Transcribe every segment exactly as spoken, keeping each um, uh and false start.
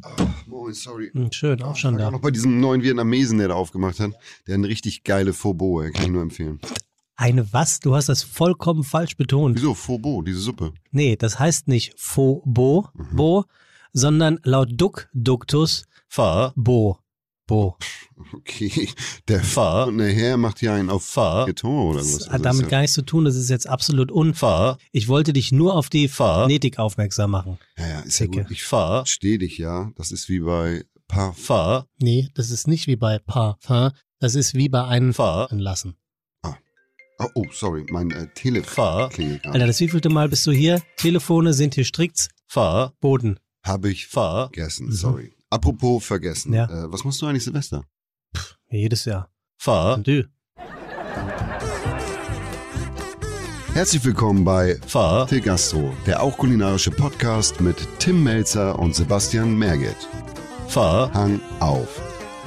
Oh, moin, sorry. Hm, schön, auch oh, schon da. Auch noch bei diesem neuen Vietnamesen, der da aufgemacht hat. Der hat eine richtig geile Pho-Bo, kann ich nur empfehlen. Eine was? Du hast das vollkommen falsch betont. Wieso? Pho-Bo, diese Suppe. Nee, das heißt nicht Pho-Bo, Mhm. Bo, sondern laut Duck, Duktus, Pho, Bo, Bo. Okay, der Pho und der Herr macht hier einen auf Pho oder was? Das hat damit ja gar nichts zu tun, das ist jetzt absolut unfair. Ich wollte dich nur auf die Phonetik aufmerksam machen. Ja, ja, ist ja Dicke. gut. Ich verstehe dich, ja. Das ist wie bei Parfum. Nee, das ist nicht wie bei Parfum, das ist wie bei einem Lassen. Oh, oh, sorry, mein äh, Telefon klingelt gerade. Alter, das wievielte Mal bist du hier? Telefone sind hier strikt Boden. Habe ich vergessen, mhm. sorry. Apropos vergessen. Ja. Äh, was machst du eigentlich Silvester? Pff, jedes Jahr. Und du? Herzlich willkommen bei Til Gastro, der auch kulinarische Podcast mit Tim Melzer und Sebastian Merget. Hang auf.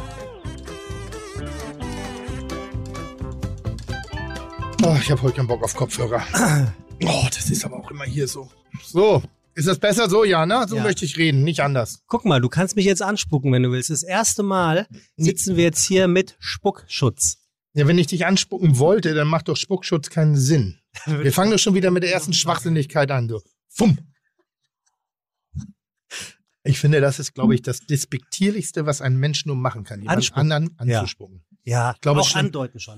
Oh, ich habe heute keinen Bock auf Kopfhörer. Oh, das ist aber auch immer hier so. So, ist das besser so? Ja, ne? So ja. möchte ich reden, nicht anders. Guck mal, du kannst mich jetzt anspucken, wenn du willst. Das erste Mal sitzen wir jetzt hier mit Spuckschutz. Ja, wenn ich dich anspucken wollte, dann macht doch Spuckschutz keinen Sinn. Wir fangen doch schon wieder mit der ersten Schwachsinnigkeit an. So, fumm. Ich finde, das ist, glaube ich, das Despektierlichste, was ein Mensch nur machen kann, jemand Anspucken. anderen anzuspucken. Ja, ich glaube, auch schon, andeuten schon.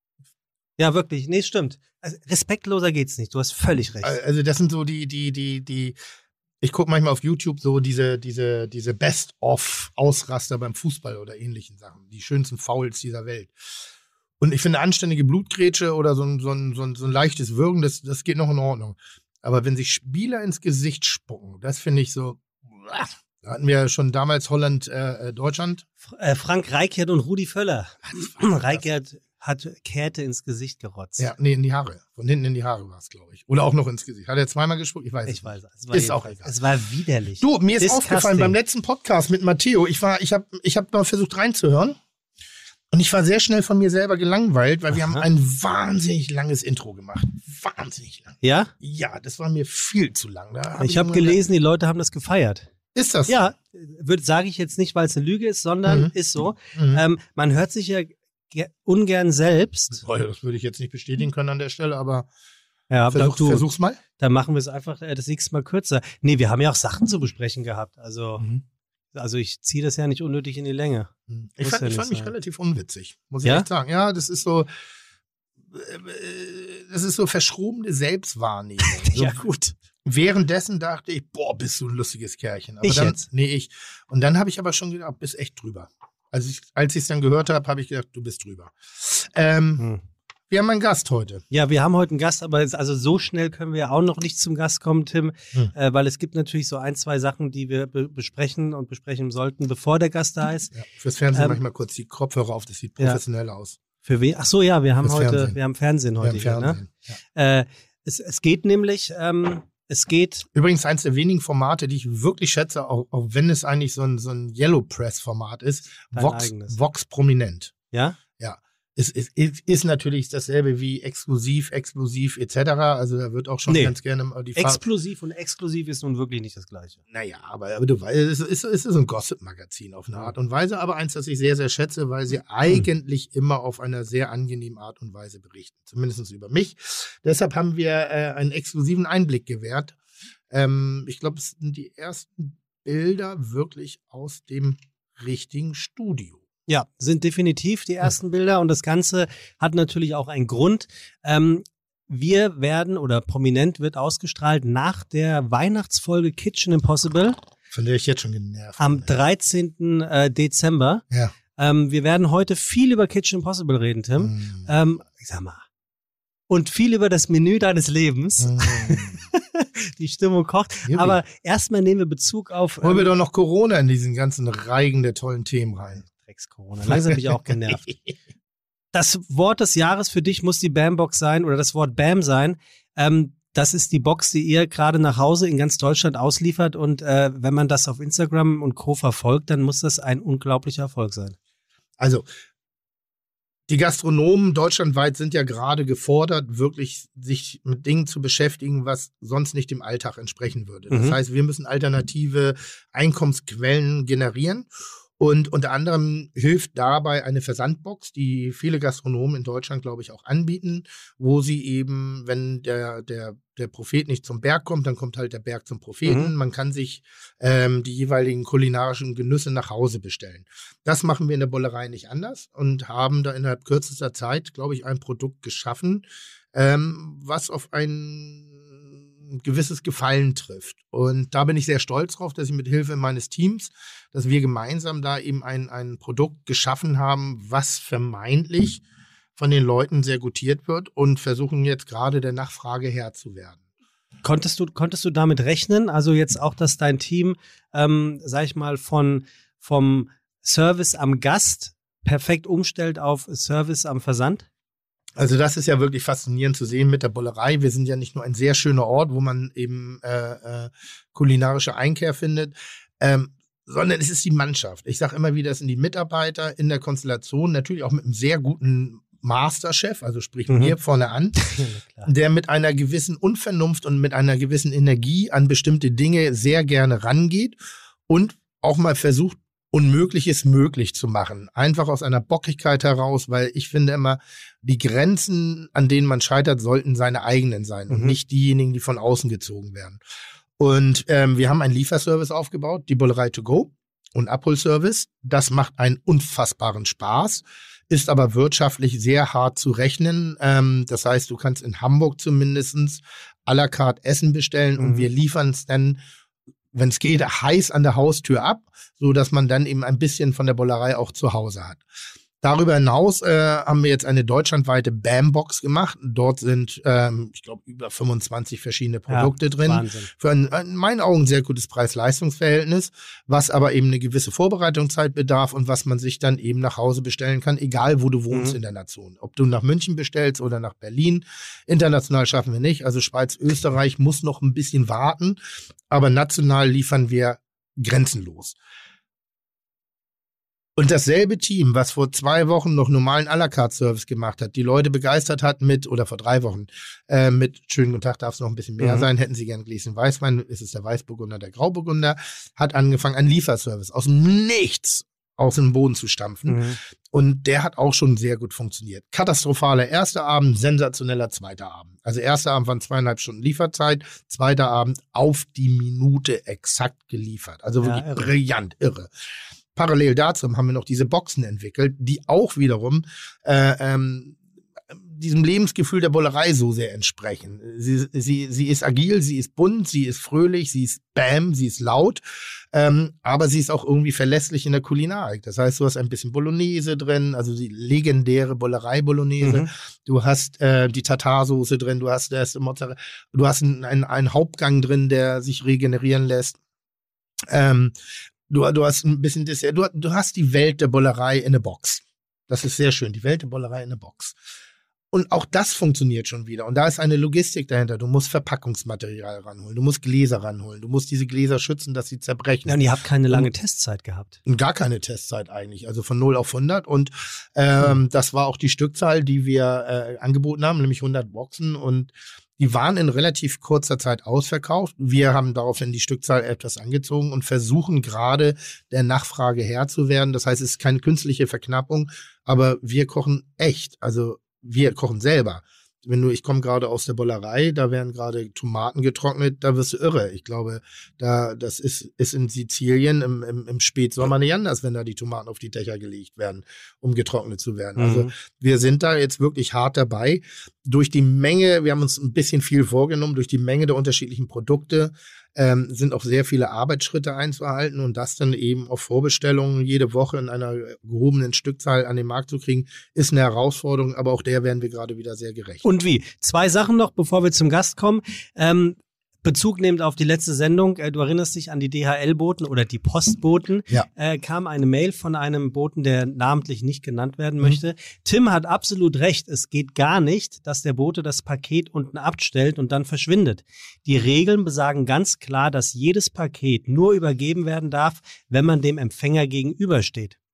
Ja, wirklich. Nee, stimmt. Also, respektloser geht's nicht. Du hast völlig recht. Also das sind so die, die, die, die, ich gucke manchmal auf YouTube so diese, diese, diese Best-of-Ausraster beim Fußball oder ähnlichen Sachen. Die schönsten Fouls dieser Welt. Und ich finde, anständige Blutgrätsche oder so ein, so ein, so ein, so ein leichtes Würgen, das, das geht noch in Ordnung. Aber wenn sich Spieler ins Gesicht spucken, das finde ich so, da hatten wir schon damals Holland, äh, Deutschland. Äh, Frank Rijkaard und Rudi Völler. Rijkaard hat Käthe ins Gesicht gerotzt. Ja, nee, in die Haare. Von hinten in die Haare war es, glaube ich. Oder auch noch ins Gesicht. Hat er zweimal gespuckt? Ich weiß ich es weiß, nicht. es war ist auch egal. Es war widerlich. Du, mir ist Disgusting. aufgefallen beim letzten Podcast mit Matteo, ich war, ich habe ich hab mal versucht reinzuhören und ich war sehr schnell von mir selber gelangweilt, weil wir Aha. haben ein wahnsinnig langes Intro gemacht. Wahnsinnig lang. Ja? Ja, das war mir viel zu lang. Da hab Ich habe immer gelesen, die Leute haben das gefeiert. gedacht, ist das? Ja, sage ich jetzt nicht, weil es eine Lüge ist, sondern Mhm. ist so. Mhm. Ähm, man hört sich ja ge- ungern selbst. Oh ja, das würde ich jetzt nicht bestätigen können an der Stelle, aber Ja, aber versuch, du, versuch's mal. dann machen wir es einfach äh, das nächste Mal kürzer. Nee, wir haben ja auch Sachen zu besprechen gehabt. Also, Mhm. also ich ziehe das ja nicht unnötig in die Länge. Ich Muss fand, ja ich nicht fand mich sein. relativ unwitzig, muss ich Ja? echt sagen. Ja, das ist so, äh, das ist so verschrobene Selbstwahrnehmung. So, Ja, gut. währenddessen dachte ich, boah, bist du ein lustiges Kerlchen. Aber Ich dann, jetzt? Nee, ich. Und dann habe ich aber schon gedacht, bist echt drüber. Also ich, als ich es dann gehört habe, habe ich gedacht, du bist drüber. Ähm, Hm. Wir haben einen Gast heute. Ja, wir haben heute einen Gast, aber es, also so schnell können wir ja auch noch nicht zum Gast kommen, Tim, Hm. äh, weil es gibt natürlich so ein, zwei Sachen, die wir be besprechen und besprechen sollten, bevor der Gast da ist. Ja, fürs Fernsehen Ähm, mache ich mal kurz die Kopfhörer auf, das sieht ja. professionell aus. Für wen? Ach so, ja, wir haben Fürs heute, Fernsehen. wir haben Fernsehen heute Ja, im hier, ne? Fernsehen. Ja. Äh, es, es geht nämlich, ähm, es geht, Übrigens eins der wenigen Formate, die ich wirklich schätze, auch, auch wenn es eigentlich so ein, so ein Yellow Press-Format ist, Dein Vox, eigenes. Vox Prominent. ja? Ja. Es ist, ist, ist natürlich dasselbe wie exklusiv, exklusiv et cetera. Also da wird auch schon Nee. ganz gerne mal die Frage. Explosiv und exklusiv ist nun wirklich nicht das Gleiche. Naja, aber, aber du weißt, es ist, es ist so ein Gossip-Magazin auf eine Art und Weise, aber eins, das ich sehr, sehr schätze, weil sie eigentlich immer auf einer sehr angenehmen Art und Weise berichten. Zumindest über mich. Deshalb haben wir äh, einen exklusiven Einblick gewährt. Ähm, ich glaube, es sind die ersten Bilder wirklich aus dem richtigen Studio. Ja, sind definitiv die ersten Bilder und das Ganze hat natürlich auch einen Grund. Ähm, wir werden oder prominent wird ausgestrahlt nach der Weihnachtsfolge Kitchen Impossible Von der ich jetzt schon genervt am bin. dreizehnten äh, Dezember. Ja. Ähm, wir werden heute viel über Kitchen Impossible reden, Tim. Mm. Ähm, ich sag mal. Und viel über das Menü deines Lebens. Mm. Die Stimmung kocht. Juppie. Aber erstmal nehmen wir Bezug auf Holen wir ähm, doch noch Corona in diesen ganzen Reigen der tollen Themen rein. Drecks-Corona. Langsam bin ich auch genervt. Das Wort des Jahres für dich muss die Bam-Box sein oder das Wort Bam sein. Ähm, das ist die Box, die ihr gerade nach Hause in ganz Deutschland ausliefert. Und äh, wenn man das auf Instagram und Co. verfolgt, dann muss das ein unglaublicher Erfolg sein. Also, Die Gastronomen deutschlandweit sind ja gerade gefordert, wirklich sich mit Dingen zu beschäftigen, was sonst nicht dem Alltag entsprechen würde. Das Mhm. heißt, wir müssen alternative Einkommensquellen generieren. Und unter anderem hilft dabei eine Versandbox, die viele Gastronomen in Deutschland, glaube ich, auch anbieten, wo sie eben, wenn der, der, der Prophet nicht zum Berg kommt, dann kommt halt der Berg zum Propheten. Mhm. Man kann sich ähm, die jeweiligen kulinarischen Genüsse nach Hause bestellen. Das machen wir in der Bollerei nicht anders und haben da innerhalb kürzester Zeit, glaube ich, ein Produkt geschaffen, ähm, was auf ein gewisses Gefallen trifft. Und da bin ich sehr stolz drauf, dass ich mit Hilfe meines Teams, dass wir gemeinsam da eben ein, ein Produkt geschaffen haben, was vermeintlich von den Leuten sehr gutiert wird und versuchen jetzt gerade der Nachfrage Herr zu werden. Konntest du, konntest du damit rechnen? Also jetzt auch, dass dein Team, ähm, sag ich mal, von, vom Service am Gast perfekt umstellt auf Service am Versand? Also das ist ja wirklich faszinierend zu sehen mit der Bollerei. Wir sind ja nicht nur ein sehr schöner Ort, wo man eben äh, äh, kulinarische Einkehr findet, ähm, sondern es ist die Mannschaft. Ich sage immer wieder, es sind die Mitarbeiter in der Konstellation, natürlich auch mit einem sehr guten Masterchef, also sprich Mhm. mir vorne an, Ja, der mit einer gewissen Unvernunft und mit einer gewissen Energie an bestimmte Dinge sehr gerne rangeht und auch mal versucht, Unmögliches möglich zu machen. Einfach aus einer Bockigkeit heraus, weil ich finde immer, die Grenzen, an denen man scheitert, sollten seine eigenen sein und Mhm. nicht diejenigen, die von außen gezogen werden. Und ähm, wir haben einen Lieferservice aufgebaut, die Bollerei to go und Abholservice. Das macht einen unfassbaren Spaß, ist aber wirtschaftlich sehr hart zu rechnen. Ähm, das heißt, du kannst in Hamburg zumindest à la carte Essen bestellen Mhm. und wir liefern es dann, wenn es geht, heiß an der Haustür ab, so dass man dann eben ein bisschen von der Bollerei auch zu Hause hat. Darüber hinaus äh, haben wir jetzt eine deutschlandweite Bam-Box gemacht. Dort sind, ähm, ich glaube, über fünfundzwanzig verschiedene Produkte ja, drin. Wahnsinn. Für ein, in meinen Augen ein sehr gutes Preis-Leistungs-Verhältnis, was aber eben eine gewisse Vorbereitungszeit bedarf und was man sich dann eben nach Hause bestellen kann, egal wo du wohnst Mhm. in der Nation. Ob du nach München bestellst oder nach Berlin. International schaffen wir nicht. Also Schweiz, Österreich muss noch ein bisschen warten, aber national liefern wir grenzenlos. Und dasselbe Team, was vor zwei Wochen noch normalen à la carte Service gemacht hat, die Leute begeistert hat mit, oder vor drei Wochen, äh, mit schönen guten Tag, darf es noch ein bisschen mehr Mhm. sein, hätten Sie gern ein Gläschen Weißwein, ist es der Weißburgunder, der Grauburgunder, hat angefangen, einen Lieferservice aus dem Nichts aus dem Boden zu stampfen. Mhm. Und der hat auch schon sehr gut funktioniert. Katastrophaler erster Abend, sensationeller zweiter Abend. Also erster Abend waren zweieinhalb Stunden Lieferzeit, zweiter Abend auf die Minute exakt geliefert. Also wirklich Ja, irre. brillant, irre. Parallel dazu haben wir noch diese Boxen entwickelt, die auch wiederum äh, ähm, diesem Lebensgefühl der Bollerei so sehr entsprechen. Sie, sie, sie ist agil, sie ist bunt, sie ist fröhlich, sie ist bam, sie ist laut, ähm, aber sie ist auch irgendwie verlässlich in der Kulinarik. Das heißt, du hast ein bisschen Bolognese drin, also die legendäre Bollerei-Bolognese. Mhm. Du hast äh, die Tartarsoße drin, du hast das Mozzarella, du hast einen, einen, einen Hauptgang drin, der sich regenerieren lässt. Ähm, du, du hast ein bisschen Dessert, du, du hast die Welt der Bollerei in a Box. Das ist sehr schön, die Welt der Bollerei in a Box. Und auch das funktioniert schon wieder. Und da ist eine Logistik dahinter. Du musst Verpackungsmaterial ranholen, du musst Gläser ranholen, du musst diese Gläser schützen, dass sie zerbrechen. Ja, und ihr habt keine lange Testzeit gehabt. Und gar keine Testzeit eigentlich, also von null auf hundert. Und ähm, Mhm. das war auch die Stückzahl, die wir äh, angeboten haben, nämlich hundert Boxen. Und die waren in relativ kurzer Zeit ausverkauft. Wir haben daraufhin die Stückzahl etwas angezogen und versuchen gerade der Nachfrage Herr zu werden. Das heißt, es ist keine künstliche Verknappung, aber wir kochen echt. Also wir kochen selber. Wenn du, ich komme gerade aus der Bollerei, da werden gerade Tomaten getrocknet, da wirst du irre. Ich glaube, da, das ist, ist in Sizilien im, im, im Spätsommer nicht anders, wenn da die Tomaten auf die Dächer gelegt werden, um getrocknet zu werden. Mhm. Also wir sind da jetzt wirklich hart dabei. Durch die Menge, wir haben uns ein bisschen viel vorgenommen, durch die Menge der unterschiedlichen Produkte ähm, sind auch sehr viele Arbeitsschritte einzuhalten und das dann eben auf Vorbestellungen jede Woche in einer gehobenen Stückzahl an den Markt zu kriegen, ist eine Herausforderung, aber auch der werden wir gerade wieder sehr gerecht. Und wie? Zwei Sachen noch, bevor wir zum Gast kommen. Ähm, Bezug nehmend auf die letzte Sendung, äh, du erinnerst dich an die D H L-Boten oder die Postboten, Ja. äh, kam eine Mail von einem Boten, der namentlich nicht genannt werden möchte. Tim hat absolut recht, es geht gar nicht, dass der Bote das Paket unten abstellt und dann verschwindet. Die Regeln besagen ganz klar, dass jedes Paket nur übergeben werden darf, wenn man dem Empfänger gegenübersteht.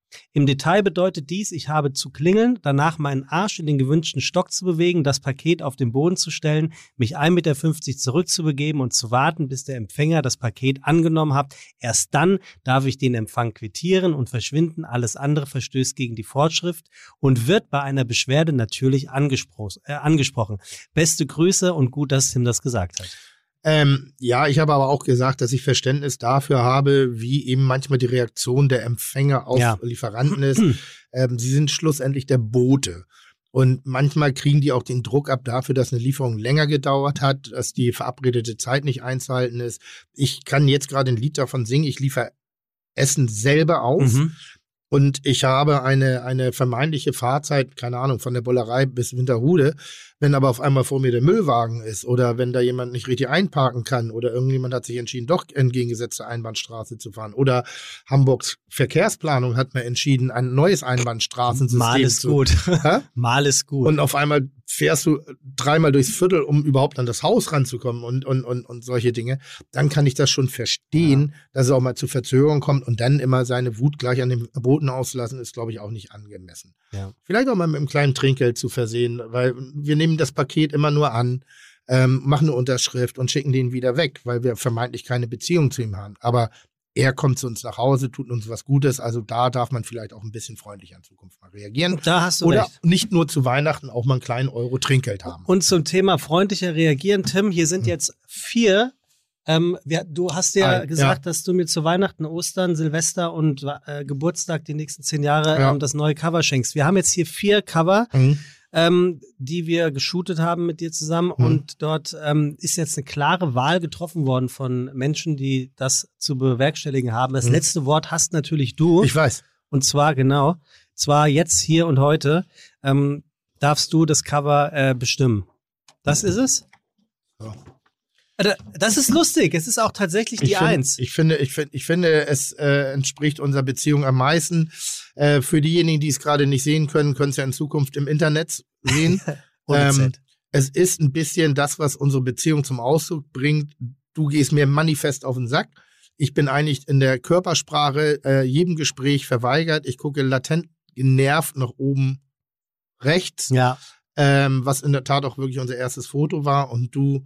Im Detail bedeutet dies, ich habe zu klingeln, danach meinen Arsch in den gewünschten Stock zu bewegen, das Paket auf den Boden zu stellen, mich ein Meter fünfzig zurückzubegeben und zu warten, bis der Empfänger das Paket angenommen hat. Erst dann darf ich den Empfang quittieren und verschwinden. Alles andere verstößt gegen die Vorschrift und wird bei einer Beschwerde natürlich angespro- äh, angesprochen. Beste Grüße und gut, dass Tim das gesagt hat. Ähm, ja, ich habe aber auch gesagt, dass ich Verständnis dafür habe, wie eben manchmal die Reaktion der Empfänger auf Ja. Lieferanten ist. ähm, sie sind schlussendlich der Bote. Und manchmal kriegen die auch den Druck ab dafür, dass eine Lieferung länger gedauert hat, dass die verabredete Zeit nicht einzuhalten ist. Ich kann jetzt gerade ein Lied davon singen, ich liefere Essen selber aus. Mhm. Und ich habe eine, eine vermeintliche Fahrzeit, keine Ahnung, von der Bollerei bis Winterhude. Wenn aber auf einmal vor mir der Müllwagen ist oder wenn da jemand nicht richtig einparken kann oder irgendjemand hat sich entschieden, doch entgegengesetzte Einbahnstraße zu fahren oder Hamburgs Verkehrsplanung hat mir entschieden, ein neues Einbahnstraßensystem Mal ist zu... gut. Hä? Mal ist gut. Und auf einmal fährst du dreimal durchs Viertel, um überhaupt an das Haus ranzukommen und, und, und, und solche Dinge. Dann kann ich das schon verstehen, ja. dass es auch mal zu Verzögerungen kommt und dann immer seine Wut gleich an dem Boden auszulassen, ist, glaube ich, auch nicht angemessen. Ja. Vielleicht auch mal mit einem kleinen Trinkgeld zu versehen, weil wir nehmen das Paket immer nur an, ähm, machen eine Unterschrift und schicken den wieder weg, weil wir vermeintlich keine Beziehung zu ihm haben. Aber er kommt zu uns nach Hause, tut uns was Gutes, also da darf man vielleicht auch ein bisschen freundlicher in Zukunft mal reagieren. Da hast du Oder recht. nicht nur zu Weihnachten auch mal einen kleinen Euro Trinkgeld haben. Und zum Thema freundlicher reagieren, Tim, hier sind jetzt vier. Ähm, wir, du hast ja Ein, gesagt, ja. dass du mir zu Weihnachten, Ostern, Silvester und äh, Geburtstag die nächsten zehn Jahre Ja. ähm, das neue Cover schenkst. Wir haben jetzt hier vier Cover, Mhm. ähm, die wir geshootet haben mit dir zusammen. Mhm. Und dort ähm, ist jetzt eine klare Wahl getroffen worden von Menschen, die das zu bewerkstelligen haben. Das Mhm. letzte Wort hast natürlich du. Ich weiß. Und zwar genau, zwar jetzt, hier und heute, ähm, darfst du das Cover äh, bestimmen. Das ist es? So. Also, das ist lustig. Es ist auch tatsächlich die Ich, find, Eins. ich, finde, ich, find, ich finde, es äh, entspricht unserer Beziehung am meisten. Äh, für diejenigen, die es gerade nicht sehen können, können es ja in Zukunft im Internet sehen. Ohne ähm, Z. es ist ein bisschen das, was unsere Beziehung zum Ausdruck bringt. Du gehst mir manifest auf den Sack. Ich bin eigentlich in der Körpersprache äh, jedem Gespräch verweigert. Ich gucke latent genervt nach oben rechts, Ja. ähm, was in der Tat auch wirklich unser erstes Foto war. Und du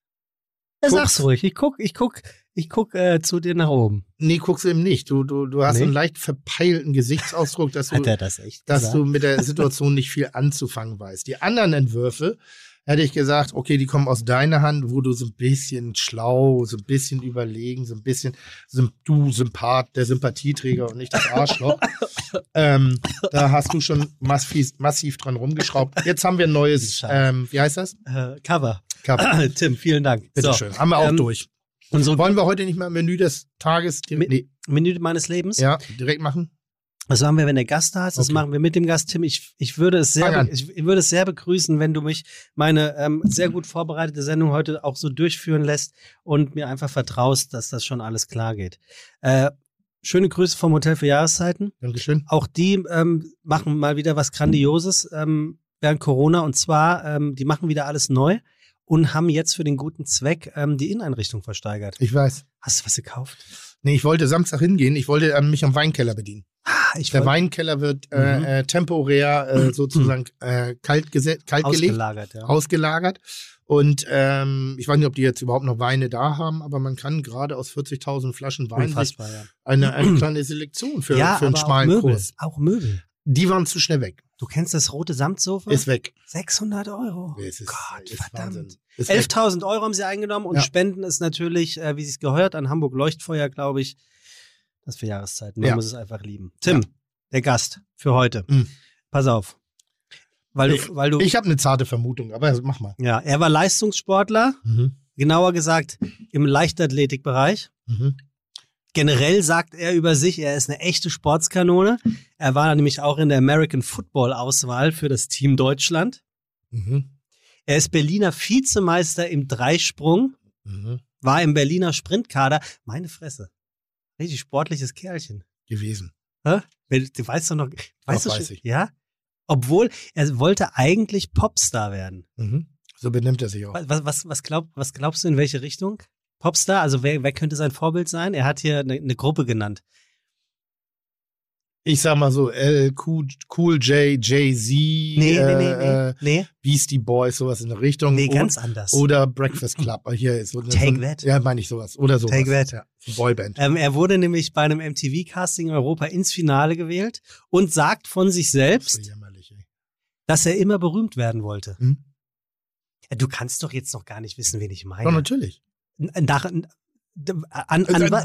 Ja, guckst- sag's ruhig. Ich guck, ich guck, ich guck äh, zu dir nach oben. Nee, guckst du eben nicht. Du, du, du hast Nee? einen leicht verpeilten Gesichtsausdruck, dass du, Hat er das echt dass gesagt? du mit der Situation nicht viel anzufangen weißt. Die anderen Entwürfe hätte ich gesagt, okay, die kommen aus deiner Hand, wo du so ein bisschen schlau, so ein bisschen überlegen, so ein bisschen sym- du Sympath, der Sympathieträger und nicht das Arschloch. ähm, da hast du schon massiv, massiv dran rumgeschraubt. Jetzt haben wir ein neues, Scheiße. ähm, wie heißt das? Äh, Cover. Cover. Tim, vielen Dank. Bitte So, schön. Haben wir auch ähm, durch. Unsere Wollen wir heute nicht mal Menü des Tages direkt, Mi- nee, Minute meines Lebens. ja, direkt machen? Das machen wir, wenn der Gast da ist. Das Okay. machen wir mit dem Gast. Tim, ich, ich, würde es Fang sehr, an. be- ich, ich würde es sehr begrüßen, wenn du mich meine ähm, sehr gut vorbereitete Sendung heute auch so durchführen lässt und mir einfach vertraust, dass das schon alles klar geht. Äh, schöne Grüße vom Hotel für Jahreszeiten. Dankeschön. Auch die ähm, machen mal wieder was Grandioses ähm, während Corona. Und zwar, ähm, die machen wieder alles neu und haben jetzt für den guten Zweck ähm, die Inneneinrichtung versteigert. Ich weiß. Hast du was gekauft? Nee, ich wollte Samstag hingehen. Ich wollte ähm, mich am Weinkeller bedienen. Ah, ich Der wollt- Weinkeller wird äh, Mhm. äh, temporär äh, sozusagen äh, kalt, gese- kalt gelegt, ausgelagert, ja. ausgelagert. Und ähm, ich weiß nicht, ob die jetzt überhaupt noch Weine da haben, aber man kann gerade aus vierzigtausend Flaschen Wein sich Unfassbar, ja. eine, eine kleine Selektion für, ja, für einen aber schmalen auch Möbel. Kurs. Auch Möbel. Die waren zu schnell weg. Du kennst das rote Samtsofa? Ist weg. sechshundert Euro. Es ist, Gott, ist verdammt. Wahnsinn. Ist weg. elftausend Euro haben sie eingenommen und Ja. spenden es natürlich, äh, wie sie es gehört, an Hamburg Leuchtfeuer, glaube ich. Das für Jahreszeiten. Man Ja. muss es einfach lieben. Tim, Ja. der Gast für heute. Mhm. Pass auf. Weil du, Ich- weil du, Ich habe eine zarte Vermutung, aber mach mal. ja, er war Leistungssportler, Mhm. genauer gesagt im Leichtathletikbereich. Mhm. Generell sagt er über sich, er ist eine echte Sportskanone. Er war nämlich auch in der American Football Auswahl für das Team Deutschland. Mhm. Er ist Berliner Vizemeister im Dreisprung, Mhm. war im Berliner Sprintkader. Meine Fresse. Richtig sportliches Kerlchen. Gewesen. Hä? Du weißt doch noch, weißt Doch, du weiß schon, ich. ja? Obwohl, er wollte eigentlich Popstar werden. Mhm. So benimmt er sich auch. Was, was, was, glaub, was glaubst du, in welche Richtung? Popstar, also wer, wer könnte sein Vorbild sein? Er hat hier eine, eine Gruppe genannt. Ich sag mal so, L, Q, Cool J, Jay-Z, nee, nee, nee, äh, nee. Beastie Boys, sowas in der Richtung. Nee, ganz oder, anders. Oder Breakfast Club. Hier ist so, Take so, That. Ja, meine ich sowas. Oder sowas. Take That. Ja, Boyband. Ähm, er wurde nämlich bei einem M T V-Casting in Europa ins Finale gewählt und sagt von sich selbst, Das ist jämmerlich, ey. dass er immer berühmt werden wollte. Hm? Du kannst doch jetzt noch gar nicht wissen, wen ich meine. Doch, natürlich. Nach, an, an, an, wa-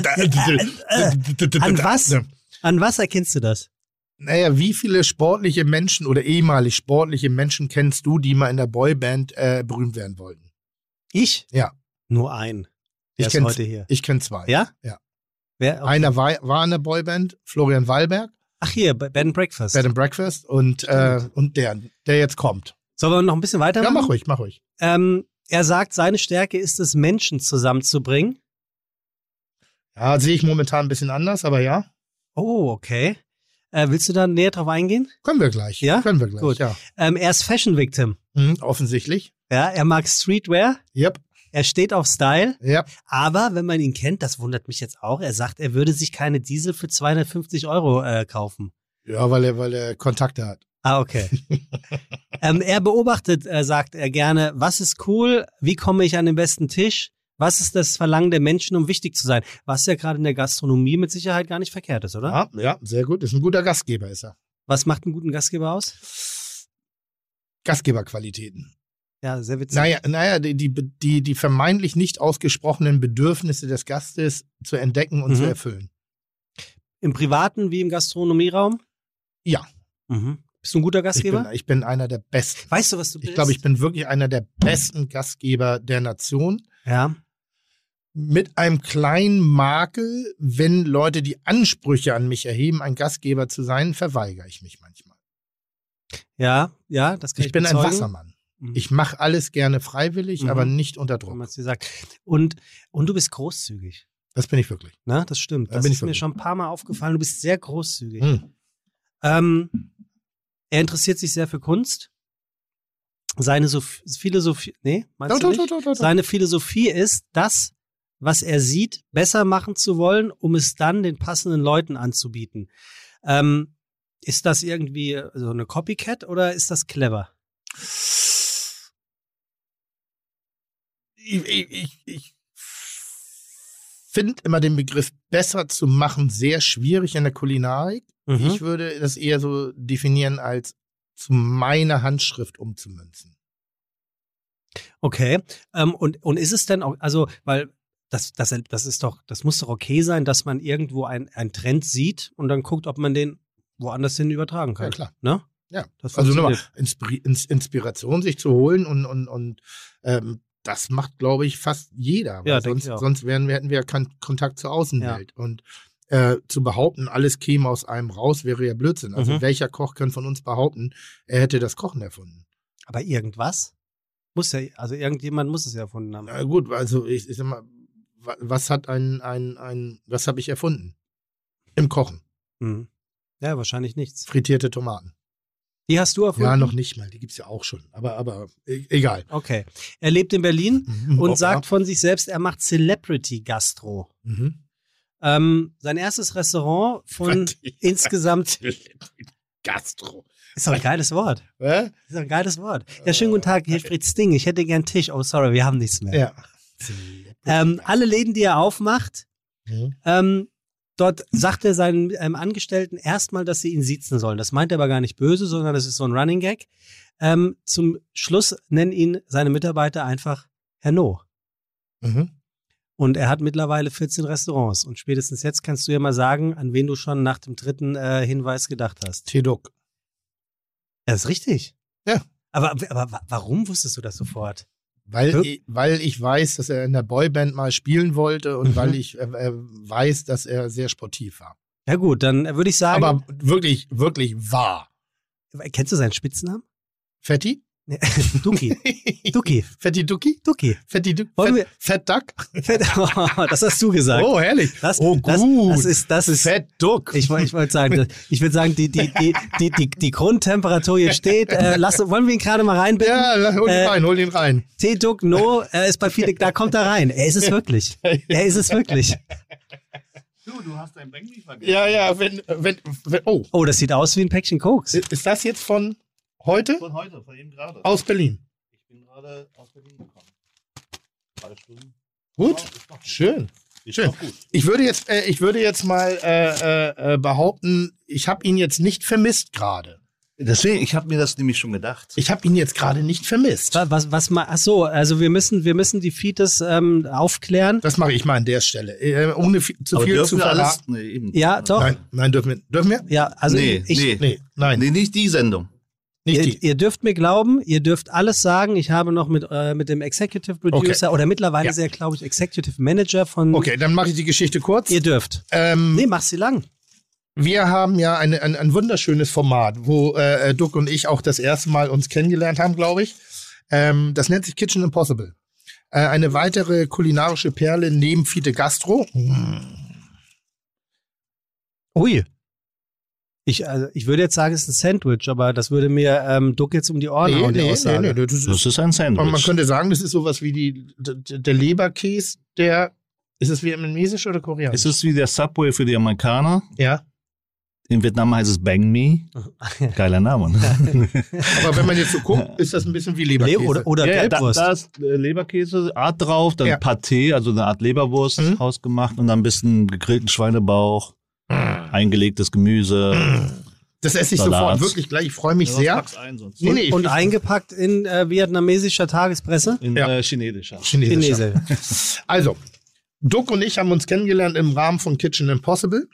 an was? An was erkennst du das? Naja, wie viele sportliche Menschen oder ehemalig sportliche Menschen kennst du, die mal in der Boyband äh, berühmt werden wollten? Ich? Ja. Nur ein. Der Ich ist kenn- heute hier. Ich kenne zwei. Ja? Ja. Wer? Okay. Einer war, war in der Boyband, Florian Wallberg, Ach hier, Bed and Breakfast. Bed and Breakfast und, äh, und der, der jetzt kommt. Sollen wir noch ein bisschen weitermachen? Ja, mach ruhig, mach ruhig. Ähm, er sagt, seine Stärke ist es, Menschen zusammenzubringen. Ja, sehe ich momentan ein bisschen anders, aber ja. Oh, okay. Äh, willst du da näher drauf eingehen? Können wir gleich. Ja? Können wir gleich, Gut. ja. Ähm, er ist Fashion Victim. Mhm, offensichtlich. Ja, er mag Streetwear. Yep, Er steht auf Style. yep. Aber wenn man ihn kennt, das wundert mich jetzt auch, er sagt, er würde sich keine Diesel für zweihundertfünfzig Euro äh, kaufen. Ja, weil er, weil er Kontakte hat. Ah, okay. ähm, er beobachtet, äh, sagt er gerne, was ist cool, wie komme ich an den besten Tisch, was ist das Verlangen der Menschen, um wichtig zu sein, was ja gerade in der Gastronomie mit Sicherheit gar nicht verkehrt ist, oder? Ja, ja, sehr gut. Ist ein guter Gastgeber, ist er. Was macht einen guten Gastgeber aus? Gastgeberqualitäten. Ja, sehr witzig. Naja, naja die, die, die, die vermeintlich nicht ausgesprochenen Bedürfnisse des Gastes zu entdecken und Mhm. zu erfüllen. Im Privaten wie im Gastronomieraum? Ja, Mhm. Bist du ein guter ich Gastgeber? bin, ich bin einer der besten. Weißt du, was du bist? Ich glaube, ich bin wirklich einer der besten Gastgeber der Nation. Ja. Mit einem kleinen Makel, wenn Leute die Ansprüche an mich erheben, ein Gastgeber zu sein, verweigere ich mich manchmal. Ja, ja, das kann ich Ich bin ein bezeugen. Wassermann. Mhm. Ich mache alles gerne freiwillig, Mhm. aber nicht unter Wenn Druck. man es dir sagt. Und, und du bist großzügig. Das bin ich wirklich. Ne? Das stimmt. Da Das bin ich ist mir wirklich. schon ein paar Mal aufgefallen. Du bist sehr großzügig. Hm. Ähm, er interessiert sich sehr für Kunst. Seine Soph- Philosophie, nee, meinst Doch, du doch, nicht? doch, doch, doch. Seine Philosophie ist, das, was er sieht, besser machen zu wollen, um es dann den passenden Leuten anzubieten. Ähm, ist das irgendwie so eine Copycat oder ist das clever? Ich, ich, ich, ich finde immer den Begriff besser zu machen sehr schwierig in der Kulinarik. Mhm. Ich würde das eher so definieren als zu meiner Handschrift umzumünzen. Okay. Ähm, und, und ist es denn auch, also, weil das, das, das ist doch, das muss doch okay sein, dass man irgendwo ein- einen Trend sieht und dann guckt, ob man den woanders hin übertragen kann. Ja, klar. Ne? Ja, Das also nochmal, funktioniert. Inspir Ins- Inspiration sich zu holen und, und, und ähm, das macht, glaube ich, fast jeder. Weil Ja, denke sonst ich auch. sonst wären, hätten wir ja keinen Kontakt zur Außenwelt. Und äh, zu behaupten, alles käme aus einem raus, wäre ja Blödsinn. Also Mhm. welcher Koch kann von uns behaupten, er hätte das Kochen erfunden? Aber irgendwas? Muss ja, also irgendjemand muss es ja erfunden haben. Na gut, also ich, ich sag mal, wa- was hat ein, ein, ein was habe ich erfunden? Im Kochen. Mhm. Ja, wahrscheinlich nichts. Frittierte Tomaten. Die hast du erfunden? Ja, noch nicht mal, die gibt's ja auch schon. Aber, aber e egal. Okay. Er lebt in Berlin Mhm. und Oh, sagt von sich selbst, er macht Celebrity Gastro. Mhm. Ähm, sein erstes Restaurant von insgesamt, Gastro. ist doch ein geiles Wort. Hä? Ist doch ein geiles Wort. Ja, schönen guten Tag, hier Fritz Ding. Ich hätte gern Tisch. Oh, sorry, wir haben nichts mehr. Ja. Ähm, alle Läden, die er aufmacht, Mhm. ähm, dort sagt er seinen ähm, Angestellten erstmal, dass sie ihn siezen sollen. Das meint er aber gar nicht böse, sondern das ist so ein Running Gag. Ähm, zum Schluss nennen ihn seine Mitarbeiter einfach Herr No. Mhm. Und er hat mittlerweile vierzehn Restaurants. Und spätestens jetzt kannst du ja mal sagen, an wen du schon nach dem dritten äh, Hinweis gedacht hast. Teduk. Das ist richtig. Ja. Aber, aber wa- warum wusstest du das sofort? Weil, Ja. ich, weil ich weiß, dass er in der Boyband mal spielen wollte und Mhm. weil ich äh, äh, weiß, dass er sehr sportiv war. Ja gut, dann würde ich sagen, Aber wirklich, wirklich wahr. kennst du seinen Spitznamen? Fetti? Nee, Duki. Duki. Fetti Duki? Duki. Fetti Duki? Wollen Fett, Fett Duck? Das hast du gesagt. Oh, herrlich. Das, oh, das, gut. das ist, das ist, Fett Duck. ich, woll- ich wollte sagen, das- ich würde sagen, die, die, die, die, die, die Grundtemperatur hier steht. Äh, lass, wollen wir ihn gerade mal reinbinden? Ja, hol ihn Äh, rein, hol ihn rein. T-Duck, no, er ist bei viele, da kommt er rein. Er ist es wirklich. Er ist es wirklich. Du, du hast dein Bang vergessen. Ja, ja, wenn, wenn, wenn, oh. Oh, das sieht aus wie ein Päckchen Koks. Ist das jetzt von heute? Von heute, von eben gerade. Aus Berlin. Ich bin gerade aus Berlin gekommen. Drei Stunden. Gut, Ja, schön. ist Schön. doch gut. Ich würde jetzt, äh, ich würde jetzt mal äh, äh, behaupten, ich habe ihn jetzt nicht vermisst gerade. Deswegen, ich habe mir das nämlich schon gedacht. Ich habe ihn jetzt gerade nicht vermisst. Was, was, was mal, ach so, also wir müssen, wir müssen die Fetus ähm, aufklären. Das mache ich mal an der Stelle. Äh, ohne viel, zu Aber viel dürfen zu wir alles? verraten. Nee, eben. Ja, doch. Nein, nein, dürfen wir. Dürfen wir? Ja, also nee, ich, nee. Nee, nein, nee, nicht die Sendung. nicht ihr, die. ihr dürft mir glauben, ihr dürft alles sagen. Ich habe noch mit, äh, mit dem Executive Producer oder mittlerweile Ja. sehr, glaube ich, Executive Manager von. Okay, dann mache ich die Geschichte kurz. Ihr dürft. Ähm, Nee, mach sie lang. Wir haben ja eine, ein, ein wunderschönes Format, wo äh, Duck und ich auch das erste Mal uns kennengelernt haben, glaube ich. Ähm, das nennt sich Kitchen Impossible. Äh, eine weitere kulinarische Perle neben Fite Gastro. Ui. Ich, also, ich würde jetzt sagen, es ist ein Sandwich, aber das würde mir ähm, Duck jetzt um die Ohren hauen, die Aussage. das ist, Das ist ein Sandwich. man könnte sagen, das ist sowas wie die, d- der Leberkäse, der, ist es vietnamesisch oder koreanisch? Es ist wie der Subway für die Amerikaner. Ja. In Vietnam heißt es Bang Me. Geiler Name. Ne? Aber wenn man jetzt so guckt, ist das ein bisschen wie Leberkäse. Le- oder oder Ja, da, Gelbwurst. da ist äh, Leberkäse, Art drauf, dann Ja. Pâté, also eine Art Leberwurst Mhm. hausgemacht und dann ein bisschen gegrillten Schweinebauch, eingelegtes Gemüse. Das esse ich Salat. sofort wirklich gleich. Ich freue mich Ja, sehr. pack's ein sonst. Nee, nee, ich- Und eingepackt in äh, vietnamesischer Tagespresse. In Ja. äh, chinesischer. Chinesischer. Chinese. Also, Duck und ich haben uns kennengelernt im Rahmen von Kitchen Impossible.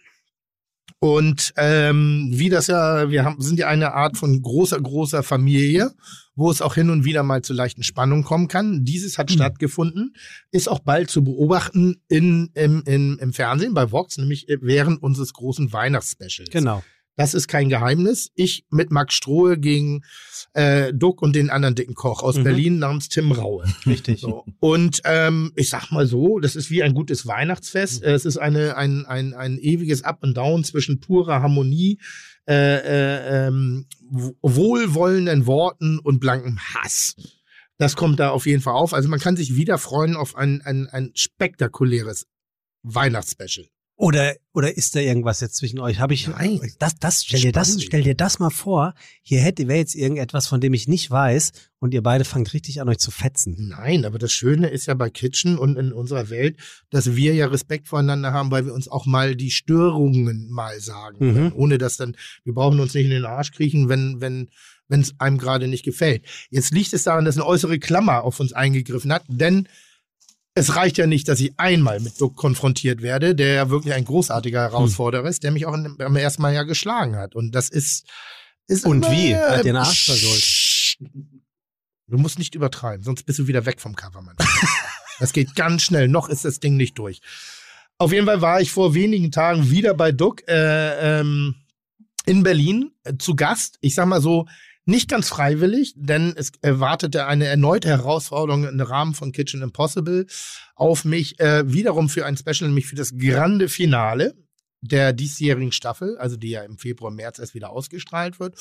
Und ähm, wie das ja, wir haben, sind ja eine Art von großer, großer Familie, wo es auch hin und wieder mal zu leichten Spannungen kommen kann. Dieses hat Mhm. stattgefunden, ist auch bald zu beobachten in, im, im, im Fernsehen bei Vox, nämlich während unseres großen Weihnachtsspecials. Genau. Das ist kein Geheimnis. Ich mit Max Strohe gegen äh, Duck und den anderen dicken Koch aus Mhm. Berlin namens Tim Raue. Richtig. So. Und ähm, ich sag mal so, das ist wie ein gutes Weihnachtsfest. Es ist eine, ein, ein, ein ewiges Up and Down zwischen purer Harmonie, äh, äh, ähm, wohlwollenden Worten und blankem Hass. Das kommt da auf jeden Fall auf. Also man kann sich wieder freuen auf ein, ein, ein spektakuläres Weihnachtsspecial. Oder, oder ist da irgendwas jetzt zwischen euch? Habe ich, Nein. das, das, stell dir das, Spannend. stell dir das mal vor. Hier hätte, wäre jetzt irgendetwas, von dem ich nicht weiß und ihr beide fangt richtig an, euch zu fetzen. Nein, aber das Schöne ist ja bei Kitchen und in unserer Welt, dass wir ja Respekt voreinander haben, weil wir uns auch mal die Störungen mal sagen. Mhm. können, ohne dass dann, wir brauchen uns nicht in den Arsch kriechen, wenn, wenn, wenn es einem gerade nicht gefällt. Jetzt liegt es daran, dass eine äußere Klammer auf uns eingegriffen hat, denn es reicht ja nicht, dass ich einmal mit Duck konfrontiert werde, der ja wirklich ein großartiger Herausforderer ist, der mich auch in, beim ersten Mal ja geschlagen hat. Und das ist, ist Und immer, wie? Er hat den äh, Arsch versohlt. Du musst nicht übertreiben, sonst bist du wieder weg vom Covermann. Das geht ganz schnell. Noch ist das Ding nicht durch. Auf jeden Fall war ich vor wenigen Tagen wieder bei Duck äh, ähm, in Berlin äh, zu Gast. Ich sag mal so, nicht ganz freiwillig, denn es erwartete eine erneute Herausforderung im Rahmen von Kitchen Impossible auf mich, äh, wiederum für ein Special, nämlich für das grande Finale der diesjährigen Staffel, also die ja im Februar, März erst wieder ausgestrahlt wird.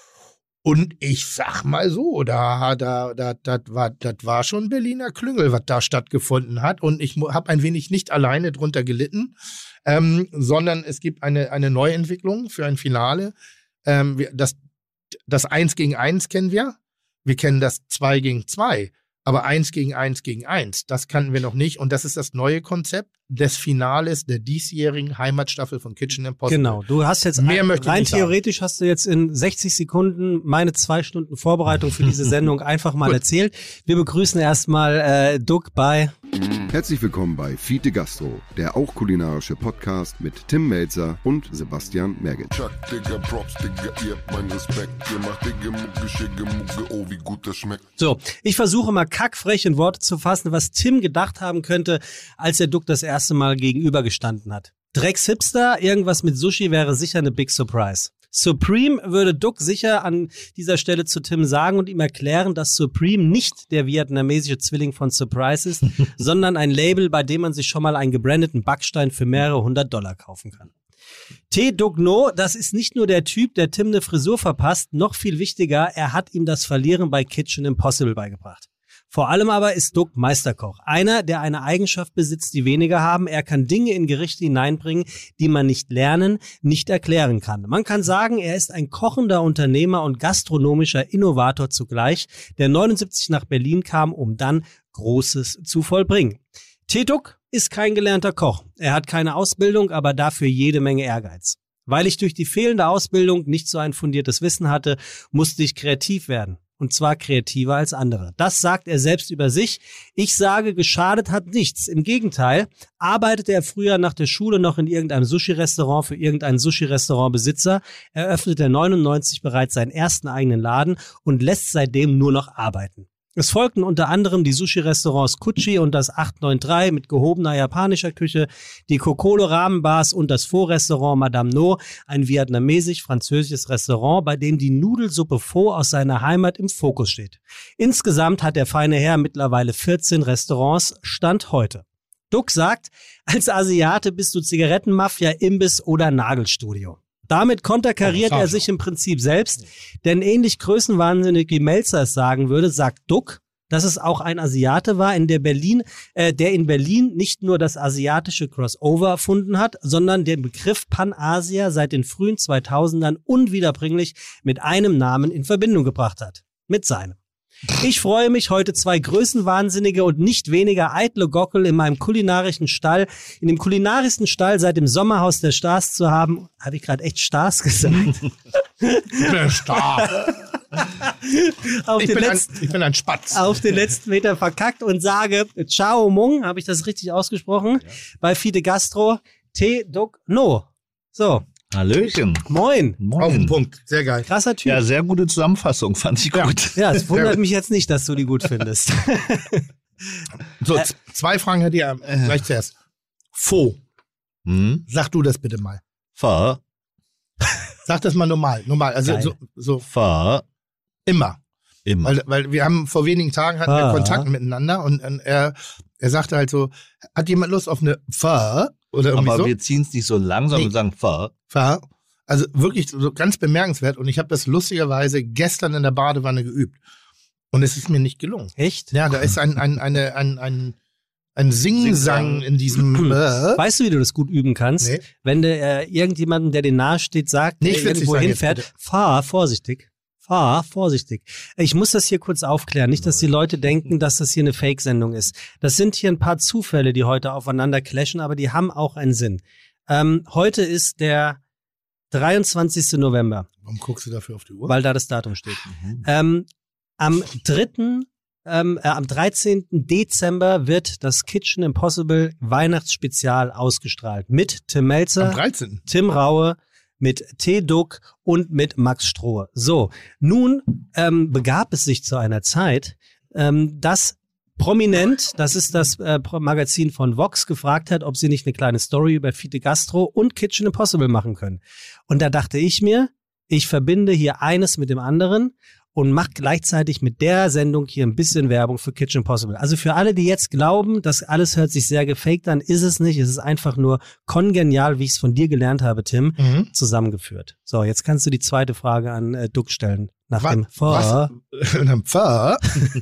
Und ich sag mal so, da, da, da, das war, das war schon Berliner Klüngel, was da stattgefunden hat. Und ich habe ein wenig nicht alleine drunter gelitten, ähm, sondern es gibt eine, eine Neuentwicklung für ein Finale. Ähm, wir, das, das Eins gegen Eins kennen wir. Wir kennen das Zwei gegen Zwei. Aber Eins gegen Eins gegen Eins, das kannten wir noch nicht. Und das ist das neue Konzept des Finales der diesjährigen Heimatstaffel von Kitchen Impossible. Genau, du hast jetzt Mehr ein, möchte ich rein nicht sagen. theoretisch hast du jetzt in sechzig Sekunden meine zwei Stunden Vorbereitung für diese Sendung einfach mal Gut. erzählt. Wir begrüßen erstmal äh, Duck bei Herzlich willkommen bei Fite Gastro, der auch kulinarische Podcast mit Tim Melzer und Sebastian Merget. Chuck, Digga, Props, Digga, ihr habt meinen Respekt. Ihr macht Digga, Mucke, Schicke, Mucke, oh, wie gut das schmeckt. So, ich versuche mal kackfrech in Worte zu fassen, was Tim gedacht haben könnte, als der Duck das erste Mal gegenübergestanden hat. Drecks Hipster, irgendwas mit Sushi wäre sicher eine Big Surprise. Supreme würde Duck sicher an dieser Stelle zu Tim sagen und ihm erklären, dass Supreme nicht der vietnamesische Zwilling von Surprise ist, sondern ein Label, bei dem man sich schon mal einen gebrandeten Backstein für mehrere hundert Dollar kaufen kann. T. Duck No, das ist nicht nur der Typ, der Tim eine Frisur verpasst, noch viel wichtiger, er hat ihm das Verlieren bei Kitchen Impossible beigebracht. Vor allem aber ist Duck Meisterkoch. Einer, der eine Eigenschaft besitzt, die wenige haben. Er kann Dinge in Gerichte hineinbringen, die man nicht lernen, nicht erklären kann. Man kann sagen, er ist ein kochender Unternehmer und gastronomischer Innovator zugleich, der neunundsiebzig nach Berlin kam, um dann Großes zu vollbringen. T. Duck ist kein gelernter Koch. Er hat keine Ausbildung, aber dafür jede Menge Ehrgeiz. Weil ich durch die fehlende Ausbildung nicht so ein fundiertes Wissen hatte, musste ich kreativ werden. Und zwar kreativer als andere. Das sagt er selbst über sich. Ich sage, geschadet hat nichts. Im Gegenteil, arbeitete er früher nach der Schule noch in irgendeinem Sushi-Restaurant für irgendeinen Sushi-Restaurant-Besitzer, eröffnete neunundneunzig bereits seinen ersten eigenen Laden und lässt seitdem nur noch arbeiten. Es folgten unter anderem die Sushi-Restaurants Kuchi und das acht neun drei mit gehobener japanischer Küche, die Kokolo Ramen-Bars und das Pho-Restaurant Madame No, ein vietnamesisch-französisches Restaurant, bei dem die Nudelsuppe Pho aus seiner Heimat im Fokus steht. Insgesamt hat der feine Herr mittlerweile vierzehn Restaurants, Stand heute. Duck sagt, als Asiate bist du Zigarettenmafia, Imbiss oder Nagelstudio. Damit konterkariert er sich im Prinzip selbst, denn ähnlich größenwahnsinnig wie Melzer es sagen würde, sagt Duck, dass es auch ein Asiate war, in der Berlin, äh, der in Berlin nicht nur das asiatische Crossover erfunden hat, sondern den Begriff Pan-Asia seit den frühen zweitausendern unwiederbringlich mit einem Namen in Verbindung gebracht hat. Mit seinem. Ich freue mich, heute zwei größenwahnsinnige und nicht weniger eitle Gockel in meinem kulinarischen Stall, in dem kulinarischsten Stall seit dem Sommerhaus der Stars zu haben. Habe ich gerade echt Stars gesagt? Der Star. auf ich, den bin letzten, ein, ich bin ein Spatz. Auf den letzten Meter verkackt und sage Ciao Mung, habe ich das richtig ausgesprochen? Ja. Bei Fide Gastro, T. Duck No. So. Hallöchen. Moin. Moin. Auf den Punkt. Sehr geil. Krasser Typ. Ja, sehr gute Zusammenfassung, fand ich gut. Ja, es wundert mich jetzt nicht, dass du die gut findest. So, äh, zwei Fragen hätte ich äh, gleich zuerst. Pho. Hm? Sag du das bitte mal. Pho. Sag das mal normal. Normal. Also so, so. Pho. Immer. Immer. Weil, weil wir haben vor wenigen Tagen hatten wir Kontakt miteinander und, und er, er sagte halt so, hat jemand Lust auf eine Pho? Oder irgendwie aber so? wir ziehen es nicht so langsam nee. und sagen Pho. Pho. Also wirklich so ganz bemerkenswert. Und ich habe das lustigerweise gestern in der Badewanne geübt. Und es ist mir nicht gelungen. Echt? Ja, da ist ein, ein, eine, ein, ein, ein Singsang in diesem... Äh. Weißt du, wie du das gut üben kannst? Nee. Wenn du äh, irgendjemandem, der dir nahe steht, sagt, Nicht der irgendwo hinfährt, fahr vorsichtig. Fahr vorsichtig. Ich muss das hier kurz aufklären. Nicht, dass die Leute denken, dass das hier eine Fake-Sendung ist. Das sind hier ein paar Zufälle, die heute aufeinander clashen, aber die haben auch einen Sinn. Ähm, heute ist der dreiundzwanzigsten November. Warum guckst du dafür auf die Uhr? Weil da das Datum steht. Mhm. Ähm, am dritten Ähm, äh, am dreizehnten Dezember wird das Kitchen Impossible Weihnachtsspezial ausgestrahlt. Mit Tim Melzer, am dreizehnten Tim Raue, mit T. Duck und mit Max Strohe. So, nun ähm, begab es sich zu einer Zeit, ähm, dass Prominent, das ist das äh, Magazin von Vox, gefragt hat, ob sie nicht eine kleine Story über Fide Gastro und Kitchen Impossible machen können. Und da dachte ich mir, ich verbinde hier eines mit dem anderen und mache gleichzeitig mit der Sendung hier ein bisschen Werbung für Kitchen Impossible. Also für alle, die jetzt glauben, das alles hört sich sehr gefaked an, ist es nicht. Es ist einfach nur kongenial, wie ich es von dir gelernt habe, Tim, mhm. zusammengeführt. So, jetzt kannst du die zweite Frage an äh, Duck stellen. Nach was, dem Pho. Pho?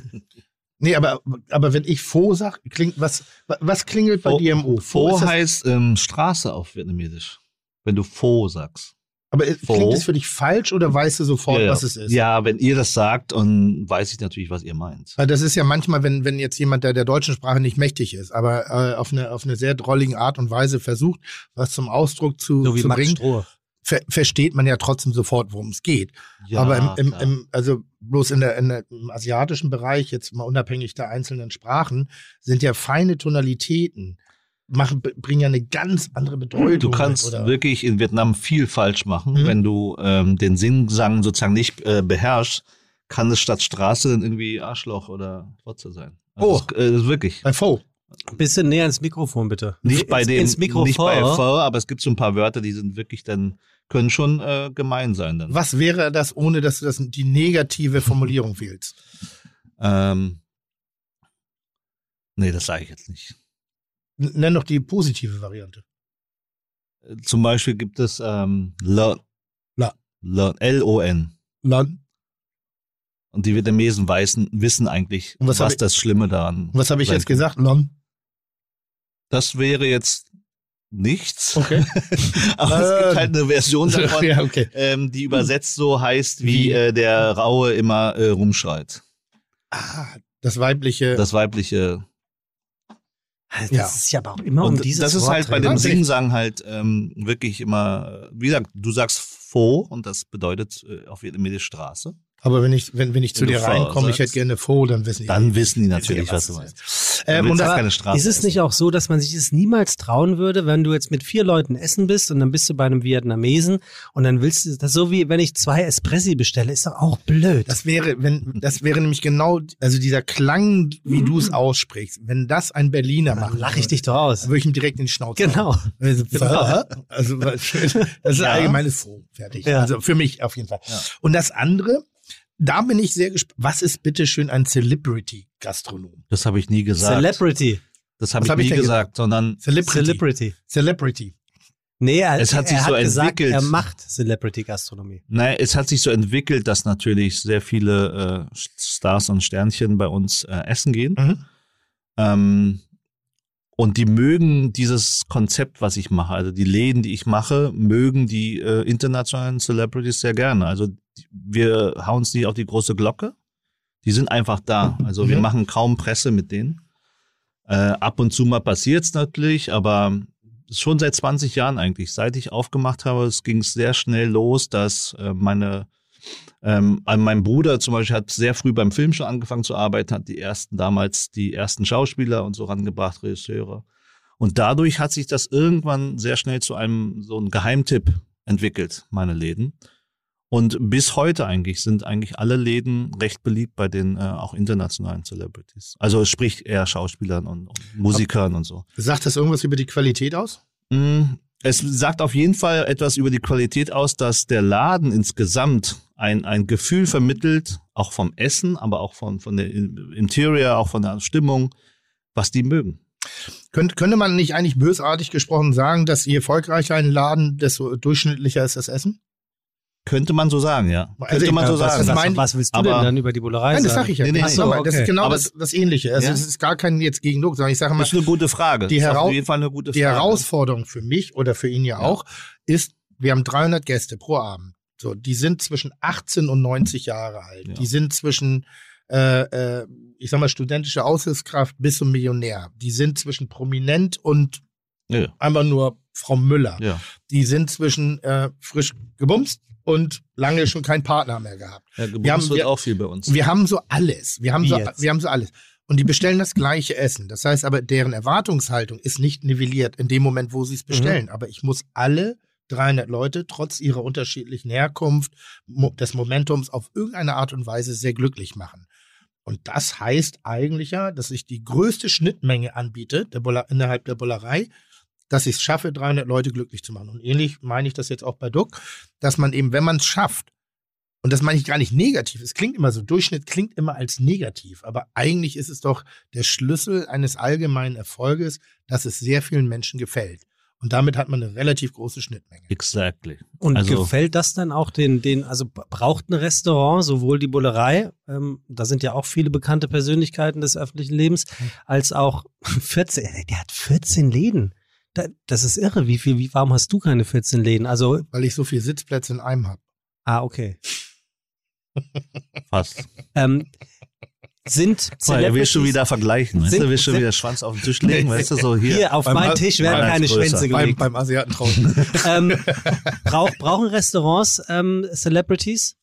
Nee, aber, aber wenn ich Pho sag, klingt, was, was klingelt bei Pho, dir im O? Pho heißt ähm, Straße auf Vietnamesisch. Wenn du Pho sagst. Aber klingt es für dich falsch oder weißt du sofort, ja, was es ist? Ja, wenn ihr das sagt, und weiß ich natürlich, was ihr meint. Weil das ist ja manchmal, wenn, wenn jetzt jemand, der der deutschen Sprache nicht mächtig ist, aber äh, auf eine, auf eine sehr drollige Art und Weise versucht, was zum Ausdruck zu, so wie zu Max bringen, Strohe. ver versteht man ja trotzdem sofort, worum es geht. Ja, aber im, im, im, also bloß in der, in der, im asiatischen Bereich, jetzt mal unabhängig der einzelnen Sprachen, sind ja feine Tonalitäten. Machen, bringen ja eine ganz andere Bedeutung. Du kannst oder? wirklich in Vietnam viel falsch machen, mhm. wenn du ähm, den Singsang sozusagen nicht äh, beherrschst, kann es statt Straße dann irgendwie Arschloch oder Fotze sein. Also oh, das, äh, das ist wirklich. Bei Pho. Ein bisschen näher ins Mikrofon, bitte. Nicht bei ins, dem, ins Mikrofon. nicht bei Pho, aber es gibt so ein paar Wörter, die sind wirklich dann, können schon äh, gemein sein dann. Was wäre das, ohne dass du das, die negative Formulierung wählst? Ähm, nee, das sage ich jetzt nicht. Nenn doch die positive Variante. Zum Beispiel gibt es ähm, Lon. La. Lon. L O N. Lon. Und die Vietnamesen weißen, wissen eigentlich, was, was ich, das Schlimme daran ist. Was habe ich jetzt gesagt, Lon? Das wäre jetzt nichts. Okay. Aber es gibt halt eine Version davon, ja, okay. ähm, die übersetzt so heißt, wie äh, der Raue immer äh, rumschreit. Ah, das weibliche. Das weibliche. Das ja. ist ja aber auch immer und um dieses Das ist Wort halt bei dem Singsang halt ähm, wirklich immer, wie gesagt, du sagst Pho und das bedeutet äh, auf Vietnamesisch Straße. Aber wenn ich, wenn, wenn ich zu wenn dir reinkomme, ich hätte gerne Pho, dann wissen die. Dann wissen die natürlich, was du meinst. Ähm, und das, keine Straße ist es essen. nicht auch so, dass man sich es niemals trauen würde, wenn du jetzt mit vier Leuten essen bist und dann bist du bei einem Vietnamesen und dann willst du das so wie wenn ich zwei Espressi bestelle, ist doch auch blöd. Das wäre, wenn, das wäre nämlich genau, also dieser Klang, wie du es aussprichst, wenn das ein Berliner macht. Dann lache ich dich doch aus. Dann würde ich ihm direkt in die Schnauze Genau. Also, genau. also das ist ja. allgemeines Pho, fertig. Ja. Also für mich auf jeden Fall. Ja. Und das andere, da bin ich sehr gespannt. Was ist bitte schön ein Celebrity-Gastronom? Das habe ich nie gesagt. Celebrity. Das habe ich hab nie ich gesagt, sondern Celebrity. Celebrity. Celebrity. Nee, er, es hat, sich er so hat gesagt, entwickelt. er macht Celebrity-Gastronomie. Nein, es hat sich so entwickelt, dass natürlich sehr viele äh, Stars und Sternchen bei uns äh, essen gehen. Mhm. Ähm, und die mögen dieses Konzept, was ich mache. Also die Läden, die ich mache, mögen die äh, internationalen Celebrities sehr gerne. Also wir hauen es nicht auf die große Glocke. Die sind einfach da. Also mhm. wir machen kaum Presse mit denen. Äh, ab und zu mal passiert es natürlich, aber schon seit zwanzig Jahren eigentlich. Seit ich aufgemacht habe, es ging sehr schnell los, dass äh, meine Ähm, mein Bruder zum Beispiel hat sehr früh beim Film schon angefangen zu arbeiten, hat die ersten damals die ersten Schauspieler und so rangebracht, Regisseure. Und dadurch hat sich das irgendwann sehr schnell zu einem so ein Geheimtipp entwickelt, meine Läden. Und bis heute eigentlich sind eigentlich alle Läden recht beliebt bei den äh, auch internationalen Celebrities. Also sprich eher Schauspielern und, und Musikern und so. Sagt das irgendwas über die Qualität aus? Mm, es sagt auf jeden Fall etwas über die Qualität aus, dass der Laden insgesamt ein, ein Gefühl vermittelt, auch vom Essen, aber auch von, von der Interior, auch von der Stimmung, was die mögen. Könnt, könnte man nicht eigentlich bösartig gesprochen sagen, dass je erfolgreicher ein Laden, desto durchschnittlicher ist das Essen? Könnte man so sagen, ja. Also Könnte man so was, sagen. Was, mein, was willst du aber, denn dann über die Bullerei nein, sagen? das sag ich ja. Nee, nee, Ach so, okay. Das ist genau aber das, das Ähnliche. Also ja? es ist gar kein jetzt gegen Druck, sondern ich sage mal, das ist eine gute Frage. Die, das ist Herau- auf jeden Fall eine gute die Frage. Herausforderung für mich oder für ihn ja, Ja. auch ist, wir haben dreihundert Gäste pro Abend. So, die sind zwischen achtzehn und neunzig Jahre alt. Ja. Die sind zwischen, äh, äh, ich sag mal, studentische Aushilfskraft bis zum Millionär. Die sind zwischen prominent und Ja. einfach nur Frau Müller. Ja. Die sind zwischen äh, frisch gebumst und lange schon keinen Partner mehr gehabt. Ja, Wir haben- wird wir- auch viel bei uns. Wir haben so alles. Wir haben Wie so, jetzt? wir haben so alles. Und die bestellen das gleiche Essen. Das heißt aber, deren Erwartungshaltung ist nicht nivelliert in dem Moment, wo sie es bestellen. Aber ich muss alle dreihundert Leute trotz ihrer unterschiedlichen Herkunft, mo- des Momentums auf irgendeine Art und Weise sehr glücklich machen. Und das heißt eigentlich ja, dass ich die größte Schnittmenge anbiete der Bulla- innerhalb der Bullerei, dass ich es schaffe, dreihundert Leute glücklich zu machen. Und ähnlich meine ich das jetzt auch bei Duck, dass man eben, wenn man es schafft, und das meine ich gar nicht negativ, es klingt immer so, Durchschnitt klingt immer als negativ, aber eigentlich ist es doch der Schlüssel eines allgemeinen Erfolges, dass es sehr vielen Menschen gefällt. Und damit hat man eine relativ große Schnittmenge. Exactly. Und Also- gefällt das dann auch den, den, also braucht ein Restaurant sowohl die Bullerei, ähm, da sind ja auch viele bekannte Persönlichkeiten des öffentlichen Lebens, als auch vierzehn, der hat vierzehn Läden. Da, das ist irre. Wie viel, wie, warum hast du keine vierzehn Läden? Also, Weil ich so viele Sitzplätze in einem habe. ah, okay. Fast. Ähm, sind Oh, er will schon Celebrities- wieder vergleichen. Weißt Sind- du, will schon sind- wieder Schwanz auf den Tisch legen, weißt du, so hier. Hier, auf Beim meinen As- Tisch werden beim keine Größer. Schwänze Beim, gelegt. beim Asiaten draußen. ähm, brauch, brauchen Restaurants ähm, Celebrities?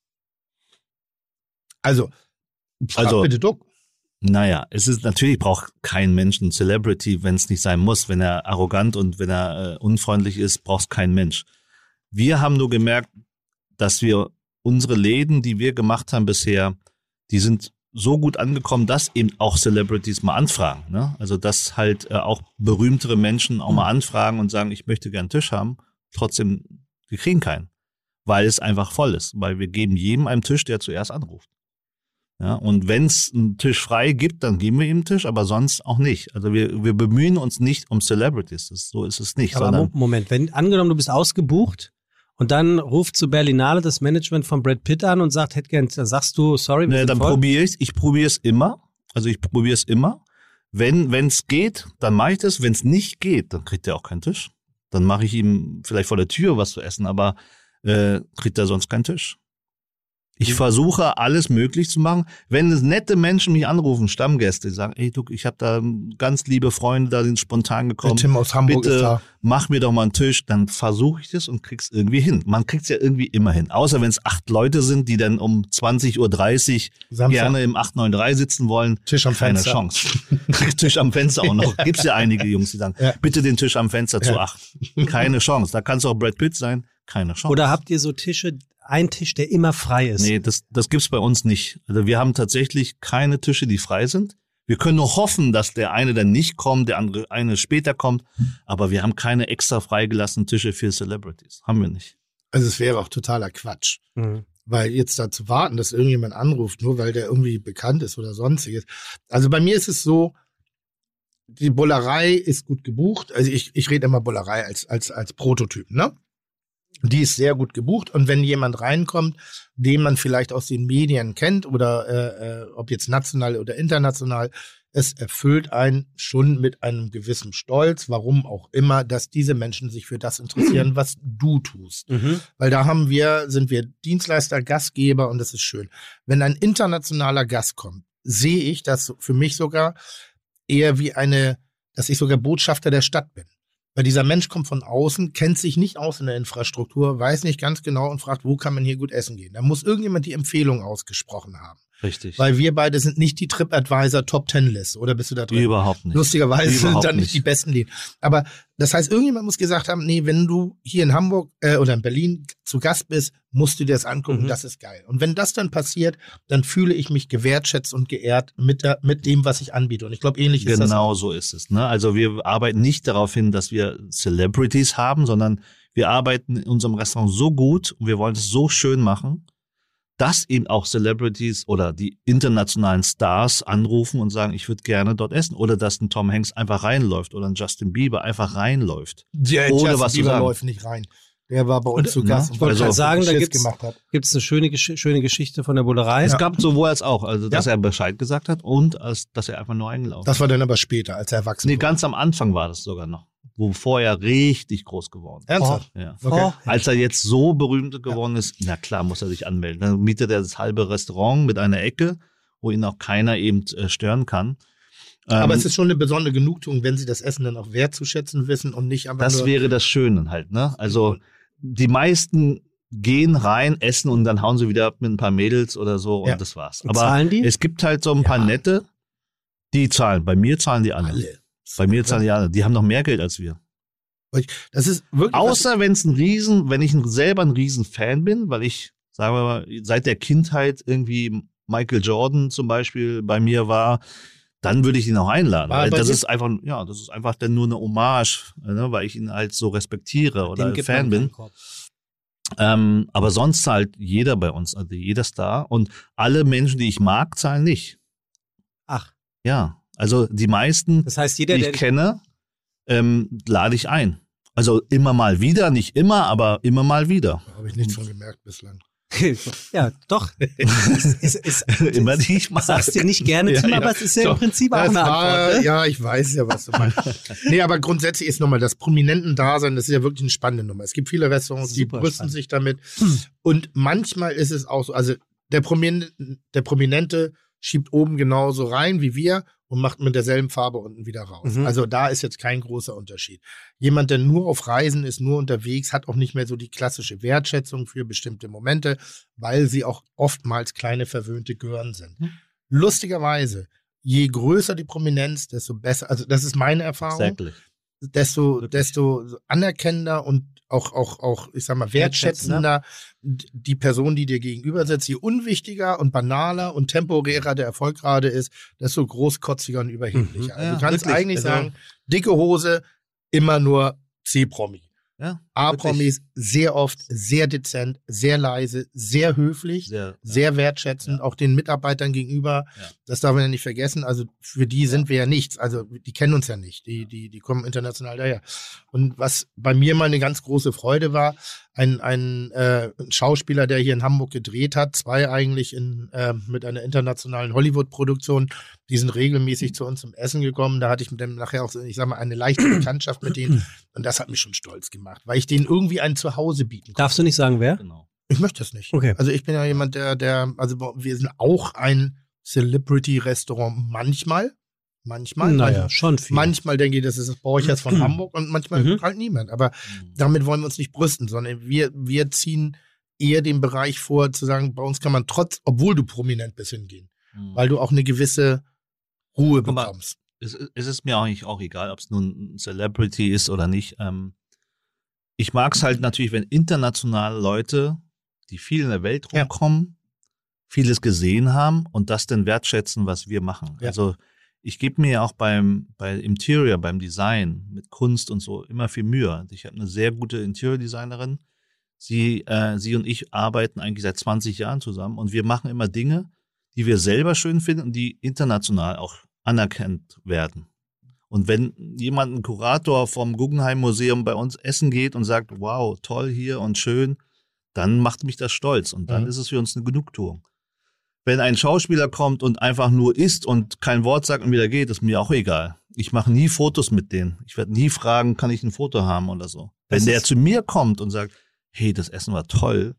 Also, frag Also- bitte Duck. Naja, es ist natürlich braucht kein Mensch einen Celebrity, wenn es nicht sein muss. Wenn er arrogant und wenn er äh, unfreundlich ist, braucht es kein Mensch. Wir haben nur gemerkt, dass wir unsere Läden, die wir gemacht haben bisher, die sind so gut angekommen, dass eben auch Celebrities mal anfragen. Ne? Also dass halt äh, auch berühmtere Menschen auch mal anfragen und sagen, ich möchte gern einen Tisch haben. Trotzdem, wir kriegen keinen, weil es einfach voll ist. Weil wir geben jedem einen Tisch, der zuerst anruft. Ja, und wenn es einen Tisch frei gibt, dann geben wir ihm einen Tisch, aber sonst auch nicht. Also wir, wir bemühen uns nicht um Celebrities. Das, so ist es nicht. Aber sondern Mo- Moment, wenn angenommen, du bist ausgebucht Und dann ruft zu Berlinale das Management von Brad Pitt an und sagt, hätte gern, dann sagst du, sorry, wir Nee, sind dann voll. probiere ich Ich probiere es immer. Also ich probiere es immer. Wenn es geht, dann mache ich das. Wenn es nicht geht, dann kriegt er auch keinen Tisch. Dann mache ich ihm vielleicht vor der Tür was zu essen, aber äh, kriegt er sonst keinen Tisch. Ich versuche, alles möglich zu machen. Wenn es nette Menschen mich anrufen, Stammgäste, die sagen, ey, du, ich habe da ganz liebe Freunde, da sind spontan gekommen. Der Tim aus Hamburg Bitte ist da. mach mir doch mal einen Tisch. Dann versuche ich das und krieg's irgendwie hin. Man kriegt's ja irgendwie immer hin. Außer wenn es acht Leute sind, die dann um zwanzig Uhr dreißig Samstag. gerne im acht neun drei sitzen wollen. Tisch am Keine Fenster. Chance. Tisch am Fenster auch noch. Gibt's ja einige Jungs, die sagen, Ja. bitte den Tisch am Fenster zu Ja. acht. Keine Chance. Da kann's auch Brad Pitt sein. Keine Chance. Oder habt ihr so Tische, ein Tisch, der immer frei ist? Nee, das, das gibt's bei uns nicht. Also wir haben tatsächlich keine Tische, die frei sind. Wir können nur hoffen, dass der eine dann nicht kommt, der andere eine später kommt. Aber wir haben keine extra freigelassenen Tische für Celebrities. Haben wir nicht. Also es wäre auch totaler Quatsch. Mhm. Weil jetzt da zu warten, dass irgendjemand anruft, nur weil der irgendwie bekannt ist oder sonstiges. Also bei mir ist es so, die Bullerei ist gut gebucht. Also ich, ich rede immer Bullerei als, als, als Prototyp, ne? Die ist sehr gut gebucht. Und wenn jemand reinkommt, den man vielleicht aus den Medien kennt oder äh, äh, ob jetzt national oder international, es erfüllt einen schon mit einem gewissen Stolz, warum auch immer, dass diese Menschen sich für das interessieren, was du tust. Mhm. Weil da haben wir, sind wir Dienstleister, Gastgeber und das ist schön. Wenn ein internationaler Gast kommt, sehe ich das für mich sogar eher wie eine, dass ich sogar Botschafter der Stadt bin. Weil dieser Mensch kommt von außen, kennt sich nicht aus in der Infrastruktur, weiß nicht ganz genau und fragt, wo kann man hier gut essen gehen. Da muss irgendjemand die Empfehlung ausgesprochen haben. Richtig. Weil wir beide sind nicht die TripAdvisor Top Ten List, oder bist du da drin? Überhaupt nicht. Lustigerweise sind Überhaupt dann nicht nicht. die besten Läden. Aber das heißt, irgendjemand muss gesagt haben, nee, wenn du hier in Hamburg äh, oder in Berlin zu Gast bist, musst du dir das angucken, Mhm. das ist geil. Und wenn das dann passiert, dann fühle ich mich gewertschätzt und geehrt mit, der, mit dem, was ich anbiete. Und ich glaube, ähnlich ist das. Genau so ist es. Ne? Also wir arbeiten nicht darauf hin, dass wir Celebrities haben, sondern wir arbeiten in unserem Restaurant so gut und wir wollen es so schön machen, dass eben auch Celebrities oder die internationalen Stars anrufen und sagen, ich würde gerne dort essen. Oder dass ein Tom Hanks einfach reinläuft oder ein Justin Bieber einfach reinläuft. Der Ohne Justin was zu Bieber sagen. läuft nicht rein. Der war bei uns Und- zu Gast. Na, und wollte weil gerade sagen, da Schiss gibt's- gemacht hat. Gibt es eine schöne, Gesch- schöne Geschichte von der Bullerei? Es gab sowohl als auch, also dass Ja. er Bescheid gesagt hat und als, dass er einfach nur eingelaufen Das ist. war dann aber später, als er erwachsen Nee, wurde. ganz am Anfang war das sogar noch, wo vorher richtig groß geworden ist. Ernsthaft? Ja. Okay. Oh, Als er jetzt so berühmt geworden ist, na klar, muss er sich anmelden. Dann mietet er das halbe Restaurant mit einer Ecke, wo ihn auch keiner eben äh, stören kann. Aber Ähm, es ist schon eine besondere Genugtuung, wenn sie das Essen dann auch wertzuschätzen wissen und nicht einfach das nur... wäre das Schöne halt, ne? Also die meisten gehen rein, essen und dann hauen sie wieder ab mit ein paar Mädels oder so Ja. und das war's. Und Aber zahlen die? es gibt halt so ein paar Ja. nette, die zahlen. Bei mir zahlen die alle. alle. Bei mir zahlen die alle. Die haben noch mehr Geld als wir. Das ist wirklich... Außer wenn es ein Riesen, wenn ich ein, selber ein Riesen-Fan bin, weil ich, sagen wir mal, seit der Kindheit irgendwie Michael Jordan zum Beispiel bei mir war, dann würde ich ihn auch einladen. War Weil bei das dir? ist einfach, ja, das ist einfach dann nur eine Hommage, ne, weil ich ihn halt so respektiere oder Dem gibt Fan man bin. keinen Korb. Ähm, aber sonst zahlt jeder bei uns, also jeder Star. Und alle Menschen, die ich mag, zahlen nicht. Ach, Ja, also die meisten, das heißt, jeder, die der ich kenne, ähm, lade ich ein. Also immer mal wieder, nicht immer, aber immer mal wieder. Da habe ich nichts von gemerkt bislang. ja, doch. ist, ist, ist, Immer die ich mag. sagst dir nicht gerne, Ja, Tim, ja. aber es ist ja So, im Prinzip auch Das eine war, Antwort. Ne? ja, ich weiß ja, was du meinst. Nee, aber grundsätzlich ist nochmal das Prominenten-Dasein, das ist ja wirklich eine spannende Nummer. Es gibt viele Restaurants, die Super brüsten spannend. sich damit. Und manchmal ist es auch so, also der Prominente, der Prominente schiebt oben genauso rein wie wir und macht mit derselben Farbe unten wieder raus. Mhm. Also da ist jetzt kein großer Unterschied. Jemand, der nur auf Reisen ist, nur unterwegs, hat auch nicht mehr so die klassische Wertschätzung für bestimmte Momente, weil sie auch oftmals kleine verwöhnte Gören sind. Mhm. Lustigerweise, je größer die Prominenz, desto besser, also das ist meine Erfahrung, Exactly. desto, Wirklich. desto anerkennender und auch, auch, auch, ich sag mal, wertschätzender die Person, die dir gegenüber sitzt, je unwichtiger und banaler und temporärer der Erfolg gerade ist, desto großkotziger und überheblicher. Mhm. Also Ja, du kannst wirklich. eigentlich Also- sagen, dicke Hose, immer nur C-Promi. Ja, A-Promis sehr oft sehr dezent, sehr leise, sehr höflich, sehr, sehr wertschätzend, auch den Mitarbeitern gegenüber. Ja. Das darf man ja nicht vergessen. Also für die sind wir ja nichts. Also die kennen uns ja nicht. Die, die, die kommen international daher. Und was bei mir mal eine ganz große Freude war, ein, ein, äh, ein Schauspieler, der hier in Hamburg gedreht hat, zwei eigentlich in, äh, mit einer internationalen Hollywood-Produktion, die sind regelmäßig zu uns zum Essen gekommen. Da hatte ich mit dem nachher auch, ich sag mal, eine leichte Bekanntschaft mit denen und das hat mich schon stolz gemacht, weil ich denen irgendwie ein Zuhause bieten konnte. Darfst du nicht sagen, wer? Genau. Ich möchte das nicht. Okay. Also ich bin ja jemand, der, der, also wir sind auch ein Celebrity-Restaurant manchmal. Manchmal. Naja, manchmal, schon viel. Manchmal denke ich, das ist das Borchers von Hamburg und manchmal Mhm. halt niemand. Aber damit wollen wir uns nicht brüsten, sondern wir, wir ziehen eher den Bereich vor, zu sagen, bei uns kann man trotz, obwohl du prominent bist, hingehen. Mhm. Weil du auch eine gewisse Ruhe Guck mal, bekommst. Es, es ist mir eigentlich auch egal, ob es nun ein Celebrity ist oder nicht. Ähm, ich mag es halt natürlich, wenn internationale Leute, die viel in der Welt Ja. rumkommen, vieles gesehen haben und das dann wertschätzen, was wir machen. Ja. Also ich gebe mir ja auch beim bei Interior, beim Design mit Kunst und so immer viel Mühe. Also ich habe eine sehr gute Interior-Designerin. Sie, äh, sie und ich arbeiten eigentlich seit zwanzig Jahren zusammen und wir machen immer Dinge, die wir selber schön finden und die international auch anerkannt werden. Und wenn jemand, ein Kurator vom Guggenheim Museum bei uns essen geht und sagt, wow, toll hier und schön, dann macht mich das stolz und dann Mhm. ist es für uns eine Genugtuung. Wenn ein Schauspieler kommt und einfach nur isst und kein Wort sagt und wieder geht, ist mir auch egal. Ich mache nie Fotos mit denen. Ich werde nie fragen, kann ich ein Foto haben oder so. Das Wenn der ist- zu mir kommt und sagt, hey, das Essen war toll,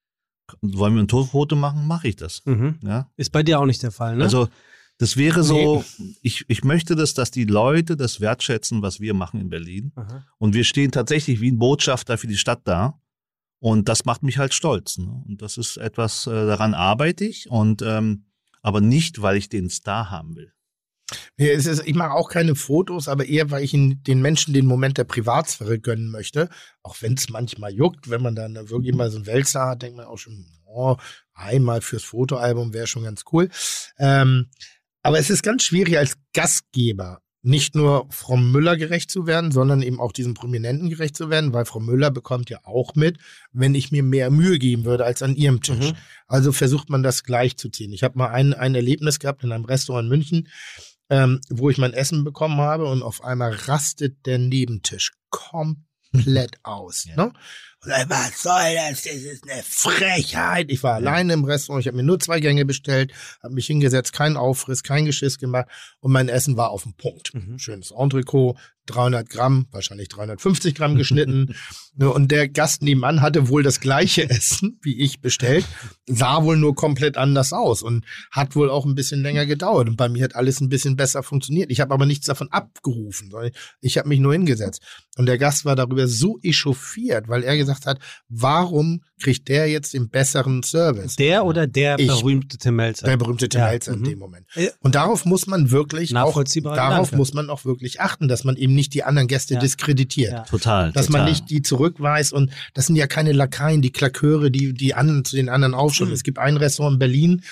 wollen wir ein To- Foto machen, mache ich das. Mhm. Ja? Ist bei dir auch nicht der Fall, ne? Also das wäre so, ich, ich möchte das, dass die Leute das wertschätzen, was wir machen in Berlin. Aha. Und wir stehen tatsächlich wie ein Botschafter für die Stadt da. Und das macht mich halt stolz. Ne? Und das ist etwas, äh, daran arbeite ich. Und ähm, aber nicht, weil ich den Star haben will. Nee, es ist, ich mache auch keine Fotos, aber eher, weil ich in den Menschen den Moment der Privatsphäre gönnen möchte. Auch wenn es manchmal juckt, wenn man dann wirklich mal so einen Wälzer hat, denkt man auch schon, oh, einmal fürs Fotoalbum wäre schon ganz cool. Ähm, aber es ist ganz schwierig als Gastgeber nicht nur Frau Müller gerecht zu werden, sondern eben auch diesen Prominenten gerecht zu werden, weil Frau Müller bekommt ja auch mit, wenn ich mir mehr Mühe geben würde als an ihrem Tisch. Mhm. Also versucht man das gleichzuziehen. Ich habe mal ein, ein Erlebnis gehabt in einem Restaurant in München, ähm, wo ich mein Essen bekommen habe und auf einmal rastet der Nebentisch komplett aus. Ja. Ne? Und dann, was soll das? Das ist eine Frechheit. Ich war alleine im Restaurant, ich habe mir nur zwei Gänge bestellt, habe mich hingesetzt, kein Aufriss, kein Geschiss gemacht und mein Essen war auf dem Punkt. Mhm. Schönes Entrecot, dreihundert Gramm, wahrscheinlich dreihundertfünfzig Gramm geschnitten. Und der Gast nebenan hatte wohl das gleiche Essen, wie ich bestellt, sah wohl nur komplett anders aus und hat wohl auch ein bisschen länger gedauert. Und bei mir hat alles ein bisschen besser funktioniert. Ich habe aber nichts davon abgerufen, sondern ich habe mich nur hingesetzt. Und der Gast war darüber so echauffiert, weil er gesagt hat, warum kriegt der jetzt den besseren Service? Der oder der Ich. berühmte Tim Melzer? Der berühmte Tim Ja, Melzer in mhm. dem Moment. Ja. Und darauf muss man wirklich auch, Nachvollziehbarer darauf Gedanke. muss man auch wirklich achten, dass man eben nicht die anderen Gäste Ja. diskreditiert. Ja. Total. Dass total. man nicht die zurückweist und das sind ja keine Lakaien, die Klaköre, die die anderen zu den anderen aufschauen. Mhm. Es gibt ein Restaurant in Berlin,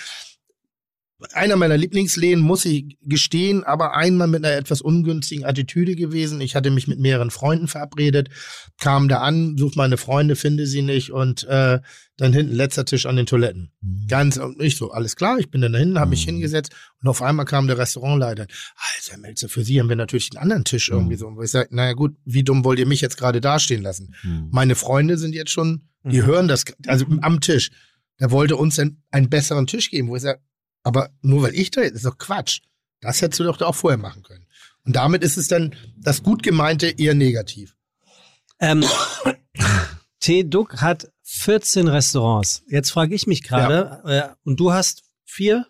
einer meiner Lieblingsläden, muss ich gestehen, aber einmal mit einer etwas ungünstigen Attitüde gewesen. Ich hatte mich mit mehreren Freunden verabredet, kam da an, such meine Freunde, finde sie nicht und äh, dann hinten letzter Tisch an den Toiletten. Mhm. Ganz und ich so, alles klar, ich bin dann dahin, habe mich Mhm. hingesetzt und auf einmal kam der Restaurantleiter. Also Herr Melzer, für Sie haben wir natürlich einen anderen Tisch irgendwie Mhm. so. Und wo ich sage, naja gut, wie dumm wollt ihr mich jetzt gerade dastehen lassen? Mhm. Meine Freunde sind jetzt schon, die Mhm. hören das, also am Tisch. Der wollte uns dann einen besseren Tisch geben, wo ich sage, aber nur weil ich da jetzt, ist doch Quatsch. Das hättest du doch auch vorher machen können. Und damit ist es dann das gut gemeinte eher negativ. Ähm, T. Duck hat vierzehn Restaurants. Jetzt frage ich mich gerade, äh, und du hast vier?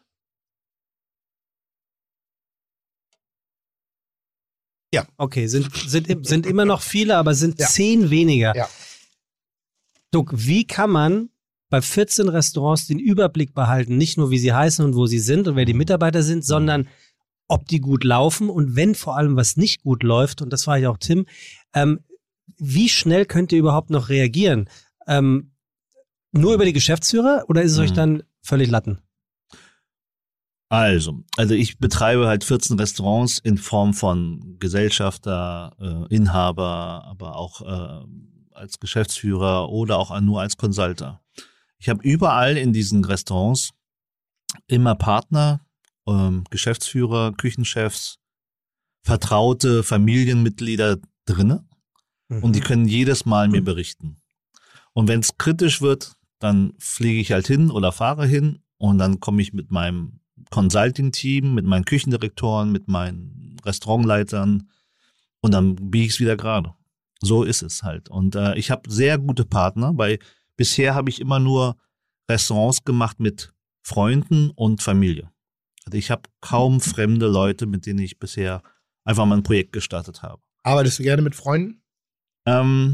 Ja. Okay, sind, sind, sind immer noch viele, aber sind Ja. zehn weniger. Ja. Duck, wie kann man bei vierzehn Restaurants den Überblick behalten, nicht nur wie sie heißen und wo sie sind und wer die Mitarbeiter sind, sondern ob die gut laufen und wenn vor allem was nicht gut läuft, und das war ja auch Tim, ähm, wie schnell könnt ihr überhaupt noch reagieren? Ähm, nur über die Geschäftsführer oder ist es Mhm. euch dann völlig Latten? Also, also ich betreibe halt vierzehn Restaurants in Form von Gesellschafter, äh, Inhaber, aber auch äh, als Geschäftsführer oder auch nur als Consulter. Ich habe überall in diesen Restaurants immer Partner, ähm, Geschäftsführer, Küchenchefs, vertraute Familienmitglieder drinne und die können jedes Mal mir berichten. Und wenn es kritisch wird, dann fliege ich halt hin oder fahre hin und dann komme ich mit meinem Consulting-Team, mit meinen Küchendirektoren, mit meinen Restaurantleitern und dann biege ich es wieder gerade. So ist es halt. Und äh, ich habe sehr gute Partner, weil bisher habe ich immer nur Restaurants gemacht mit Freunden und Familie. Also ich habe kaum fremde Leute, mit denen ich bisher einfach mal ein Projekt gestartet habe. Arbeitest du gerne mit Freunden? Ähm,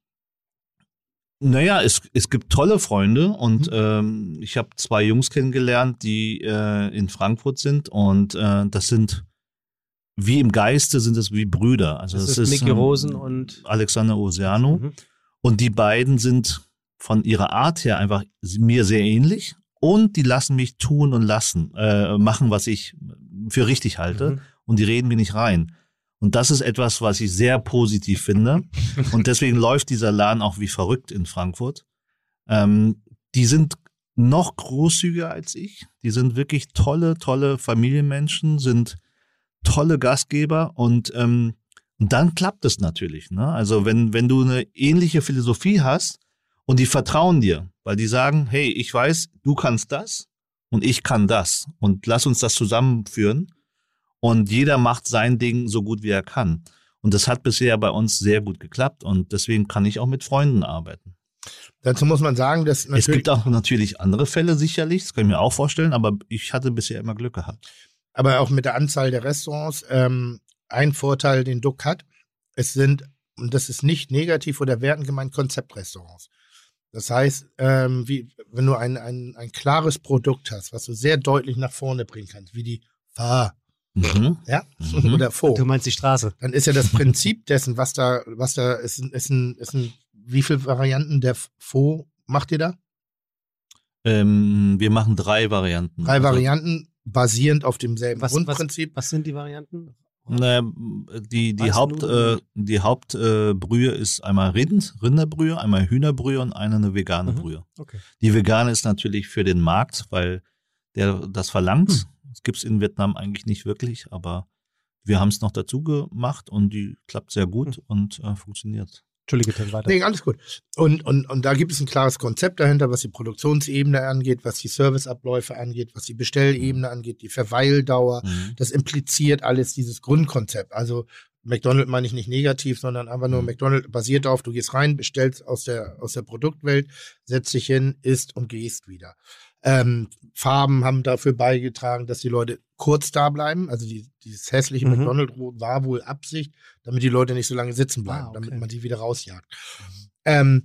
naja, es, es gibt tolle Freunde und mhm. ähm, ich habe zwei Jungs kennengelernt, die äh, in Frankfurt sind und äh, das sind wie im Geiste sind es wie Brüder. Also das, das ist ist Micky ähm, Rosen und Alexander Oceano. Mhm. Und die beiden sind von ihrer Art her einfach mir sehr ähnlich und die lassen mich tun und lassen, äh, machen, was ich für richtig halte mhm. und die reden mir nicht rein. Und das ist etwas, was ich sehr positiv finde. Und deswegen läuft dieser Laden auch wie verrückt in Frankfurt. Ähm, die sind noch großzügiger als ich. Die sind wirklich tolle, tolle Familienmenschen, sind tolle Gastgeber und, ähm, und dann klappt es natürlich. Ne? Also wenn, wenn du eine ähnliche Philosophie hast und die vertrauen dir, weil die sagen, hey, ich weiß, du kannst das und ich kann das und lass uns das zusammenführen. Und jeder macht sein Ding so gut, wie er kann. Und das hat bisher bei uns sehr gut geklappt. Und deswegen kann ich auch mit Freunden arbeiten. Dazu muss man sagen, dass natürlich... Es gibt auch natürlich andere Fälle sicherlich, das kann ich mir auch vorstellen, aber ich hatte bisher immer Glück gehabt. Aber auch mit der Anzahl der Restaurants, ähm, ein Vorteil, den Duck hat, es sind, und das ist nicht negativ oder wertend gemeint, Konzeptrestaurants. Das heißt, ähm, wie, wenn du ein, ein, ein klares Produkt hast, was du sehr deutlich nach vorne bringen kannst, wie die Pho, Mhm. ja, Mhm. oder Pho. du meinst die Straße. Dann ist ja das Prinzip dessen, was da, was da ist, ist ein, ist ein, wie viele Varianten der Pho macht ihr da? Ähm, wir machen drei Varianten. Drei also, Varianten basierend auf demselben Was, Grundprinzip. was, was sind die Varianten? Na, die die Weißt Haupt, du? äh, die Hauptbrühe äh, ist einmal Rind, Rinderbrühe, einmal Hühnerbrühe und eine, eine vegane Mhm. Brühe. Okay. Die vegane ist natürlich für den Markt, weil der das verlangt. Hm. Das gibt es in Vietnam eigentlich nicht wirklich, aber wir haben es noch dazu gemacht und die klappt sehr gut Hm. und äh, funktioniert. Entschuldige, dann weiter. Nee, alles gut. Und, und, und da gibt es ein klares Konzept dahinter, was die Produktionsebene angeht, was die Serviceabläufe angeht, was die Bestellebene angeht, die Verweildauer. Mhm. Das impliziert alles dieses Grundkonzept. Also McDonald's meine ich nicht negativ, sondern einfach nur Mhm. McDonald's basiert darauf, du gehst rein, bestellst aus der, aus der Produktwelt, setzt dich hin, isst und gehst wieder. Ähm, Farben haben dafür beigetragen, dass die Leute kurz da bleiben. Also die, dieses hässliche Mhm. McDonald's war wohl Absicht, damit die Leute nicht so lange sitzen bleiben, Ah, okay. damit man sie wieder rausjagt. Ähm,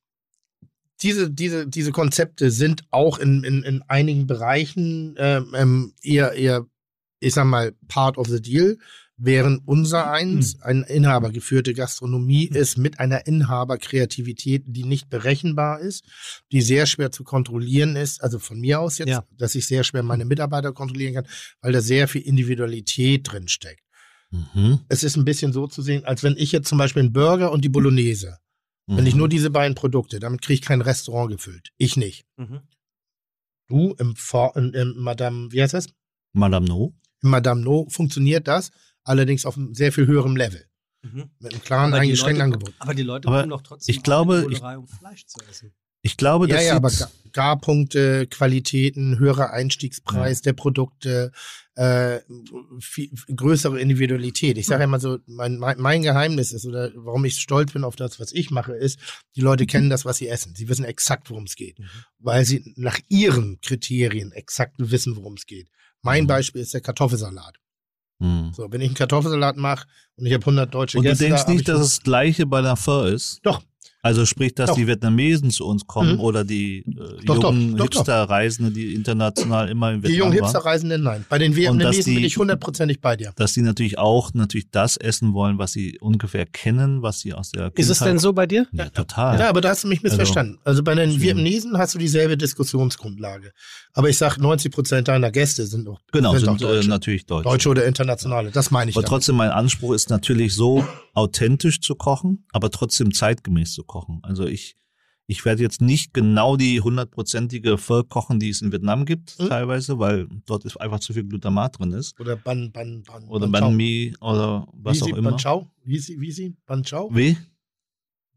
diese, diese, diese Konzepte sind auch in, in, in einigen Bereichen ähm, ähm, eher, eher, ich sag mal, part of the deal, während unser eins eine inhabergeführte Gastronomie ist mit einer Inhaberkreativität, die nicht berechenbar ist, die sehr schwer zu kontrollieren ist, also von mir aus jetzt, Ja. dass ich sehr schwer meine Mitarbeiter kontrollieren kann, weil da sehr viel Individualität drin steckt. Mhm. Es ist ein bisschen so zu sehen, als wenn ich jetzt zum Beispiel einen Burger und die Bolognese, wenn ich Mhm. nur diese beiden Produkte, damit kriege ich kein Restaurant gefüllt. Ich nicht. Mhm. Du im, For im, im Madame, wie heißt das? Madame No. Im Madame No funktioniert das, allerdings auf einem sehr viel höherem Level. Mhm. Mit einem klaren, Aber die eingeschränkten Leute- Angebot. Aber die Leute Aber kommen doch trotzdem ich glaube, auch in die Bullerei, um Fleisch zu essen. Ich glaube, Ja, das ja, aber sieht- Gar- Garpunkte, Qualitäten, höherer Einstiegspreis der Produkte, äh, viel, größere Individualität. Ich sage ja immer so, mein, mein, mein Geheimnis ist, oder warum ich stolz bin auf das, was ich mache, ist, die Leute kennen das, was sie essen. Sie wissen exakt, worum es geht. Mhm. Weil sie nach ihren Kriterien exakt wissen, worum es geht. Mein Mhm. Beispiel ist der Kartoffelsalat. Mhm. So, wenn ich einen Kartoffelsalat mache und ich habe hundert deutsche Und du Gäste, denkst da, hab nicht, ich- dass es das Gleiche bei der Pho ist? Doch. Also sprich, dass Doch. die Vietnamesen zu uns kommen Mhm. oder die äh, Doch, doch, jungen doch, doch. Hipster-Reisende, die international immer in die Vietnam jungen waren, Hipster-Reisenden, nein. Bei den dass Vietnamesen die- bin ich hundertprozentig bei dir. dass die natürlich auch natürlich das essen wollen, was sie ungefähr kennen, was sie aus der Kindheit... Ist es denn so bei dir? Ja, total. Ja, aber da hast du mich missverstanden. Also, bei den deswegen- Vietnamesen hast du dieselbe Diskussionsgrundlage. Aber ich sag, neunzig Prozent deiner Gäste sind auch, Genau, sind auch sind äh, Deutsche. natürlich Deutsche. Deutsche oder Internationale, das meine ich Aber damit. trotzdem, mein Anspruch ist natürlich so authentisch zu kochen, aber trotzdem zeitgemäß zu kochen. Also ich, ich werde jetzt nicht genau die hundertprozentige Pho kochen, die es in Vietnam gibt, Hm? teilweise, weil dort ist einfach zu viel Glutamat drin ist. Oder Ban, Ban, Ban, Oder Ban Chao. Banh Mi oder was wie auch sie, immer. Ban Chao? Wie sie, wie sie? Ban Chao? Wie?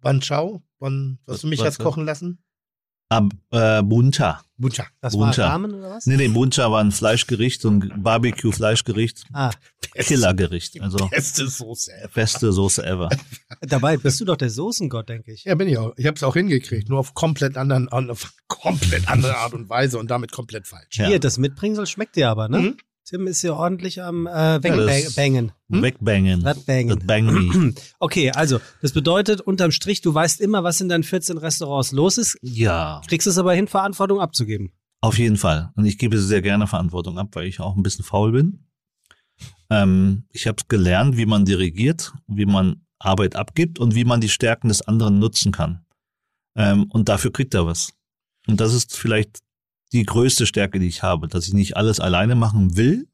Banchao, von, was, was du mich was, hast was? kochen lassen? Ab, äh, Buncha. Buncha. Das Buncha. war Ramen oder was? Nee, nee, Buncha war ein Fleischgericht, so ein Barbecue-Fleischgericht. Ah. Killergericht. Also beste Soße ever. Beste Soße ever. Dabei bist du doch der Soßengott, denke ich. Ja, bin ich auch. Ich habe es auch hingekriegt, nur auf komplett anderen, auf komplett andere Art und Weise und damit komplett falsch. Ja. Hier, das Mitbringsel schmeckt dir aber, ne? Mhm. Tim ist hier ordentlich am äh, Wegbangen. Hm? Wegbangen. Das Bangen. Das bang me. Okay, also, das bedeutet, unterm Strich, du weißt immer, was in deinen vierzehn Restaurants los ist. Ja. Kriegst es aber hin, Verantwortung abzugeben. Auf jeden Fall. Und ich gebe sehr gerne Verantwortung ab, weil ich auch ein bisschen faul bin. Ähm, ich habe gelernt, wie man dirigiert, wie man Arbeit abgibt und wie man die Stärken des anderen nutzen kann. Ähm, und dafür kriegt er was. Und das ist vielleicht die größte Stärke, die ich habe, dass ich nicht alles alleine machen will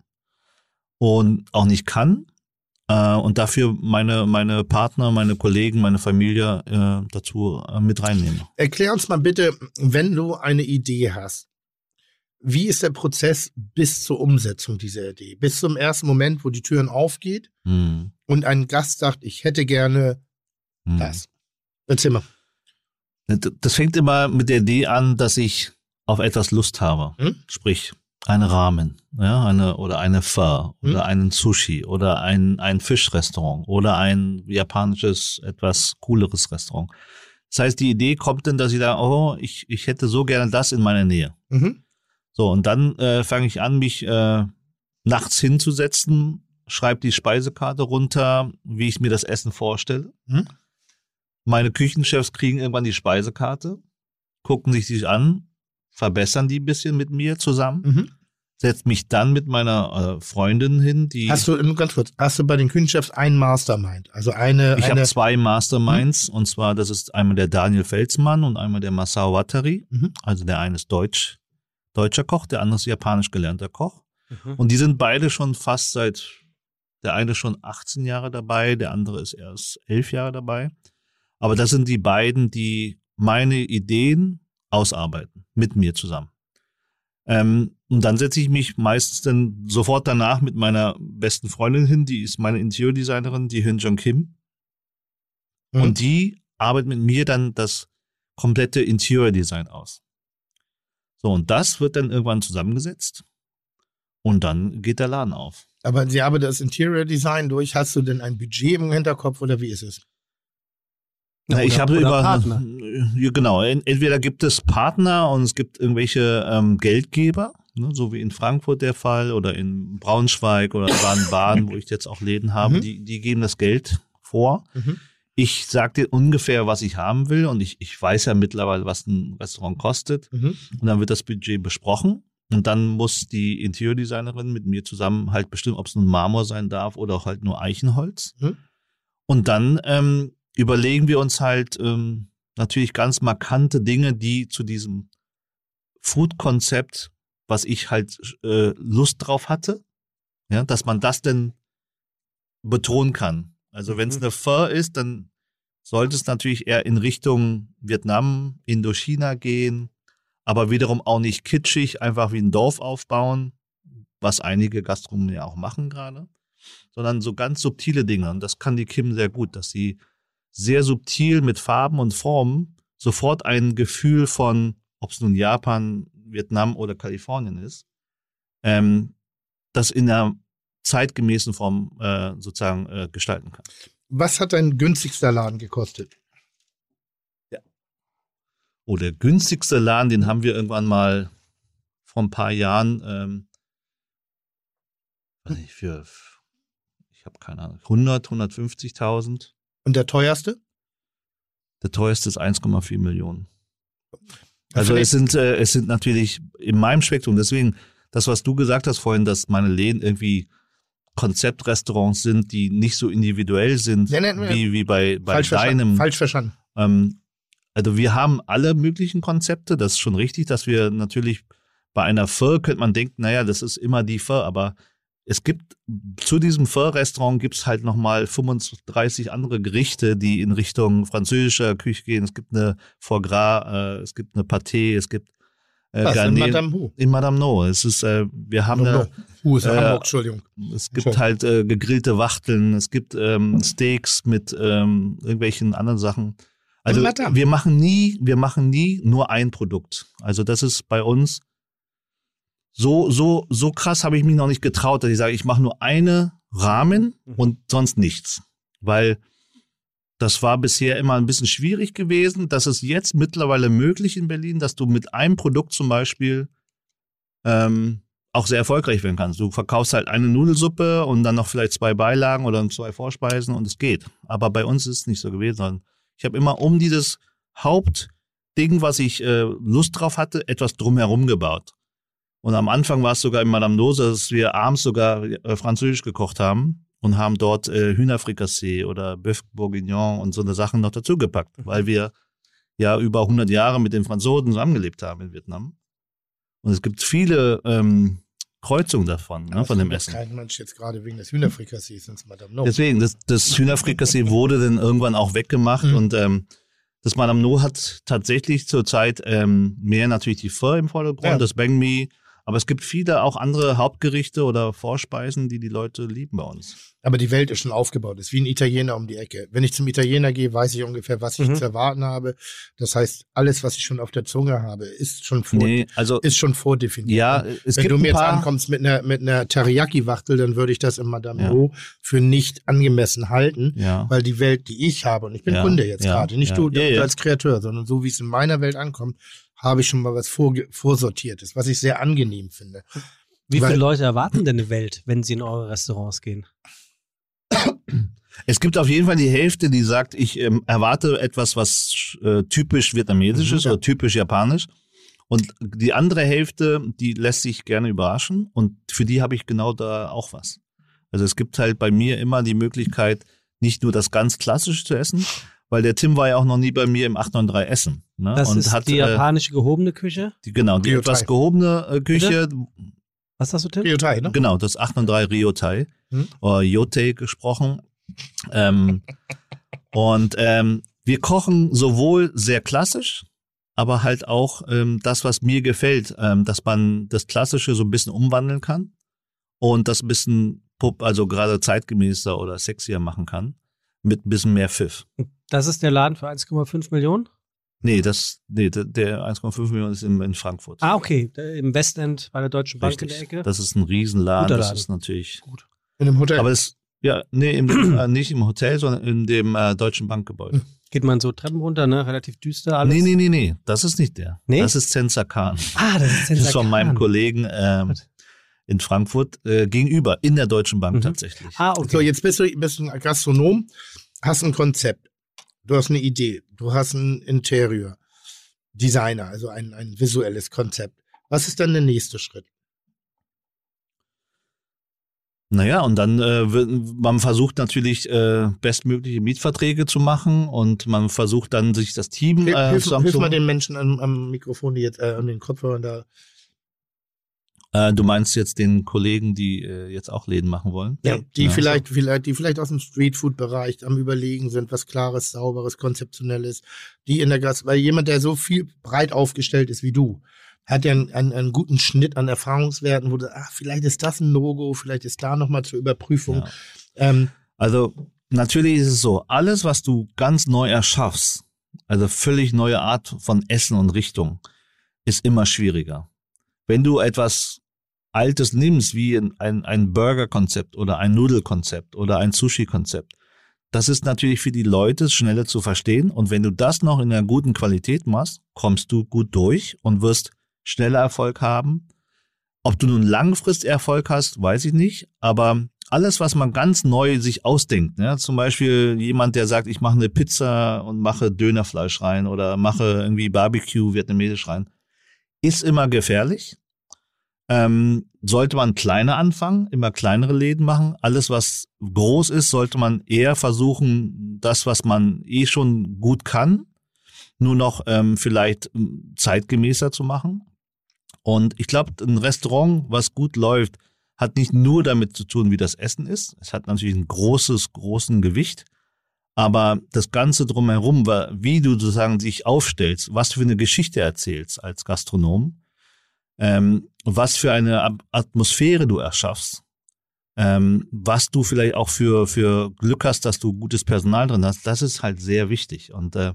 und auch nicht kann äh, und dafür meine meine Partner, meine Kollegen, meine Familie äh, dazu äh, mit reinnehmen. Erklär uns mal bitte, wenn du eine Idee hast, wie ist der Prozess bis zur Umsetzung dieser Idee? Bis zum ersten Moment, wo die Türen aufgeht hm. und ein Gast sagt, ich hätte gerne hm. das. Erzähl mal. Das fängt immer mit der Idee an, dass ich auf etwas Lust habe. Hm? Sprich, ein Ramen, ja, eine, oder eine Pho, hm? oder einen Sushi, oder ein, ein Fischrestaurant, oder ein japanisches, etwas cooleres Restaurant. Das heißt, die Idee kommt dann, dass ich da, oh, ich, ich hätte so gerne das in meiner Nähe. Mhm. So, und dann äh, fange ich an, mich äh, nachts hinzusetzen, schreibe die Speisekarte runter, wie ich mir das Essen vorstelle. Hm? Meine Küchenchefs kriegen irgendwann die Speisekarte, gucken sich die an, verbessern die ein bisschen mit mir zusammen, mhm. setzt mich dann mit meiner äh, Freundin hin, die... Hast du, ganz kurz, hast du bei den Küchenchefs einen Mastermind? Also eine... Ich eine habe zwei Masterminds, mhm. und zwar, das ist einmal der Daniel Felsmann und einmal der Masao Watari. Mhm. Also der eine ist Deutsch, deutscher Koch, der andere ist japanisch gelernter Koch. Mhm. Und die sind beide schon fast seit, der eine schon achtzehn Jahre dabei, der andere ist erst elf Jahre dabei. Aber das sind die beiden, die meine Ideen ausarbeiten, mit mir zusammen. Ähm, und dann setze ich mich meistens dann sofort danach mit meiner besten Freundin hin, die ist meine Interiordesignerin, die Hyun Jong Kim. Mhm. Und die arbeitet mit mir dann das komplette Interior-Design aus. So, und das wird dann irgendwann zusammengesetzt und dann geht der Laden auf. Aber sie arbeitet das Interior-Design durch. Hast du denn ein Budget im Hinterkopf oder wie ist es? Na, ich habe über Partner. Genau, entweder gibt es Partner und es gibt irgendwelche ähm, Geldgeber, ne, so wie in Frankfurt der Fall oder in Braunschweig oder Baden-Baden, wo ich jetzt auch Läden habe, mhm. die, die geben das Geld vor. Mhm. Ich sage dir ungefähr, was ich haben will und ich, ich weiß ja mittlerweile, was ein Restaurant kostet. Mhm. Und dann wird das Budget besprochen und dann muss die Interiordesignerin mit mir zusammen halt bestimmen, ob es nun Marmor sein darf oder auch halt nur Eichenholz. Mhm. Und dann ähm, überlegen wir uns halt ähm, natürlich ganz markante Dinge, die zu diesem Food-Konzept, was ich halt äh, Lust drauf hatte, ja, dass man das denn betonen kann. Also wenn es eine Pho ist, dann sollte es natürlich eher in Richtung Vietnam, Indochina gehen, aber wiederum auch nicht kitschig, einfach wie ein Dorf aufbauen, was einige Gastronomen ja auch machen gerade, sondern so ganz subtile Dinge. Und das kann die Kim sehr gut, dass sie sehr subtil mit Farben und Formen sofort ein Gefühl von, ob es nun Japan, Vietnam oder Kalifornien ist, ähm, das in einer zeitgemäßen Form äh, sozusagen äh, gestalten kann. Was hat dein günstigster Laden gekostet? Ja. Oh, der günstigste Laden, den haben wir irgendwann mal vor ein paar Jahren ähm, weiß nicht, für, ich habe keine Ahnung, hundert, hundertfünfzigtausend. Und der teuerste? Der teuerste ist eins Komma vier Millionen. Also es sind, äh, es sind natürlich in meinem Spektrum, deswegen das, was du gesagt hast vorhin, dass meine Läden irgendwie Konzeptrestaurants sind, die nicht so individuell sind, nee, nee, nee. wie, wie bei, bei falsch deinem. Verstanden. Falsch verstanden. Ähm, also wir haben alle möglichen Konzepte, das ist schon richtig, dass wir natürlich bei einer Pho könnte man denken, naja, das ist immer die Pho, aber es gibt, zu diesem Pho-Restaurant gibt es halt nochmal fünfunddreißig andere Gerichte, die in Richtung französischer Küche gehen. Es gibt eine Foie Gras, äh, es gibt eine Pâté, es gibt äh, Was, in Madame Hu? In Madame No. Es ist, äh, wir haben no, no. Eine, Hu ist äh, Hamburg, Entschuldigung. Es gibt halt äh, gegrillte Wachteln, es gibt ähm, Steaks mit ähm, irgendwelchen anderen Sachen. Also wir machen nie, wir machen nie nur ein Produkt. Also das ist bei uns so, so, so krass habe ich mich noch nicht getraut, dass ich sage, ich mache nur eine Ramen und sonst nichts. Weil das war bisher immer ein bisschen schwierig gewesen. Das ist jetzt mittlerweile möglich in Berlin, dass du mit einem Produkt zum Beispiel ähm, auch sehr erfolgreich werden kannst. Du verkaufst halt eine Nudelsuppe und dann noch vielleicht zwei Beilagen oder zwei Vorspeisen und es geht. Aber bei uns ist es nicht so gewesen. Ich habe immer um dieses Hauptding, was ich äh, Lust drauf hatte, etwas drumherum gebaut. Und am Anfang war es sogar in Madame Nose, dass wir abends sogar äh, französisch gekocht haben und haben dort äh, Hühnerfrikassee oder Bœuf Bourguignon und so eine Sachen noch dazugepackt, weil wir ja über hundert Jahre mit den Franzosen zusammengelebt haben in Vietnam. Und es gibt viele ähm, Kreuzungen davon, ne, von dem Essen. Kein Mensch jetzt gerade wegen des Hühnerfrikassees ins Madame No. Deswegen, das, das Hühnerfrikassee wurde dann irgendwann auch weggemacht mhm. und ähm, das Madame No hat tatsächlich zurzeit ähm, mehr natürlich die Pho im Vordergrund, ja. das Banh Mi, aber es gibt viele auch andere Hauptgerichte oder Vorspeisen, die die Leute lieben bei uns. Aber die Welt ist schon aufgebaut. Es ist wie ein Italiener um die Ecke. Wenn ich zum Italiener gehe, weiß ich ungefähr, was ich mhm. zu erwarten habe. Das heißt, alles, was ich schon auf der Zunge habe, ist schon, vor, nee, also, ist schon vordefiniert. Ja, es Wenn gibt du mir ein jetzt paar ankommst mit einer, mit einer Teriyaki-Wachtel, dann würde ich das in Madame ja. No für nicht angemessen halten, ja. weil die Welt, die ich habe, und ich bin ja. Kunde jetzt ja. gerade, nicht ja. du, ja, du ja. als Kreateur, sondern so, wie es in meiner Welt ankommt, habe ich schon mal was vor, vorsortiertes, was ich sehr angenehm finde. Wie weil, viele Leute erwarten denn eine Welt, wenn sie in eure Restaurants gehen? Es gibt auf jeden Fall die Hälfte, die sagt, ich ähm, erwarte etwas, was äh, typisch vietnamesisch ist mhm, ja. oder typisch japanisch. Und die andere Hälfte, die lässt sich gerne überraschen. Und für die habe ich genau da auch was. Also es gibt halt bei mir immer die Möglichkeit, nicht nur das ganz Klassische zu essen, weil der Tim war ja auch noch nie bei mir im acht neun drei Essen. Ne? Das und ist hat, die japanische gehobene Küche? Die, genau, die Ryotai. etwas gehobene äh, Küche. Bitte? Was sagst du, Tim? Ryotai, ne? Genau, das acht neun drei Ryotai. Hm? Oder Yotei gesprochen. ähm, und ähm, wir kochen sowohl sehr klassisch, aber halt auch ähm, das, was mir gefällt, ähm, dass man das Klassische so ein bisschen umwandeln kann und das ein bisschen, also gerade zeitgemäßer oder sexier machen kann, mit ein bisschen mehr Pfiff. Das ist der Laden für eins Komma fünf Millionen? Nee, das, nee, der eins Komma fünf Millionen ist in, in Frankfurt. Ah, okay, im Westend bei der Deutschen Bank Richtig. in der Ecke. Das ist ein Riesenladen, Guter das Laden. ist natürlich gut. In einem Hotel. Aber es, ja, nee, im, äh, nicht im Hotel, sondern in dem äh, Deutschen Bankgebäude. Geht man so Treppen runter, ne? Relativ düster alles. Nee, nee, nee, nee, das ist nicht der. Nee? Das ist Zenza Khan. Ah, das ist Zenza Das ist von Khan. meinem Kollegen ähm, in Frankfurt äh, gegenüber, in der Deutschen Bank Mhm. tatsächlich. Ah, okay. So, jetzt bist du, bist du ein Gastronom, hast ein Konzept, du hast eine Idee, du hast ein Interior Designer, also ein, ein visuelles Konzept. Was ist dann der nächste Schritt? Naja, und dann äh, wird, man versucht natürlich äh, bestmögliche Mietverträge zu machen und man versucht dann sich das Team Hilf, äh, hilf, hilf mal zusammenzu- den Menschen am, am Mikrofon, die jetzt äh, an den Kopfhörern da. äh, Du meinst jetzt den Kollegen, die äh, jetzt auch Läden machen wollen? Ja, die Ja. vielleicht, vielleicht, die vielleicht aus dem Streetfood-Bereich am Überlegen sind, was Klares, Sauberes, Konzeptionelles, die in der Gast, weil jemand, der so viel breit aufgestellt ist wie du, hat ja einen, einen, einen guten Schnitt an Erfahrungswerten, wo du, ach, vielleicht ist das ein Logo, vielleicht ist da nochmal zur Überprüfung. Ja. Ähm, Also natürlich ist es so, alles, was du ganz neu erschaffst, also völlig neue Art von Essen und Richtung, ist immer schwieriger. Wenn du etwas Altes nimmst, wie ein, ein Burger-Konzept oder ein Nudelkonzept oder ein Sushi-Konzept, das ist natürlich für die Leute schneller zu verstehen. Und wenn du das noch in einer guten Qualität machst, kommst du gut durch und wirst schneller Erfolg haben. Ob du nun langfristig Erfolg hast, weiß ich nicht. Aber alles, was man ganz neu sich ausdenkt, ne? Zum Beispiel jemand, der sagt, ich mache eine Pizza und mache Dönerfleisch rein oder mache irgendwie Barbecue vietnamesisch rein, ist immer gefährlich. Ähm, sollte man kleiner anfangen, immer kleinere Läden machen. Alles, was groß ist, sollte man eher versuchen, das, was man eh schon gut kann, nur noch ähm, vielleicht zeitgemäßer zu machen. Und ich glaube, ein Restaurant, was gut läuft, hat nicht nur damit zu tun, wie das Essen ist. Es hat natürlich ein großes, großen Gewicht. Aber das Ganze drumherum, wie du sozusagen dich aufstellst, was du für eine Geschichte erzählst als Gastronom, ähm, was für eine Atmosphäre du erschaffst, ähm, was du vielleicht auch für, für Glück hast, dass du gutes Personal drin hast, das ist halt sehr wichtig. Und äh,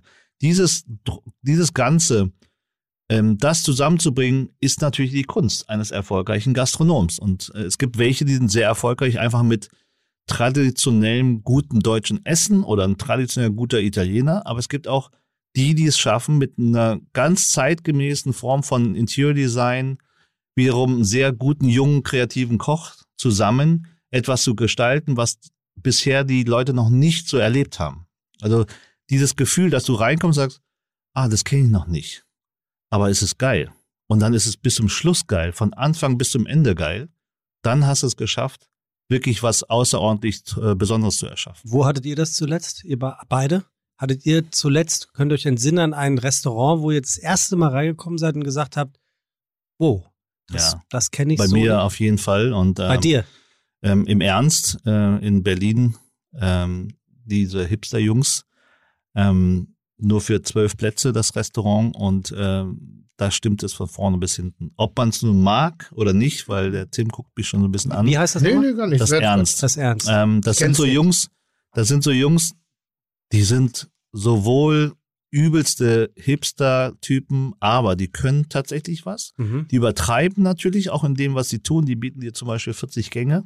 dieses, dieses Ganze, ähm, das zusammenzubringen, ist natürlich die Kunst eines erfolgreichen Gastronoms. Und äh, es gibt welche, die sind sehr erfolgreich, einfach mit traditionellem guten deutschen Essen oder ein traditionell guter Italiener. Aber es gibt auch die, die es schaffen, mit einer ganz zeitgemäßen Form von Interior Design, wiederum einen sehr guten, jungen, kreativen Koch zusammen etwas zu gestalten, was bisher die Leute noch nicht so erlebt haben. Also dieses Gefühl, dass du reinkommst und sagst, ah, das kenne ich noch nicht, aber es ist geil. Und dann ist es bis zum Schluss geil, von Anfang bis zum Ende geil. Dann hast du es geschafft, wirklich was außerordentlich äh, Besonderes zu erschaffen. Wo hattet ihr das zuletzt, ihr beide? Hattet ihr zuletzt, könnt ihr euch entsinnen, an ein Restaurant, wo ihr das erste Mal reingekommen seid und gesagt habt, wow, das, ja. das kenne ich Bei so. Bei mir nicht. auf jeden Fall. Und, ähm, Bei dir? Ähm, Im Ernst, äh, in Berlin, ähm, diese Hipster-Jungs, ähm, nur für zwölf Plätze das Restaurant und ähm, da stimmt es von vorne bis hinten. Ob man es nun mag oder nicht, weil der Tim guckt mich schon so ein bisschen an. Wie heißt das Nee, nochmal? nee, gar nicht. Das Ernst. Das Ernst. Ähm, das sind Kennst so du? Jungs, das sind so Jungs, die sind sowohl übelste Hipster-Typen, aber die können tatsächlich was. Mhm. Die übertreiben natürlich auch in dem, was sie tun. Die bieten dir zum Beispiel vierzig Gänge.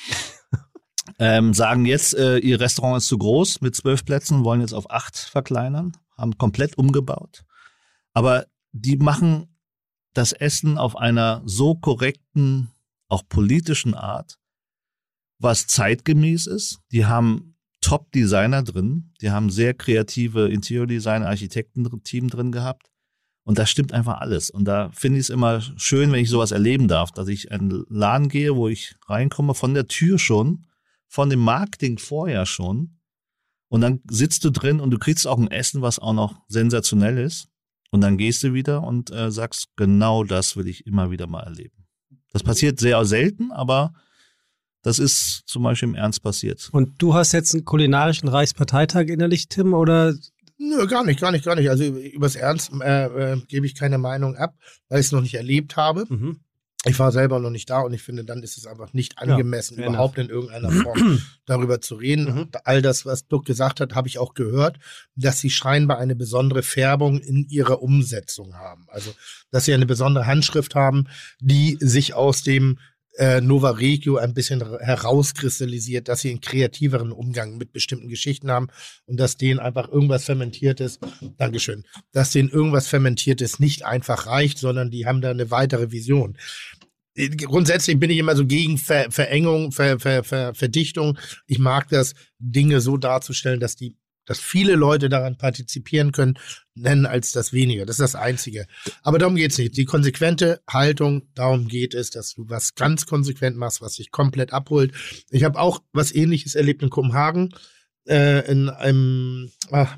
ähm, sagen jetzt, äh, ihr Restaurant ist zu groß mit zwölf Plätzen, wollen jetzt auf acht verkleinern, haben komplett umgebaut. Aber die machen das Essen auf einer so korrekten, auch politischen Art, was zeitgemäß ist. Die haben Top-Designer drin, die haben sehr kreative Interior-Designer, Architekten-Team drin gehabt. Und da stimmt einfach alles. Und da finde ich es immer schön, wenn ich sowas erleben darf, dass ich in einen Laden gehe, wo ich reinkomme, von der Tür schon, von dem Marketing vorher schon. Und dann sitzt du drin und du kriegst auch ein Essen, was auch noch sensationell ist. Und dann gehst du wieder und äh, sagst, genau das will ich immer wieder mal erleben. Das passiert sehr selten, aber das ist zum Beispiel im Ernst passiert. Und du hast jetzt einen kulinarischen Reichsparteitag innerlich, Tim, oder? Nö, gar nicht, gar nicht, gar nicht. Also übers Ernst äh, äh, gebe ich keine Meinung ab, weil ich es noch nicht erlebt habe. Mhm. Ich war selber noch nicht da und ich finde, dann ist es einfach nicht angemessen, Ja, überhaupt in irgendeiner Form darüber zu reden. Mhm. Und all das, was Duck gesagt hat, habe ich auch gehört, dass sie scheinbar eine besondere Färbung in ihrer Umsetzung haben. Also, dass sie eine besondere Handschrift haben, die sich aus dem äh, Nova Regio ein bisschen herauskristallisiert, dass sie einen kreativeren Umgang mit bestimmten Geschichten haben und dass denen einfach irgendwas Fermentiertes, Dankeschön, dass denen irgendwas Fermentiertes nicht einfach reicht, sondern die haben da eine weitere Vision. Grundsätzlich bin ich immer so gegen Ver Verengung, Ver Ver Ver Verdichtung. Ich mag das, Dinge so darzustellen, dass die dass viele Leute daran partizipieren können, nennen als das weniger. Das ist das Einzige. Aber darum geht's nicht. Die konsequente Haltung, darum geht es, dass du was ganz konsequent machst, was dich komplett abholt. Ich habe auch was Ähnliches erlebt in Kopenhagen, äh, in einem ach,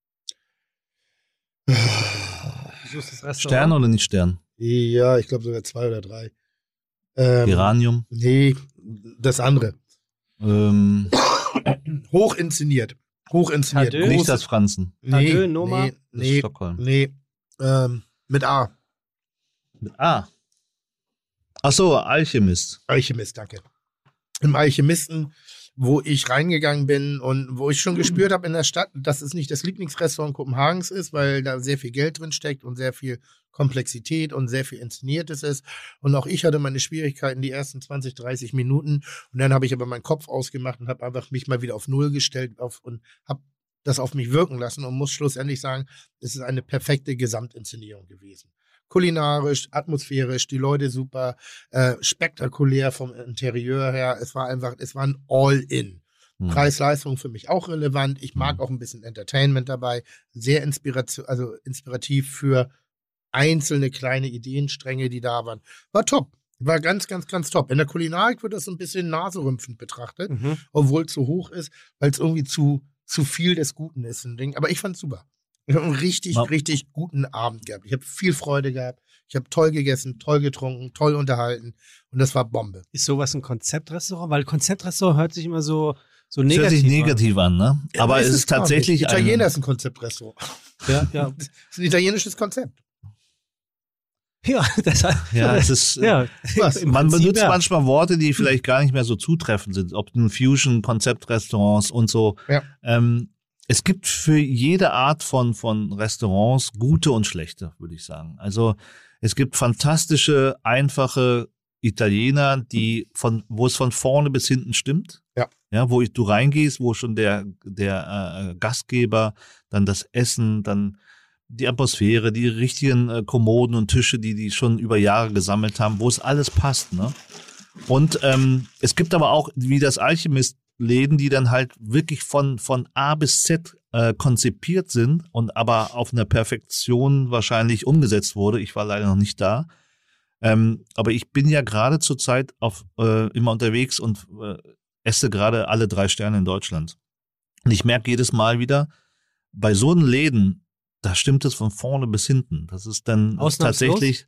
Stern oder nicht Stern? Ja, ich glaube sogar zwei oder drei. Ähm, Geranium? Nee, das andere. Ähm, Hoch inszeniert. Hoch inszeniert. Hadö? nicht das Franzen. Nee, Hadö, Noma? nee, Das ist nee, Stockholm. nee. Ähm, mit A. Mit A. Ach so, Alchemist. Alchemist, danke. Im Alchemisten, wo ich reingegangen bin und wo ich schon gespürt habe in der Stadt, dass es nicht das Lieblingsrestaurant Kopenhagens ist, weil da sehr viel Geld drin steckt und sehr viel Komplexität und sehr viel Inszeniertes ist. Und auch ich hatte meine Schwierigkeiten die ersten zwanzig, dreißig Minuten. Und dann habe ich aber meinen Kopf ausgemacht und habe einfach mich mal wieder auf Null gestellt auf, und habe das auf mich wirken lassen und muss schlussendlich sagen, es ist eine perfekte Gesamtinszenierung gewesen. Kulinarisch, atmosphärisch, die Leute super, äh, spektakulär vom Interieur her. Es war einfach, es war ein All-In. Hm. Preis-Leistung für mich auch relevant. Ich mag auch ein bisschen Entertainment dabei. Sehr inspiration, also inspirativ für einzelne kleine Ideenstränge, die da waren. War top. War ganz, ganz, ganz top. In der Kulinarik wird das so ein bisschen naserümpfend betrachtet, Mhm. obwohl es zu hoch ist, weil es irgendwie zu, zu viel des Guten ist. Ein Ding. Aber ich fand es super. Ich habe einen richtig, Ja. richtig guten Abend gehabt. Ich habe viel Freude gehabt. Ich habe toll gegessen, toll getrunken, toll unterhalten. Und das war Bombe. Ist sowas ein Konzeptrestaurant? Weil Konzeptrestaurant hört sich immer so, so Das hört negativ sich negativ an, ne? Aber Ja, es ist gar tatsächlich nicht. Italiener ein, ist ein Konzeptrestaurant. an. Ja, ja. Das ist ein italienisches Konzept. Ja, das ja, es ist, ja. Was? Im man Prinzip, benutzt ja. manchmal Worte, die vielleicht gar nicht mehr so zutreffend sind, ob nun Fusion, Konzeptrestaurants und so. Ja. Ähm, Es gibt für jede Art von, von Restaurants gute und schlechte, würde ich sagen. Also es gibt fantastische, einfache Italiener, die von, wo es von vorne bis hinten stimmt. Ja. Ja, wo ich, du reingehst, wo schon der, der äh, Gastgeber, dann das Essen, dann die Atmosphäre, die richtigen äh, Kommoden und Tische, die die schon über Jahre gesammelt haben, wo es alles passt, ne? Und ähm, es gibt aber auch, wie das Alchemist, Läden, die dann halt wirklich von, von A bis Z äh, konzipiert sind und aber auf einer Perfektion wahrscheinlich umgesetzt wurde. Ich war leider noch nicht da. Ähm, aber ich bin ja gerade zurzeit auf, äh, immer unterwegs und äh, esse gerade alle drei Sterne in Deutschland. Und ich merke jedes Mal wieder, bei so einen Läden, da stimmt es von vorne bis hinten. Das ist dann tatsächlich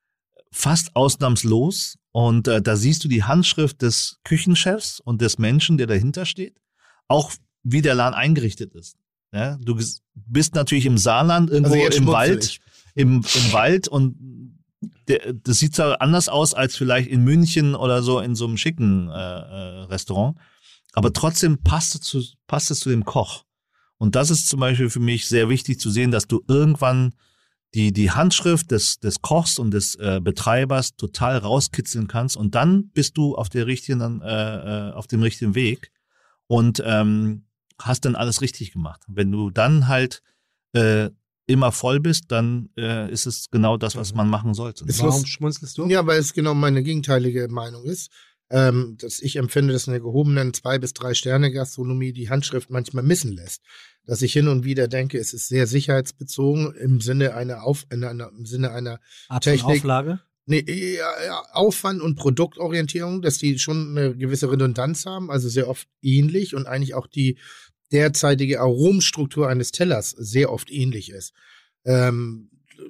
fast ausnahmslos. Und äh, da siehst du die Handschrift des Küchenchefs und des Menschen, der dahinter steht. Auch wie der Laden eingerichtet ist. Ja, du bist natürlich im Saarland, irgendwo also im Wald, im, im Wald und der, das sieht zwar anders aus als vielleicht in München oder so in so einem schicken äh, äh, Restaurant, aber trotzdem passt es, zu, passt es zu dem Koch. Und das ist zum Beispiel für mich sehr wichtig zu sehen, dass du irgendwann die, die Handschrift des, des Kochs und des äh, Betreibers total rauskitzeln kannst und dann bist du auf der richtigen, äh, auf dem richtigen Weg und ähm, hast dann alles richtig gemacht. Wenn du dann halt äh, immer voll bist, dann äh, ist es genau das, was man machen sollte. Ist Warum was, schmunzelst du? Ja, weil es genau meine gegenteilige Meinung ist. Ähm, dass ich empfinde, dass in der gehobenen zwei bis drei Sterne Gastronomie die Handschrift manchmal missen lässt. Dass ich hin und wieder denke, es ist sehr sicherheitsbezogen im Sinne einer Auf, in einer, im Sinne einer Art Technik. von Auflage? Nee, ja, ja, Aufwand und Produktorientierung, dass die schon eine gewisse Redundanz haben, also sehr oft ähnlich und eigentlich auch die derzeitige Aromenstruktur eines Tellers sehr oft ähnlich ist. Ähm,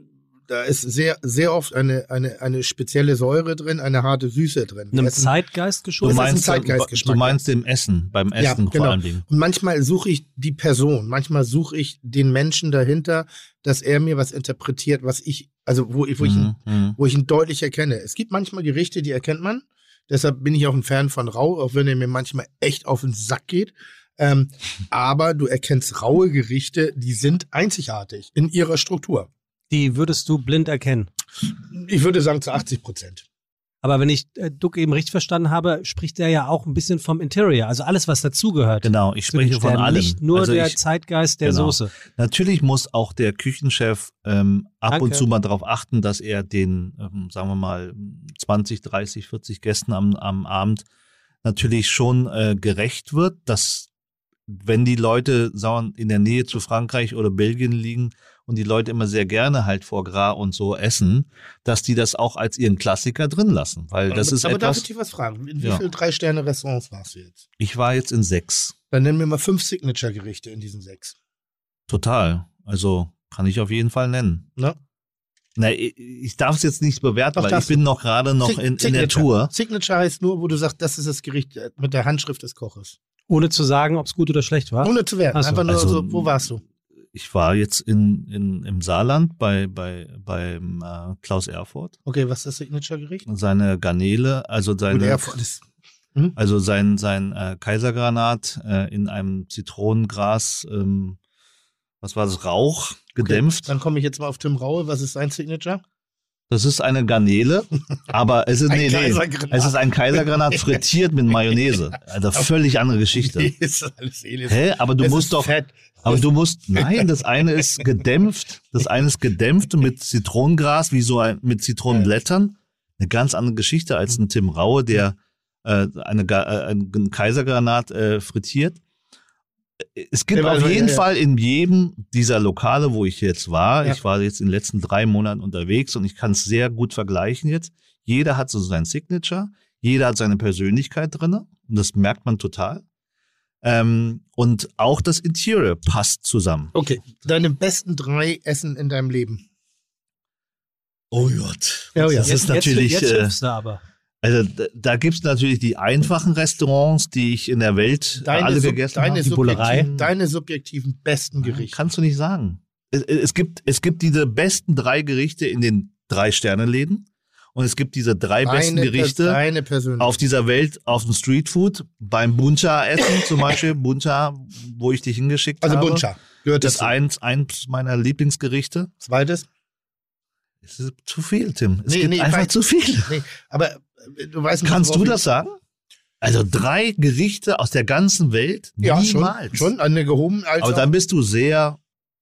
da ist sehr, sehr oft eine, eine, eine spezielle Säure drin, eine harte Süße drin. Einem Essen, Zeitgeist Du geschuldet? Das ist ein meinst, Zeitgeistgeschmack, du meinst im Essen, beim Essen Ja, vor genau. allen Dingen. Und manchmal suche ich die Person, manchmal suche ich den Menschen dahinter, dass er mir was interpretiert, was ich, also wo, ich- wo, ich, ihn, Mhm. wo ich ihn deutlich erkenne. Es gibt manchmal Gerichte, die erkennt man. Deshalb bin ich auch ein Fan von Rau, auch wenn er mir manchmal echt auf den Sack geht. Ähm, aber du erkennst raue Gerichte, die sind einzigartig in ihrer Struktur. Die würdest du blind erkennen. Ich würde sagen zu achtzig Prozent. Aber wenn ich äh, Duck eben richtig verstanden habe, spricht der ja auch ein bisschen vom Interior, also alles, was dazugehört. Genau, ich zu den spreche von Sternen. allem. Nicht nur Also der ich, Zeitgeist der genau. Soße. Natürlich muss auch der Küchenchef ähm, ab Danke. und zu mal darauf achten, dass er den, ähm, sagen wir mal, zwanzig, dreißig, vierzig Gästen am, am Abend natürlich schon äh, gerecht wird, dass wenn die Leute sagen wir, in der Nähe zu Frankreich oder Belgien liegen und die Leute immer sehr gerne halt Foie Gras und so essen, dass die das auch als ihren Klassiker drin lassen. Weil das ist aber darf etwas, ich dich was fragen? In wie Ja. viele Drei-Sterne-Restaurants warst du jetzt? ich war jetzt in sechs. Dann nennen wir mal fünf Signature-Gerichte in diesen sechs. Total. Also kann ich auf jeden Fall nennen. Ne? Na, ich, ich darf es jetzt nicht bewerten, Doch, weil ich darfst bin noch gerade noch Sig- in, in der Signature. Tour. Signature heißt nur, wo du sagst, das ist das Gericht äh, mit der Handschrift des Koches. Ohne zu sagen, ob es gut oder schlecht war. Ohne zu werten. Ach so. Einfach nur Also, so, wo warst du? Ich war jetzt in, in, im Saarland bei, bei, beim äh, Klaus Erfurt. Okay, was ist das Signature-Gericht? Seine Garnele, also Gut, seine, Erfurt ist. also sein, sein äh, Kaisergranat äh, in einem Zitronengras, ähm, was war das, Rauch, gedämpft. Okay, dann komme ich jetzt mal auf Tim Raue. Was ist sein Signature? Das ist eine Garnele, aber es ist, Ein nee, nee, Kaisergranat. es ist ein Kaisergranat frittiert mit Mayonnaise. Also völlig andere Geschichte. Nee, ist alles ähnlich. Hä? Aber du Es musst ist doch, Fett. aber du musst, nein, das eine ist gedämpft, das eine ist gedämpft mit Zitronengras, wie so ein, mit Zitronenblättern. Eine ganz andere Geschichte als ein Tim Raue, der äh, eine, Ga- äh, einen Kaisergranat äh, frittiert. Es gibt Ja, auf ja, jeden ja. Fall in jedem dieser Lokale, wo ich jetzt war, Ja. ich war jetzt in den letzten drei Monaten unterwegs und ich kann es sehr gut vergleichen jetzt. Jeder hat so sein Signature, jeder hat seine Persönlichkeit drin und das merkt man total. Ähm, und auch das Interior passt zusammen. Okay, deine besten drei Essen in deinem Leben. Oh Gott. Ja, ja. Das ist natürlich, Jetzt, jetzt äh, hüpfst du aber. also da, da gibt's natürlich die einfachen Restaurants, die ich in der Welt Deine, alle Sub- gegessen deine, habe. Die Bullerei. subjektiven, deine subjektiven besten Gerichte. Kannst du nicht sagen. Es, es, gibt, es gibt diese besten drei Gerichte in den Drei-Sterne-Läden Und es gibt diese drei Deine, besten Gerichte deine Persönlichkeit. auf dieser Welt, auf dem Streetfood, beim Buncha-Essen zum Beispiel, Buncha, wo ich dich hingeschickt Also habe. Buncha. Gehört Das ist dazu. eins, eins meiner Lieblingsgerichte. Zweites? Es ist zu viel, Tim. Es Nee, gibt nee, einfach weil- zu viel. Nee, aber äh, du weißt nicht, Kannst du worauf das sagen? Also drei Gerichte aus der ganzen Welt? ich- Ja, Niemals. schon. Schon, eine gehoben. Als Aber auch- dann bist du sehr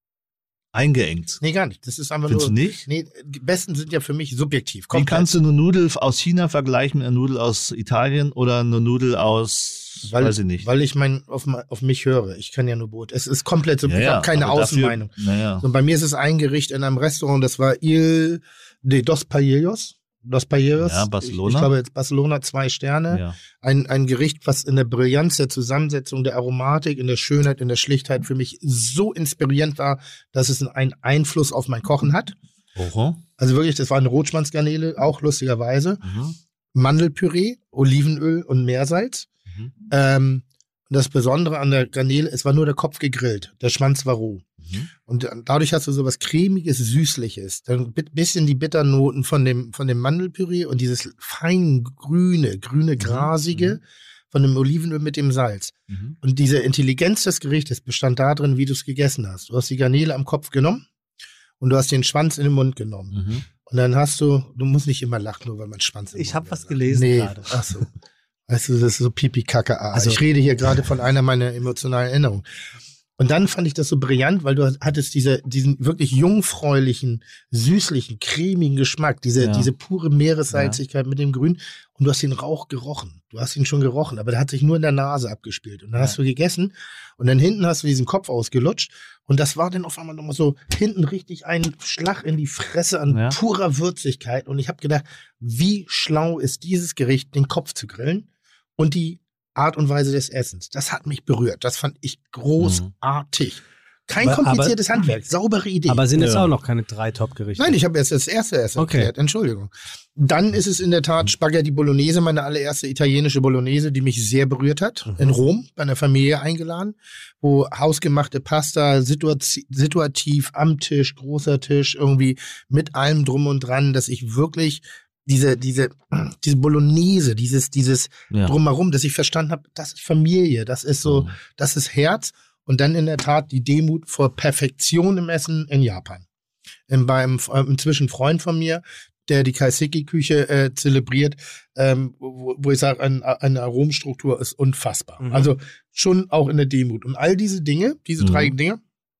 eingeengt. Nee, gar nicht. Das ist einfach Findest nur. du nicht? Nee, die besten sind ja für mich subjektiv. Wie Komplett. kannst du eine Nudel aus China vergleichen mit einer Nudel aus Italien oder eine Nudel aus, weil, weiß ich nicht. Weil ich mein, auf, ma- auf mich höre. Ich kann ja nur Brot. Es ist komplett so. Ja, ich ja, habe keine aber dafür- Außenmeinung. Naja. So, bei mir ist es ein Gericht in einem Restaurant, das war Il de Dos Paellos. Dos Paellos. Ja, Barcelona. Ich, ich glaube jetzt Barcelona, zwei Sterne. Ja. Ein, ein Gericht, was in der Brillanz der Zusammensetzung, der Aromatik, in der Schönheit, in der Schlichtheit für mich so inspirierend war, dass es einen Einfluss auf mein Kochen hat. Oho. Also wirklich, das war eine Rotschwanzgarnele, auch lustigerweise. Mhm. Mandelpüree, Olivenöl und Meersalz. Mhm. Ähm, und das Besondere an der Garnele, es war nur der Kopf gegrillt, der Schwanz war roh. Mhm. Und dadurch hast du sowas cremiges, süßliches, dann ein bisschen die Bitternoten von dem, von dem Mandelpüree und dieses fein grüne, grüne, grasige von dem Olivenöl mit dem Salz. Mhm. Und diese Intelligenz des Gerichtes bestand darin, wie du es gegessen hast. Du hast die Garnele am Kopf genommen und du hast den Schwanz in den Mund genommen. Mhm. Und dann hast du, du musst nicht immer lachen, nur weil man Schwanz im Ich Mund habe hat. was gelesen Nee, gerade. ach so. Weißt du, das ist so Pipi-Kacke. Also- ich rede hier gerade von einer meiner emotionalen Erinnerungen. Und dann fand ich das so brillant, weil du hattest diese, diesen wirklich jungfräulichen, süßlichen, cremigen Geschmack, diese, Ja. diese pure Meeressalzigkeit mit dem Grün. Und du hast den Rauch gerochen. Du hast ihn schon gerochen, aber der hat sich nur in der Nase abgespielt. Und dann Ja. hast du gegessen und dann hinten hast du diesen Kopf ausgelutscht. Und das war dann auf einmal nochmal so hinten richtig ein Schlag in die Fresse an Ja. purer Würzigkeit. Und ich habe gedacht, wie schlau ist dieses Gericht, den Kopf zu grillen und die Art und Weise des Essens. Das hat mich berührt. Das fand ich großartig. Kein Aber- kompliziertes Handwerk, saubere Idee. Aber sind jetzt Ja. auch noch keine drei Top-Gerichte? Nein, ich habe jetzt das erste erst Okay. erklärt. Entschuldigung. Dann ist es in der Tat Spaghetti Bolognese, meine allererste italienische Bolognese, die mich sehr berührt hat. Mhm. In Rom, bei einer Familie eingeladen, wo hausgemachte Pasta, situati situativ am Tisch, großer Tisch, irgendwie mit allem drum und dran, dass ich wirklich diese, diese, diese Bolognese, dieses, dieses Ja. Drumherum, dass ich verstanden habe, das ist Familie, das ist so, Mhm. das ist Herz. Und dann in der Tat die Demut vor Perfektion im Essen in Japan. In, beim äh, inzwischen Freund von mir, der die Kaiseki-Küche äh, zelebriert, ähm, wo, wo ich sage, ein, eine Aromenstruktur ist unfassbar. Mhm. Also schon auch in der Demut. Und all diese Dinge, diese Mhm. drei Dinge,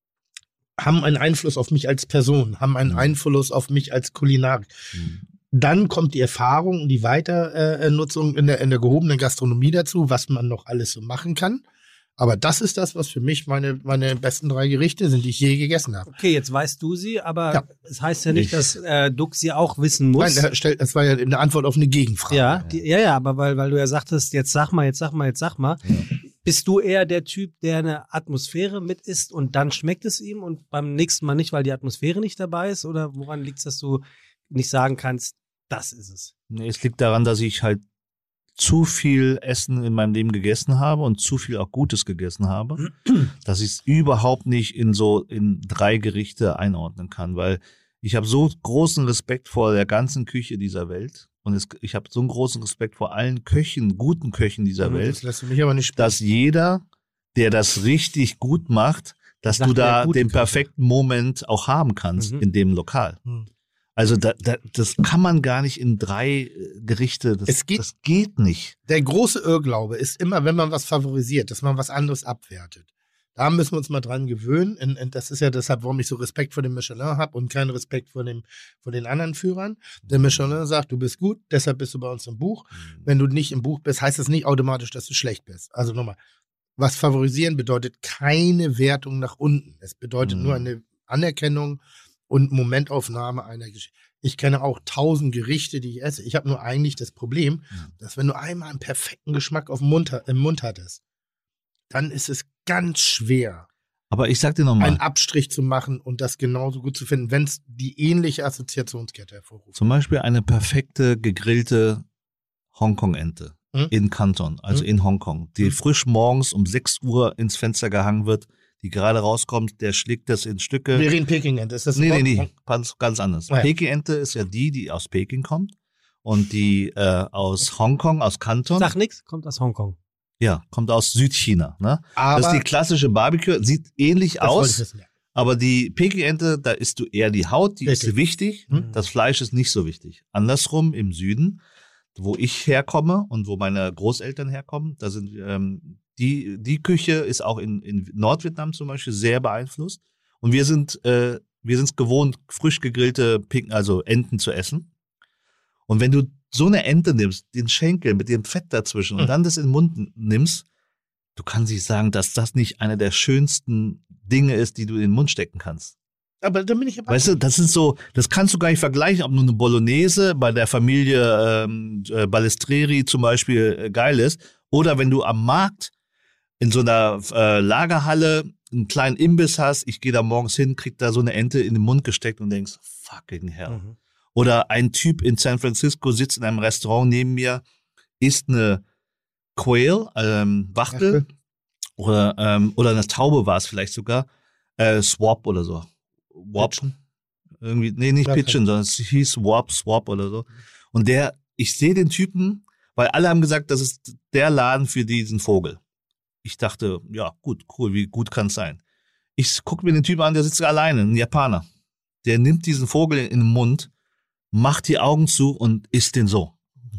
haben einen Einfluss auf mich als Person, haben einen Mhm. Einfluss auf mich als Kulinarik. Mhm. Dann kommt die Erfahrung und die Weiternutzung in der, in der gehobenen Gastronomie dazu, was man noch alles so machen kann. Aber das ist das, was für mich meine, meine besten drei Gerichte sind, die ich je gegessen habe. Okay, jetzt weißt du sie, aber Ja. es heißt ja nicht, Ich- dass äh, Duck sie auch wissen muss. Nein, der stellt- das war ja eine Antwort auf eine Gegenfrage. ja, die, ja, ja, aber weil, weil du ja sagtest, jetzt sag mal, jetzt sag mal, jetzt sag mal. Bist du eher der Typ, der eine Atmosphäre mit isst und dann schmeckt es ihm und beim nächsten Mal nicht, weil die Atmosphäre nicht dabei ist? Oder woran liegt es, dass du nicht sagen kannst, das ist es? Nee, es liegt daran, dass ich halt zu viel Essen in meinem Leben gegessen habe und zu viel auch Gutes gegessen habe, dass ich es überhaupt nicht in so in drei Gerichte einordnen kann, weil ich habe so großen Respekt vor der ganzen Küche dieser Welt und es, ich habe so einen großen Respekt vor allen Köchen, guten Köchen dieser Das Welt, lässt du mich aber nicht dass jeder, der das richtig gut macht, dass Sagt du der da gute den Köche. perfekten Moment auch haben kannst Mhm. in dem Lokal. Hm. Also da, da, das kann man gar nicht in drei äh, Gerichte, das, Es geht- das geht nicht. Der große Irrglaube ist immer, wenn man was favorisiert, dass man was anderes abwertet. Da müssen wir uns mal dran gewöhnen. Und, und das ist ja deshalb, warum ich so Respekt vor dem Michelin habe und keinen Respekt vor, dem, vor den anderen Führern. Der Michelin sagt, du bist gut, deshalb bist du bei uns im Buch. Wenn du nicht im Buch bist, heißt das nicht automatisch, dass du schlecht bist. Also nochmal, was favorisieren bedeutet keine Wertung nach unten. Es bedeutet Mhm. nur eine Anerkennung und Momentaufnahme einer Geschichte. Ich kenne auch tausend Gerichte, die ich esse. Ich habe nur eigentlich das Problem, dass wenn du einmal einen perfekten Geschmack auf dem Mund, im Mund hattest, dann ist es ganz schwer, Aber ich sag dir einen nochmal, Abstrich zu machen und das genauso gut zu finden, wenn es die ähnliche Assoziationskette hervorruft. zum Beispiel eine perfekte gegrillte Hongkong-Ente Hm? in Canton, also Hm? in Hongkong, die Hm? frisch morgens um sechs Uhr ins Fenster gehangen wird, die gerade rauskommt, der schlägt das in Stücke. Wir reden Peking-Ente. Ist das Nee, nee, überhaupt- nee, ganz, ganz anders. Ah, ja. Peking-Ente ist ja die, die aus Peking kommt Und die äh, aus Hongkong, aus Kanton. Sag nix, kommt aus Hongkong. Ja, kommt aus Südchina. Ne? Aber das ist die klassische Barbecue, sieht ähnlich das wollte ich aus, wissen, ja. aber die Peking-Ente, da isst du eher die Haut, die Richtig. ist wichtig, Mhm. das Fleisch ist nicht so wichtig. Andersrum im Süden, wo ich herkomme und wo meine Großeltern herkommen, da sind ähm, die, die Küche ist auch in, in Nordvietnam zum Beispiel sehr beeinflusst. Und wir sind äh, wir sind es gewohnt, frisch gegrillte Pink, also Enten zu essen. Und wenn du so eine Ente nimmst, den Schenkel mit dem Fett dazwischen und dann das in den Mund nimmst, du kannst nicht sagen, dass das nicht einer der schönsten Dinge ist, die du in den Mund stecken kannst. Aber dann bin ich aber. Weißt du, das ist so, das kannst du gar nicht vergleichen, ob nur eine Bolognese bei der Familie ähm, äh, Balestreri zum Beispiel äh, geil ist oder wenn du am Markt in so einer äh, Lagerhalle einen kleinen Imbiss hast, ich gehe da morgens hin, krieg da so eine Ente in den Mund gesteckt und denkst, fucking hell. Mhm. Oder ein Typ in San Francisco sitzt in einem Restaurant neben mir, isst eine Quail, ähm, Wachtel, oder, ähm, oder eine Taube war es vielleicht sogar, äh, Swap oder so. Wop. Pigeon? Irgendwie, nee, nicht Ja, Pigeon, sondern es hieß Wop, Swap oder so. Und der, ich sehe den Typen, weil alle haben gesagt, das ist der Laden für diesen Vogel. Ich dachte, ja, gut, cool, wie gut kann es sein? Ich gucke mir den Typen an, der sitzt alleine, ein Japaner. Der nimmt diesen Vogel in den Mund, macht die Augen zu und isst den so.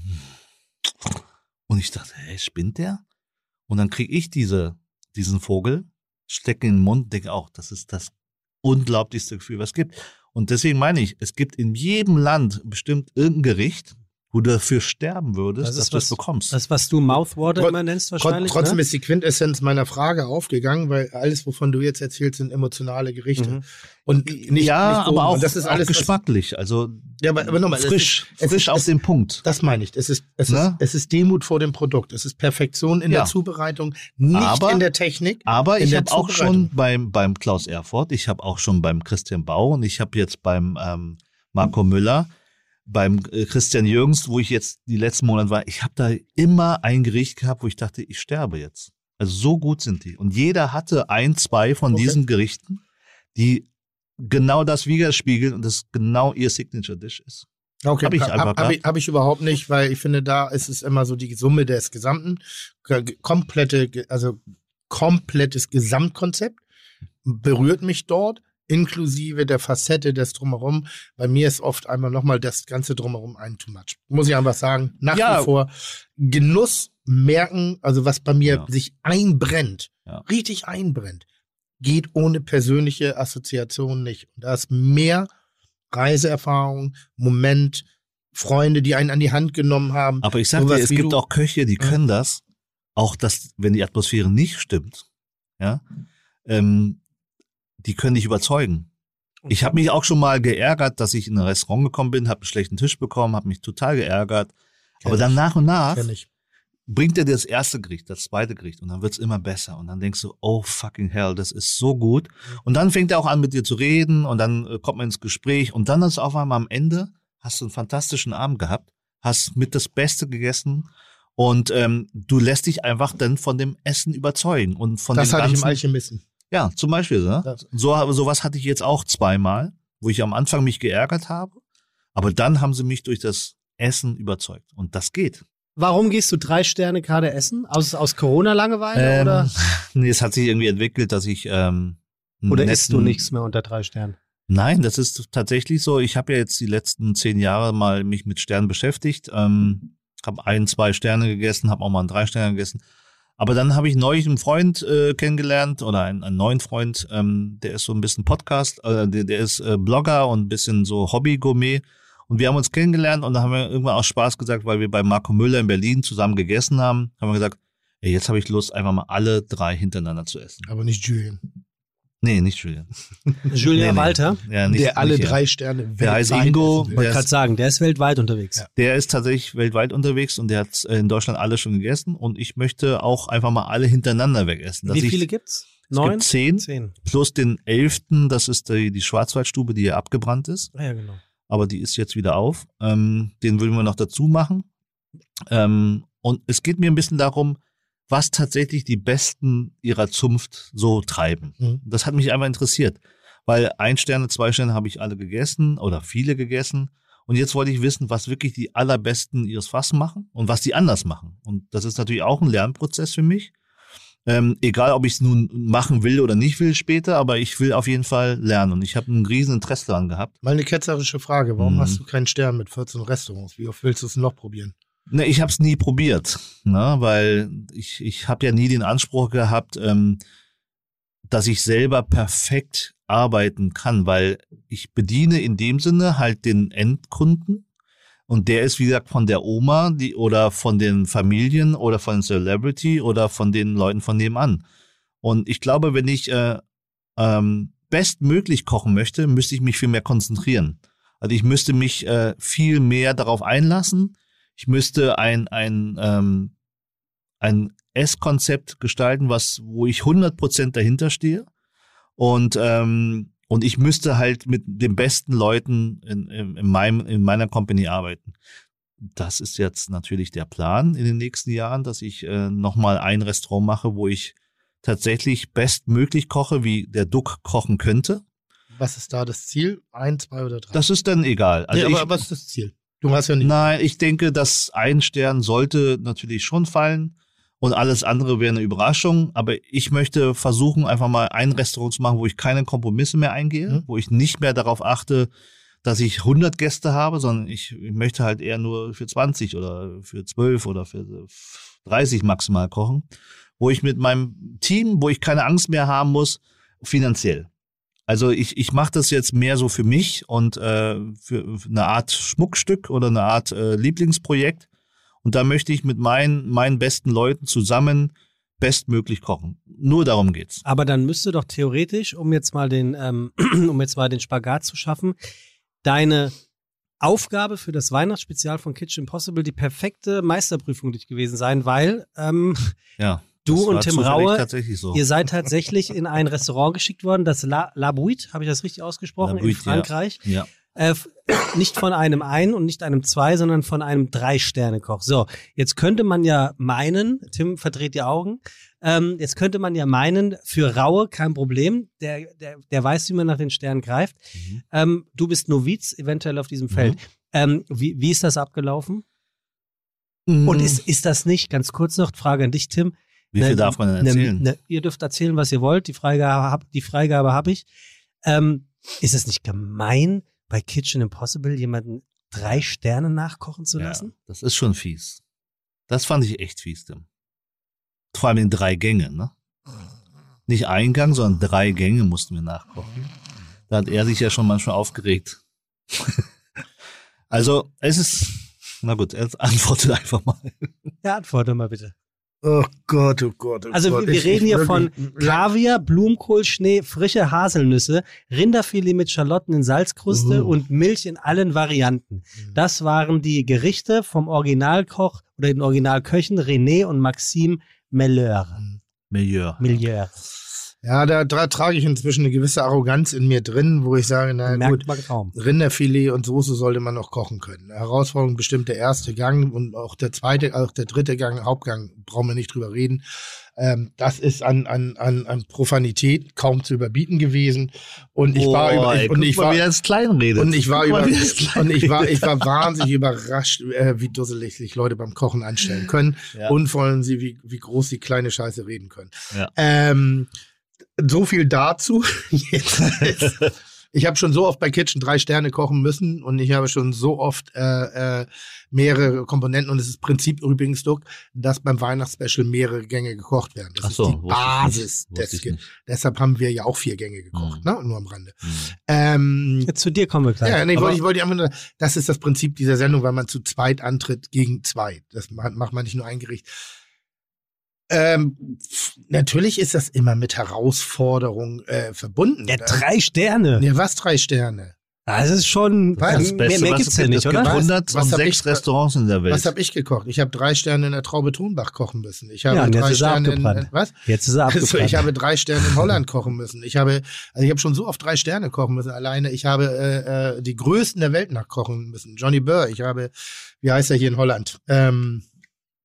Und ich dachte, hä, spinnt der? Und dann kriege ich diese, diesen Vogel, stecke in den Mund, denke auch, das ist das unglaublichste Gefühl, was es gibt. Und deswegen meine ich, es gibt in jedem Land bestimmt irgendein Gericht, wo du dafür sterben würdest, Das ist dass du es was- bekommst. Das, was du Mouthwater Trot- immer nennst Trot- wahrscheinlich, Trotzdem ne? ist die Quintessenz meiner Frage aufgegangen, weil alles, wovon du jetzt erzählst, sind emotionale Gerichte. Mhm. Und nicht, ja, nicht aber Drogen. auch, Und das ist auch alles, was- geschmacklich. Also Ja, aber, aber nochmal, es frisch, ist- es frisch ist- auf es- den Punkt. Das meine ich. Es ist, es, Ne? ist, es ist Demut vor dem Produkt. Es ist Perfektion in Ja. der Zubereitung, nicht Aber- in der Technik. Aber in ich der habe auch Zubereitung. schon beim, beim Klaus Erfurt, ich habe auch schon beim Christian Bau und ich habe jetzt beim ähm, Marco Müller, beim äh, Christian Jürgens, wo ich jetzt die letzten Monate war, ich habe da immer ein Gericht gehabt, wo ich dachte, ich sterbe jetzt. Also so gut sind die. Und jeder hatte ein, zwei von Okay. diesen Gerichten, die genau das widerspiegeln und das genau ihr Signature Dish ist. Okay, Hab ich hab, einfach hab, hab, ich, hab ich überhaupt nicht, weil ich finde, da ist es immer so die Summe des Gesamten, Ge- komplette, ge- also komplettes Gesamtkonzept berührt mich dort, inklusive der Facette des Drumherum. Bei mir ist oft einmal nochmal das ganze Drumherum ein too much. Muss ich einfach sagen, nach Ja. wie vor Genuss merken, also was bei mir Ja. sich einbrennt, Ja. richtig einbrennt, geht ohne persönliche Assoziation nicht. Und da ist mehr Reiseerfahrung, Moment, Freunde, die einen an die Hand genommen haben. Aber ich sag Sowas dir, es wie gibt du- auch Köche, die Ja. können das, auch das, wenn die Atmosphäre nicht stimmt, ja, ähm, die können dich überzeugen. Ich habe mich auch schon mal geärgert, dass ich in ein Restaurant gekommen bin, habe einen schlechten Tisch bekommen, habe mich total geärgert. Kenn Aber dann ich. nach und nach Kenn ich. bringt er dir das erste Gericht, das zweite Gericht und dann wird's immer besser. Und dann denkst du, oh fucking hell, das ist so gut. Und dann fängt er auch an mit dir zu reden und dann äh, kommt man ins Gespräch und dann ist auf einmal am Ende, hast du einen fantastischen Abend gehabt, hast mit das Beste gegessen und ähm, du lässt dich einfach dann von dem Essen überzeugen. Und von Das dem hatte ich im ganzen, Alchemisten. Ja, zum Beispiel. Ne? Das- So, sowas hatte ich jetzt auch zweimal, wo ich am Anfang mich geärgert habe, aber dann haben sie mich durch das Essen überzeugt. Und das geht. Warum gehst du drei Sterne gerade essen? Aus, aus Corona-Langeweile Ähm, oder, Nee, es hat sich irgendwie entwickelt, dass ich ähm, einen oder isst du netten- nichts mehr unter drei Sternen? Nein, das ist tatsächlich so. Ich habe ja jetzt die letzten zehn Jahre mal mich mit Sternen beschäftigt. Ähm, habe ein, zwei Sterne gegessen, habe auch mal einen drei Sterne gegessen. Aber dann habe ich neulich einen Freund äh, kennengelernt oder einen, einen neuen Freund, ähm, der ist so ein bisschen Podcast, äh, der, der ist äh, Blogger und ein bisschen so Hobby-Gourmet. Und wir haben uns kennengelernt und da haben wir irgendwann aus Spaß gesagt, weil wir bei Marco Müller in Berlin zusammen gegessen haben, haben wir gesagt, ey, jetzt habe ich Lust, einfach mal alle drei hintereinander zu essen. Aber nicht Julian. Nee, nicht Julian. Julia Nee, nee. Walter? Ja, nicht, der alle nicht er. drei Sterne Der heißt weltweit Ingo. essen will. Ich wollte Der gerade ist- sagen, der ist weltweit unterwegs. Ja. Der ist tatsächlich weltweit unterwegs und der hat in Deutschland alle schon gegessen und ich möchte auch einfach mal alle hintereinander wegessen. Dass Wie ich, viele gibt's? Es Neun? gibt zehn Zehn. plus den elften, das ist die, die Schwarzwaldstube, die ja abgebrannt ist, Ah, ja, genau. aber die ist jetzt wieder auf. Ähm, den würden wir noch dazu machen. Ähm, und es geht mir ein bisschen darum, was tatsächlich die Besten ihrer Zunft so treiben. Mhm. Das hat mich einfach interessiert, weil ein Sterne, zwei Sterne habe ich alle gegessen oder viele gegessen Und jetzt wollte ich wissen, was wirklich die allerbesten ihres Fachs machen und was die anders machen. Und das ist natürlich auch ein Lernprozess für mich. Ähm, egal, ob ich es nun machen will oder nicht will später, aber ich will auf jeden Fall lernen. Und ich habe ein riesen Interesse daran gehabt. Mal eine ketzerische Frage. Warum Mhm. hast du keinen Stern mit vierzehn Restaurants? Wie oft willst du es noch probieren? Ne, ich habe es nie probiert, ne, weil ich, ich habe ja nie den Anspruch gehabt, ähm, dass ich selber perfekt arbeiten kann, weil ich bediene in dem Sinne halt den Endkunden und der ist, wie gesagt, von der Oma die oder von den Familien oder von Celebrity oder von den Leuten von nebenan. Und ich glaube, wenn ich äh, ähm, bestmöglich kochen möchte, müsste ich mich viel mehr konzentrieren. Also ich müsste mich äh, viel mehr darauf einlassen. Ich müsste ein ein ähm, ein Esskonzept gestalten, was wo ich hundert Prozent dahinter stehe. Und ähm, und ich müsste halt mit den besten Leuten in, in, in, meinem, in meiner Company arbeiten. Das ist jetzt natürlich der Plan in den nächsten Jahren, dass ich äh, nochmal ein Restaurant mache, wo ich tatsächlich bestmöglich koche, wie der Duck kochen könnte. Was ist da das Ziel? Ein, zwei oder drei? Das ist dann egal. Also nee, aber ich, was ist das Ziel? Du hast ja nicht. Nein, ich denke, dass ein Stern sollte natürlich schon fallen. Und alles andere wäre eine Überraschung. Aber ich möchte versuchen, einfach mal ein Restaurant zu machen, wo ich keine Kompromisse mehr eingehe, Mhm. wo ich nicht mehr darauf achte, dass ich hundert Gäste habe, sondern ich, ich möchte halt eher nur für zwanzig oder für zwölf oder für dreißig maximal kochen, wo ich mit meinem Team, wo ich keine Angst mehr haben muss, finanziell. Also ich, ich mache das jetzt mehr so für mich und äh, für, für eine Art Schmuckstück oder eine Art äh, Lieblingsprojekt. Und da möchte ich mit meinen, meinen besten Leuten zusammen bestmöglich kochen. Nur darum geht's. Aber dann müsste doch theoretisch, um jetzt mal den, ähm, um jetzt mal den Spagat zu schaffen, deine Aufgabe für das Weihnachtsspezial von Kitchen Impossible die perfekte Meisterprüfung dich gewesen sein, weil ähm, Ja. du das und war Tim zufällig Raue, tatsächlich so. ihr seid tatsächlich in ein Restaurant geschickt worden, das La, La Buite, habe ich das richtig ausgesprochen, La Buite, in Frankreich. Ja. Äh, nicht von einem Ein- und nicht einem Zwei, sondern von einem Drei-Sterne-Koch. So, jetzt könnte man ja meinen, Tim verdreht die Augen, ähm, jetzt könnte man ja meinen, für Raue kein Problem, der, der, der weiß, wie man nach den Sternen greift. Mhm. Ähm, du bist Noviz eventuell auf diesem Feld. Mhm. Ähm, wie, wie ist das abgelaufen? Mhm. Und ist, ist das nicht, ganz kurz noch, Frage an dich, Tim. Wie viel ne, darf man denn erzählen? Ne, ne, ihr dürft erzählen, was ihr wollt, die Freigabe habe die Freigabe hab ich. Ähm, ist es nicht gemein, bei Kitchen Impossible jemanden drei Sterne nachkochen zu lassen? Ja, das ist schon fies. Das fand ich echt fies, Tim. Vor allem in drei Gängen, ne? Nicht ein Gang, sondern drei Gänge mussten wir nachkochen. Da hat er sich ja schon manchmal aufgeregt. Also, es ist, na gut, jetzt antwortet einfach mal. Ja, antworte mal bitte. Oh Gott, oh Gott, oh Also Gott. wir, wir Ich- reden ich hier von wirklich- Kaviar, Blumenkohl, Schnee, frische Haselnüsse, Rinderfilet mit Schalotten in Salzkruste Uh. und Milch in allen Varianten. Das waren die Gerichte vom Originalkoch oder den Originalköchen René und Maxime Melleur. Milieu. Milleur. Ja, da, da trage ich inzwischen eine gewisse Arroganz in mir drin, wo ich sage, na Merkt gut, man kaum. Rinderfilet und Soße sollte man noch kochen können. Herausforderung bestimmt der erste Gang und auch der zweite, auch der dritte Gang, Hauptgang, brauchen wir nicht drüber reden. Ähm, das ist an, an, an, an Profanität kaum zu überbieten gewesen. Und ich war über, ich, und ich war, wie er ins Klein redet. und ich war Guck über, mal, wie er ins Klein und ich war, redet. ich war wahnsinnig überrascht, äh, wie dusselig sich Leute beim Kochen anstellen können Ja. und vor allem sie, wie, wie groß die kleine Scheiße reden können. Ja. Ähm, so viel dazu. Jetzt ist, ich habe schon so oft bei Kitchen drei Sterne kochen müssen und ich habe schon so oft äh, äh, mehrere Komponenten und es ist Prinzip übrigens, Duck, dass beim Weihnachtsspecial mehrere Gänge gekocht werden. Das Ach so, ist die wusste ich Basis nicht. des Wusste ich Ge- nicht. Deshalb haben wir ja auch vier Gänge gekocht, Mhm. ne? Nur am Rande. Mhm. Ähm, Jetzt zu dir kommen wir gleich. ja, nee, ich Aber wollte, ich wollte einfach nur, das ist das Prinzip dieser Sendung, weil man zu zweit antritt gegen zwei. Das macht macht man nicht nur ein Gericht. Ähm, pf, natürlich ist das immer mit Herausforderungen äh, verbunden. ja, drei Sterne. Ja, was drei Sterne? Das ist schon, Was? also, mehr, mehr was gibt's es ja gibt. nicht, Es oder? gibt Was? hundertsechs Was hab ich- Restaurants in der Welt. Was habe ich gekocht? Ich habe drei Sterne in der Traube Thunbach kochen müssen. Ich habe Ja, und jetzt drei ist er Sterne in, abgebrannt. was? Jetzt ist er Also abgebrannt. ich habe drei Sterne in Holland kochen müssen. Ich habe, also ich habe schon so oft drei Sterne kochen müssen. Alleine, ich habe äh, äh, die größten der Welt nachkochen müssen. Johnny Burr. Ich habe, wie heißt er hier in Holland? Ähm,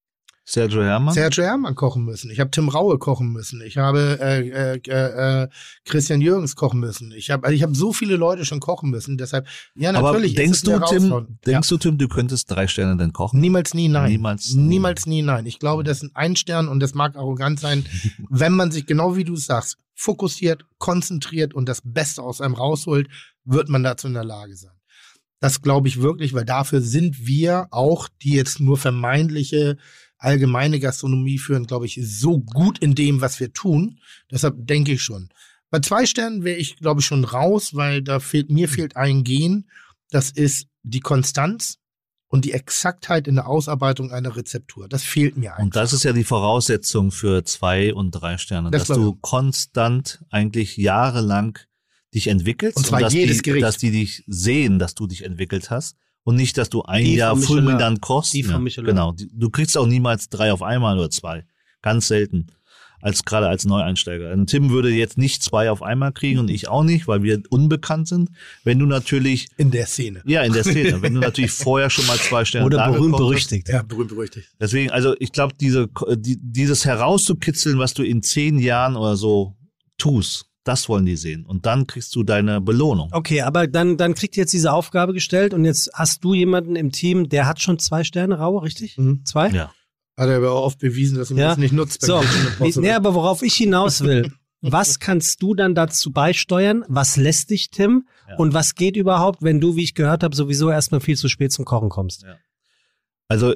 Sergio Herrmann? Sergio Herrmann kochen müssen. Ich habe Tim Raue kochen müssen. Ich habe äh, äh, äh, Christian Jürgens kochen müssen. Ich habe also ich habe so viele Leute schon kochen müssen. Deshalb, ja natürlich. Aber denkst du, Tim, denkst ja. du, Tim, du könntest drei Sterne denn kochen? Niemals, nie, nein. Niemals, Niemals, nie, nein. Ich glaube, das sind ein Stern und das mag arrogant sein, wenn man sich, genau wie du sagst, fokussiert, konzentriert und das Beste aus einem rausholt, wird man dazu in der Lage sein. Das glaube ich wirklich, weil dafür sind wir auch, die jetzt nur vermeintliche allgemeine Gastronomie führen, glaube ich, so gut in dem, was wir tun. Deshalb denke ich schon. Bei zwei Sternen wäre ich, glaube ich, schon raus, weil da fehlt, mir fehlt ein Gen. Das ist die Konstanz und die Exaktheit in der Ausarbeitung einer Rezeptur. Das fehlt mir einfach. Und das ist ja die Voraussetzung für zwei und drei Sterne, das dass du konstant eigentlich jahrelang dich entwickelst. Und zwar und dass jedes die, Gericht. Dass die dich sehen, dass du dich entwickelt hast. Und nicht, dass du ein die Jahr fulminant kochst. Die von ja, genau. Du kriegst auch niemals drei auf einmal oder zwei. Ganz selten. Als, gerade als Neueinsteiger. Und Tim würde jetzt nicht zwei auf einmal kriegen und ich auch nicht, weil wir unbekannt sind. Wenn du natürlich. In der Szene. Ja, in der Szene. Wenn du natürlich vorher schon mal zwei Sterne oder berühmt berüchtigt. Ja, berühmt berüchtigt. Deswegen, also ich glaube, diese, die, dieses herauszukitzeln, was du in zehn Jahren oder so tust, das wollen die sehen. Und dann kriegst du deine Belohnung. Okay, aber dann, dann kriegt ihr jetzt diese Aufgabe gestellt und jetzt hast du jemanden im Team, der hat schon zwei Sterne Raue, richtig? Mhm. Zwei? Ja. Hat er aber auch oft bewiesen, dass er ja. das nicht nutzt. So, nee, aber worauf ich hinaus will, was kannst du dann dazu beisteuern? Was lässt dich, Tim? Ja. Und was geht überhaupt, wenn du, wie ich gehört habe, sowieso erstmal viel zu spät zum Kochen kommst? Ja. Also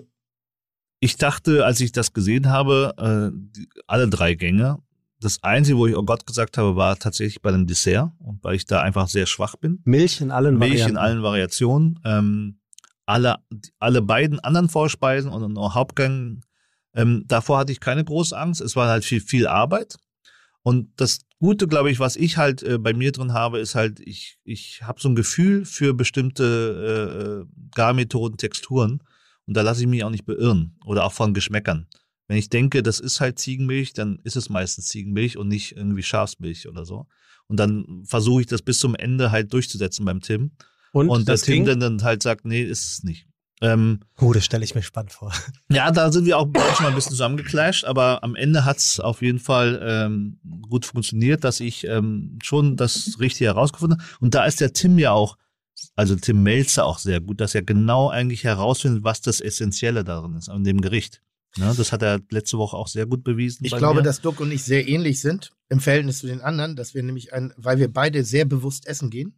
ich dachte, als ich das gesehen habe, äh, die, alle drei Gänge, das Einzige, wo ich oh Gott gesagt habe, war tatsächlich bei dem Dessert, und weil ich da einfach sehr schwach bin. Milch in allen Milch Varianten. in allen Variationen. Ähm, alle, alle beiden anderen Vorspeisen und noch Hauptgang, ähm, davor hatte ich keine große Angst. Es war halt viel, viel Arbeit. Und das Gute, glaube ich, was ich halt äh, bei mir drin habe, ist halt, ich, ich habe so ein Gefühl für bestimmte äh, Garmethoden, Texturen. Und da lasse ich mich auch nicht beirren oder auch von Geschmäckern. Wenn ich denke, das ist halt Ziegenmilch, dann ist es meistens Ziegenmilch und nicht irgendwie Schafsmilch oder so. Und dann versuche ich das bis zum Ende halt durchzusetzen beim Tim. Und, und der das Tim ging? dann halt sagt, nee, ist es nicht. Ähm, oh, das stelle ich mir spannend vor. Ja, da sind wir auch manchmal ein bisschen zusammengeclasht, aber am Ende hat es auf jeden Fall ähm, gut funktioniert, dass ich ähm, schon das Richtige herausgefunden habe. Und da ist der Tim ja auch, also Tim Mälzer auch sehr gut, dass er genau eigentlich herausfindet, was das Essentielle darin ist, an dem Gericht. Ja, das hat er letzte Woche auch sehr gut bewiesen. Ich bei glaube, mir. dass Duck und ich sehr ähnlich sind im Verhältnis zu den anderen, dass wir nämlich, ein, weil wir beide sehr bewusst essen gehen,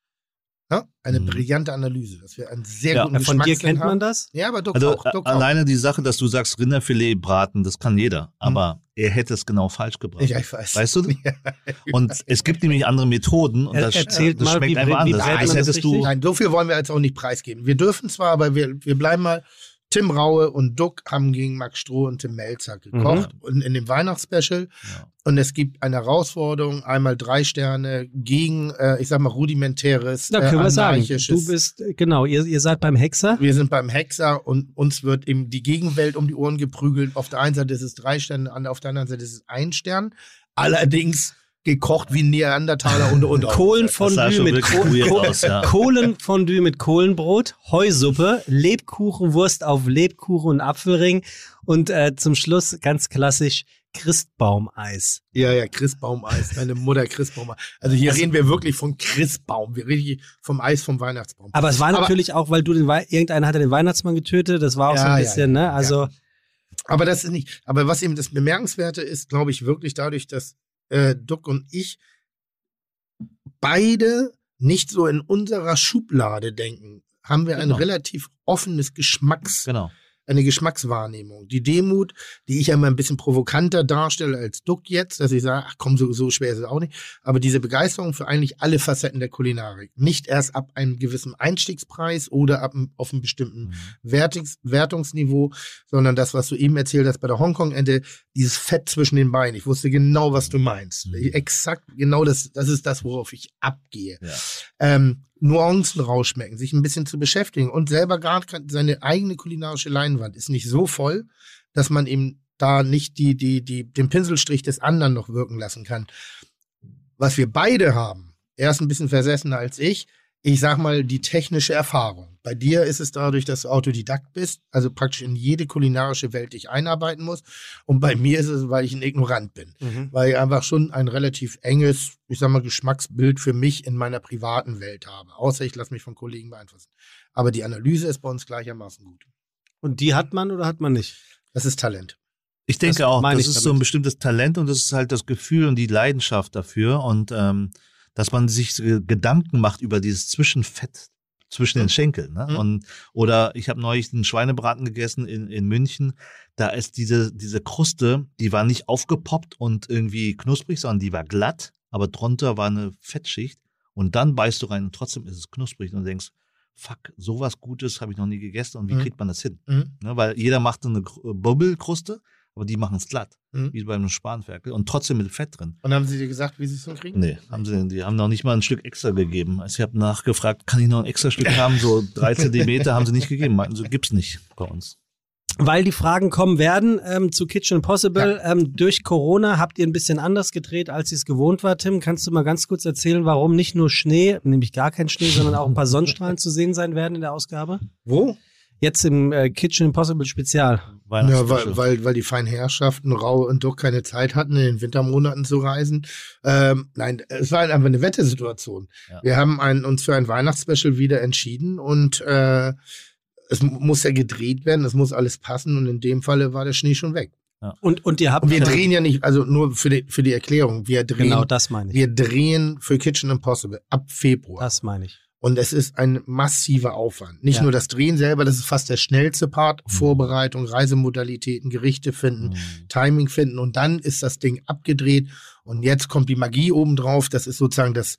ja, eine Mhm. brillante Analyse, dass wir einen sehr Ja, guten Von dir Geschmackssinn kennt man haben. das? Ja, aber Duck Also auch. Duck alleine die Sache, dass du sagst Rinderfilet braten, das kann jeder. Aber er hätte es genau falsch gebracht. auch. Ja, ich weiß. Weißt du? Ja. Und es gibt nämlich andere Methoden und Er- das, erzählt das mal, schmeckt wie- einfach wie anders. brät man Das das hättest du. richtig? Nein, so viel wollen wir jetzt auch nicht preisgeben. Wir dürfen zwar, aber wir, wir bleiben mal. Tim Raue und Duck haben gegen Max Stroh und Tim Mälzer gekocht und in dem Weihnachtsspecial. Ja. Und es gibt eine Herausforderung, einmal drei Sterne gegen, äh, ich sag mal, rudimentäres, Da können äh, wir sagen, anarchisches. du bist, genau, ihr, ihr seid beim Hexer. Wir sind beim Hexer und uns wird eben die Gegenwelt um die Ohren geprügelt. Auf der einen Seite ist es drei Sterne, auf der anderen Seite ist es ein Stern. Allerdings gekocht wie Neandertaler und und Das sah Kohlenfondue schon mit, wirklich Kohl, weird Kohl, aus, ja. Kohlenfondue mit Kohlenbrot, Heusuppe, Lebkuchenwurst auf Lebkuchen und Apfelring und äh, zum Schluss ganz klassisch Christbaumeis. Ja, ja, Christbaumeis, meine Mutter Christbaumeis. Also hier reden wir wirklich von Christbaum, wir reden hier vom Eis vom Weihnachtsbaum. Aber es war Aber- natürlich auch, weil du den Wei- irgendeiner hat ja den Weihnachtsmann getötet, das war auch Ja, so ein ja, bisschen, ja, ne? Also Aber das ist nicht, aber was eben das Bemerkenswerte ist, glaube ich, wirklich dadurch, dass äh, Duck und ich beide nicht so in unserer Schublade denken, haben wir ein Genau. relativ offenes Geschmacks, Genau. eine Geschmackswahrnehmung. Die Demut, die ich ja mal ein bisschen provokanter darstelle als Duck jetzt, dass ich sage, ach komm, so, so schwer ist es auch nicht. Aber diese Begeisterung für eigentlich alle Facetten der Kulinarik. Nicht erst ab einem gewissen Einstiegspreis oder ab einem, auf einem bestimmten Mhm. Wertings, Wertungsniveau, sondern das, was du eben erzählt hast bei der Hongkong-Ente, dieses Fett zwischen den Beinen. Ich wusste genau, was du meinst. Mhm. Exakt, genau das, das ist das, worauf ich abgehe. Ja. Ähm, Nuancen rausschmecken, sich ein bisschen zu beschäftigen und selber gar seine eigene kulinarische Leinwand ist nicht so voll, dass man eben da nicht die, die, die, den Pinselstrich des anderen noch wirken lassen kann. Was wir beide haben, er ist ein bisschen versessener als ich, ich sag mal, die technische Erfahrung. Bei dir ist es dadurch, dass du Autodidakt bist, also praktisch in jede kulinarische Welt dich einarbeiten musst. Und bei mir ist es, weil ich ein Ignorant bin. Mhm. Weil ich einfach schon ein relativ enges, ich sag mal, Geschmacksbild für mich in meiner privaten Welt habe. Außer ich lasse mich von Kollegen beeinflussen. Aber die Analyse ist bei uns gleichermaßen gut. Und die hat man oder hat man nicht? Das ist Talent. Ich denke das auch, das ist damit. so ein bestimmtes Talent und das ist halt das Gefühl und die Leidenschaft dafür. Und ähm, dass man sich Gedanken macht über dieses Zwischenfett zwischen den Schenkeln. Ne? Mhm. Und, oder ich habe neulich einen Schweinebraten gegessen in, in München. Da ist diese, diese Kruste, die war nicht aufgepoppt und irgendwie knusprig, sondern die war glatt, aber drunter war eine Fettschicht. Und dann beißt du rein und trotzdem ist es knusprig und du denkst, fuck, sowas Gutes habe ich noch nie gegessen und wie mhm. kriegt man das hin? Mhm. Ne? Weil jeder macht eine Bubbelkruste, aber die machen es glatt, mhm. wie beim Spanferkel und trotzdem mit Fett drin. Und haben sie dir gesagt, wie sie es hinkriegen? Nee, haben sie, die haben noch nicht mal ein Stück extra gegeben. Also ich habe nachgefragt, kann ich noch ein extra Stück haben? So drei Zentimeter haben sie nicht gegeben. Meinten so, gibt's nicht bei uns. Weil die Fragen kommen werden ähm, zu Kitchen Impossible. Ja. Ähm, durch Corona habt ihr ein bisschen anders gedreht, als ihr es gewohnt war, Tim. Kannst du mal ganz kurz erzählen, warum nicht nur Schnee, nämlich gar kein Schnee, sondern auch ein paar Sonnenstrahlen zu sehen sein werden in der Ausgabe? Wo? Jetzt im äh, Kitchen Impossible Spezial. Ja, weil, weil, weil die feinen Herrschaften Rau und Duck keine Zeit hatten, in den Wintermonaten zu reisen. Ähm, nein, es war einfach eine Wettesituation. Ja. Wir haben ein, uns für ein Weihnachtsspecial wieder entschieden und äh, es muss ja gedreht werden, es muss alles passen und in dem Falle war der Schnee schon weg. Ja. Und, und ihr habt und wir drehen ja nicht, also nur für die, für die Erklärung, wir drehen, genau, das meine ich. Wir drehen für Kitchen Impossible ab Februar. Das meine ich. Und es ist ein massiver Aufwand. Nicht ja. nur das Drehen selber, das ist fast der schnellste Part. Mhm. Vorbereitung, Reisemodalitäten, Gerichte finden, mhm. Timing finden und dann ist das Ding abgedreht und jetzt kommt die Magie obendrauf. Das ist sozusagen das,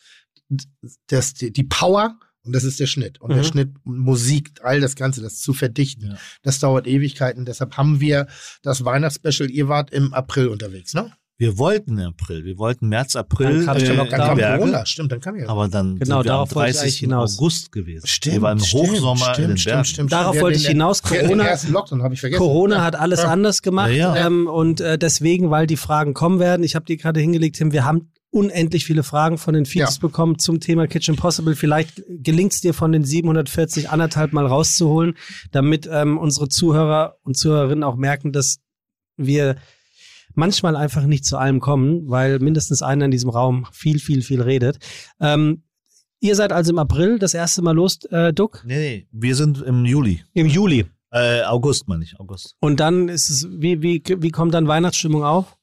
das, die Power und das ist der Schnitt. Und mhm. der Schnitt, Musik, all das Ganze, das zu verdichten, ja. das dauert Ewigkeiten. Deshalb haben wir das Weihnachtsspecial, ihr wart im April unterwegs, ne? Wir wollten im April, wir wollten März, April. Dann, äh, dann kam Corona, stimmt, dann kam ja. Aber dann genau, sind wir darauf am dreißigsten hinaus. August gewesen. Stimmt, wir waren im stimmt, Hochsommer stimmt, in den stimmt, Bergen. stimmt, Darauf stimmt. wollte ich hinaus. Corona, ersten Lockdown habe ich vergessen. Corona ja. hat alles ja. anders gemacht ja, ja. Ähm, und äh, deswegen, weil die Fragen kommen werden, ich habe die gerade hingelegt, Tim, wir haben unendlich viele Fragen von den Feeds ja. bekommen zum Thema Kitchen Impossible. Vielleicht gelingt es dir von den siebenhundertvierzig anderthalb mal rauszuholen, damit ähm, unsere Zuhörer und Zuhörerinnen auch merken, dass wir manchmal einfach nicht zu allem kommen, weil mindestens einer in diesem Raum viel, viel, viel redet. Ähm, ihr seid also im April das erste Mal los, äh, Duck? Nee, nee, wir sind im Juli. Im Juli? Äh, August, meine ich, August. Und dann ist es, wie, wie, wie kommt dann Weihnachtsstimmung auf?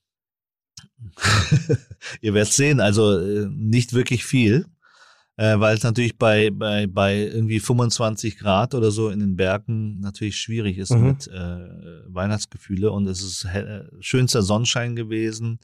Ihr werdet sehen, also äh, nicht wirklich viel, äh, weil es natürlich bei, bei, bei irgendwie fünfundzwanzig Grad oder so in den Bergen natürlich schwierig ist mhm. mit äh, Weihnachtsgefühle und es ist äh, schönster Sonnenschein gewesen.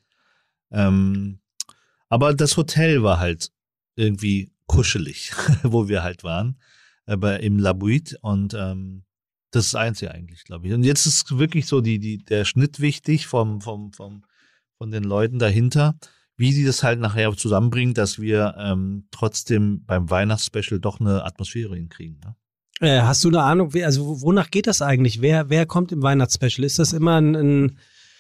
Ähm, aber das Hotel war halt irgendwie kuschelig, wo wir halt waren, aber im La Buite und ähm, das ist das Einzige eigentlich, glaube ich. Und jetzt ist wirklich so die, die, der Schnitt wichtig vom, vom, vom von den Leuten dahinter, wie sie das halt nachher zusammenbringen, dass wir ähm, trotzdem beim Weihnachtsspecial doch eine Atmosphäre hinkriegen. Ne? Äh, hast du eine Ahnung, wer, also wonach geht das eigentlich? Wer, wer kommt im Weihnachtsspecial? Ist das immer ein, ein,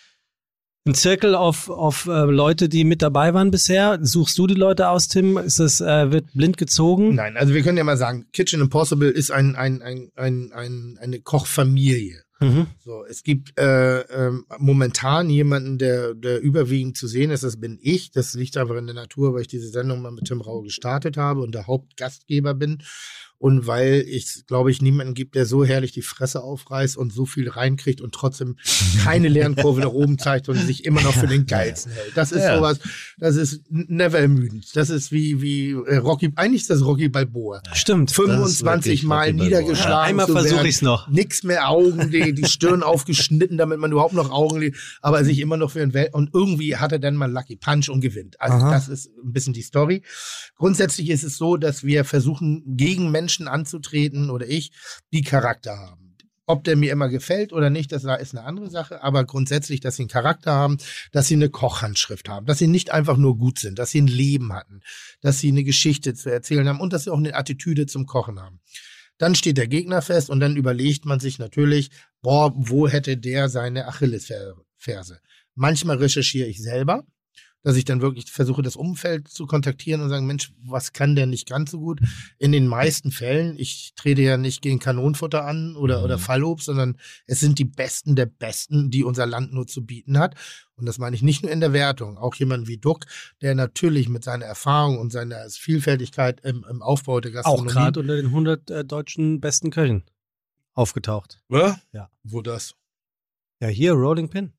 ein Zirkel auf, auf äh, Leute, die mit dabei waren bisher? Suchst du die Leute aus, Tim? Ist das, äh, wird blind gezogen? Nein, also wir können ja mal sagen, Kitchen Impossible ist ein, ein, ein, ein, ein, eine Kochfamilie. Mhm. So, es gibt äh, äh, momentan jemanden, der, der überwiegend zu sehen ist, das bin ich. Das liegt einfach in der Natur, weil ich diese Sendung mal mit Tim Rau gestartet habe und der Hauptgastgeber bin. Und weil ich, glaube ich, niemanden gibt, der so herrlich die Fresse aufreißt und so viel reinkriegt und trotzdem keine Lernkurve nach oben zeigt und sich immer noch für den Geilsten hält. Das ist ja. sowas, das ist never ermüdend. Das ist wie, wie Rocky, eigentlich ist das Rocky Balboa. Stimmt. fünfundzwanzig Mal niedergeschlagen. Ja, einmal versuche ich es noch. Nix mehr Augen, die, die Stirn aufgeschnitten, damit man überhaupt noch Augen legt, aber sich immer noch für den Welt, und irgendwie hat er dann mal Lucky Punch und gewinnt. Also Aha. das ist ein bisschen die Story. Grundsätzlich ist es so, dass wir versuchen, gegen Menschen anzutreten, oder ich, die Charakter haben. Ob der mir immer gefällt oder nicht, das ist eine andere Sache, aber grundsätzlich, dass sie einen Charakter haben, dass sie eine Kochhandschrift haben, dass sie nicht einfach nur gut sind, dass sie ein Leben hatten, dass sie eine Geschichte zu erzählen haben und dass sie auch eine Attitüde zum Kochen haben. Dann steht der Gegner fest und dann überlegt man sich natürlich, boah, wo hätte der seine Achillesferse? Manchmal recherchiere ich selber. dass ich dann wirklich versuche, das Umfeld zu kontaktieren und sagen, Mensch, was kann der nicht ganz so gut? In den meisten Fällen, ich trete ja nicht gegen Kanonenfutter an oder, mhm. oder Fallobst, sondern es sind die Besten der Besten, die unser Land nur zu bieten hat. Und das meine ich nicht nur in der Wertung. Auch jemand wie Duck, der natürlich mit seiner Erfahrung und seiner Vielfältigkeit im, im Aufbau der Gastronomie. Auch gerade unter den hundert äh, deutschen besten Köchen aufgetaucht. Ja? Ja. Wo das? Ja, hier, Rolling Pin.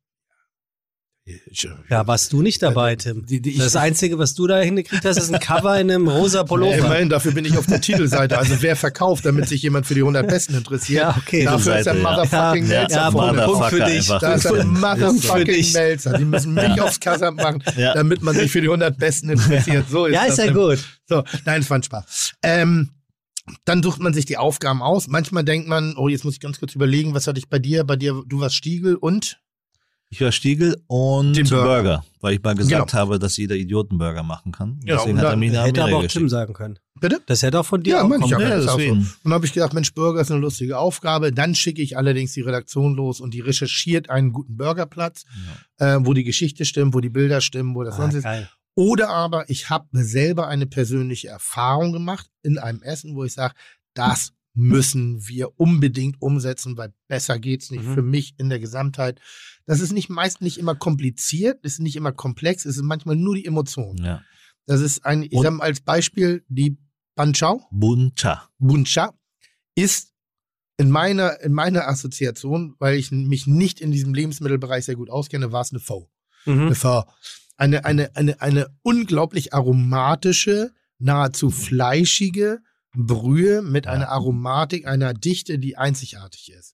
Ja, warst du nicht dabei, Tim? Die, die, das Einzige, was du da hingekriegt hast, ist ein Cover in einem rosa Pullover. Ja, immerhin, dafür bin ich auf der Titelseite. Also wer verkauft, damit sich jemand für die hundert Besten interessiert. Ja, okay. Dafür ist der ja. Motherfucking ja, Melzer ja, vorne. Punkt für dich. Da ist der Motherfucking Melzer. Die müssen mich ja. aufs Kassamt machen, ja. damit man sich für die hundert Besten interessiert. So ist ja, das ist ja gut. So, nein, es war ein Spaß. Ähm, Dann sucht man sich die Aufgaben aus. Manchmal denkt man, oh, jetzt muss ich ganz kurz überlegen, was hatte ich bei dir? Bei dir, du warst Stiegel und? Ich war Stiegel und Den Burger. Burger, weil ich mal gesagt Genau. habe, dass jeder Idiotenburger machen kann. Genau, Deswegen und hat er dann mich nach Hätte aber auch geschickt. Tim sagen können. Bitte? Das hätte auch von dir Ja, auch manche kommen haben Ja, das auch so. deswegen. Und dann habe ich gedacht, Mensch, Burger ist eine lustige Aufgabe. Dann schicke ich allerdings die Redaktion los und die recherchiert einen guten Burgerplatz, Ja. äh, wo die Geschichte stimmt, wo die Bilder stimmen, wo das Ah, sonst ist. geil. Oder aber ich habe selber eine persönliche Erfahrung gemacht in einem Essen, wo ich sage, das müssen wir unbedingt umsetzen, weil besser geht's nicht Mhm. für mich in der Gesamtheit. Das ist nicht meist nicht immer kompliziert, ist nicht immer komplex, es ist manchmal nur die Emotion. Ja. Das ist ein, ich Und- sage mal als Beispiel, die Banchao, Buncha. Buncha, ist in meiner, in meiner Assoziation, weil ich mich nicht in diesem Lebensmittelbereich sehr gut auskenne, war es eine Pho. Mhm. Eine Pho. Eine, eine, eine, eine unglaublich aromatische, nahezu fleischige Brühe mit Ja. einer Aromatik, einer Dichte, die einzigartig ist.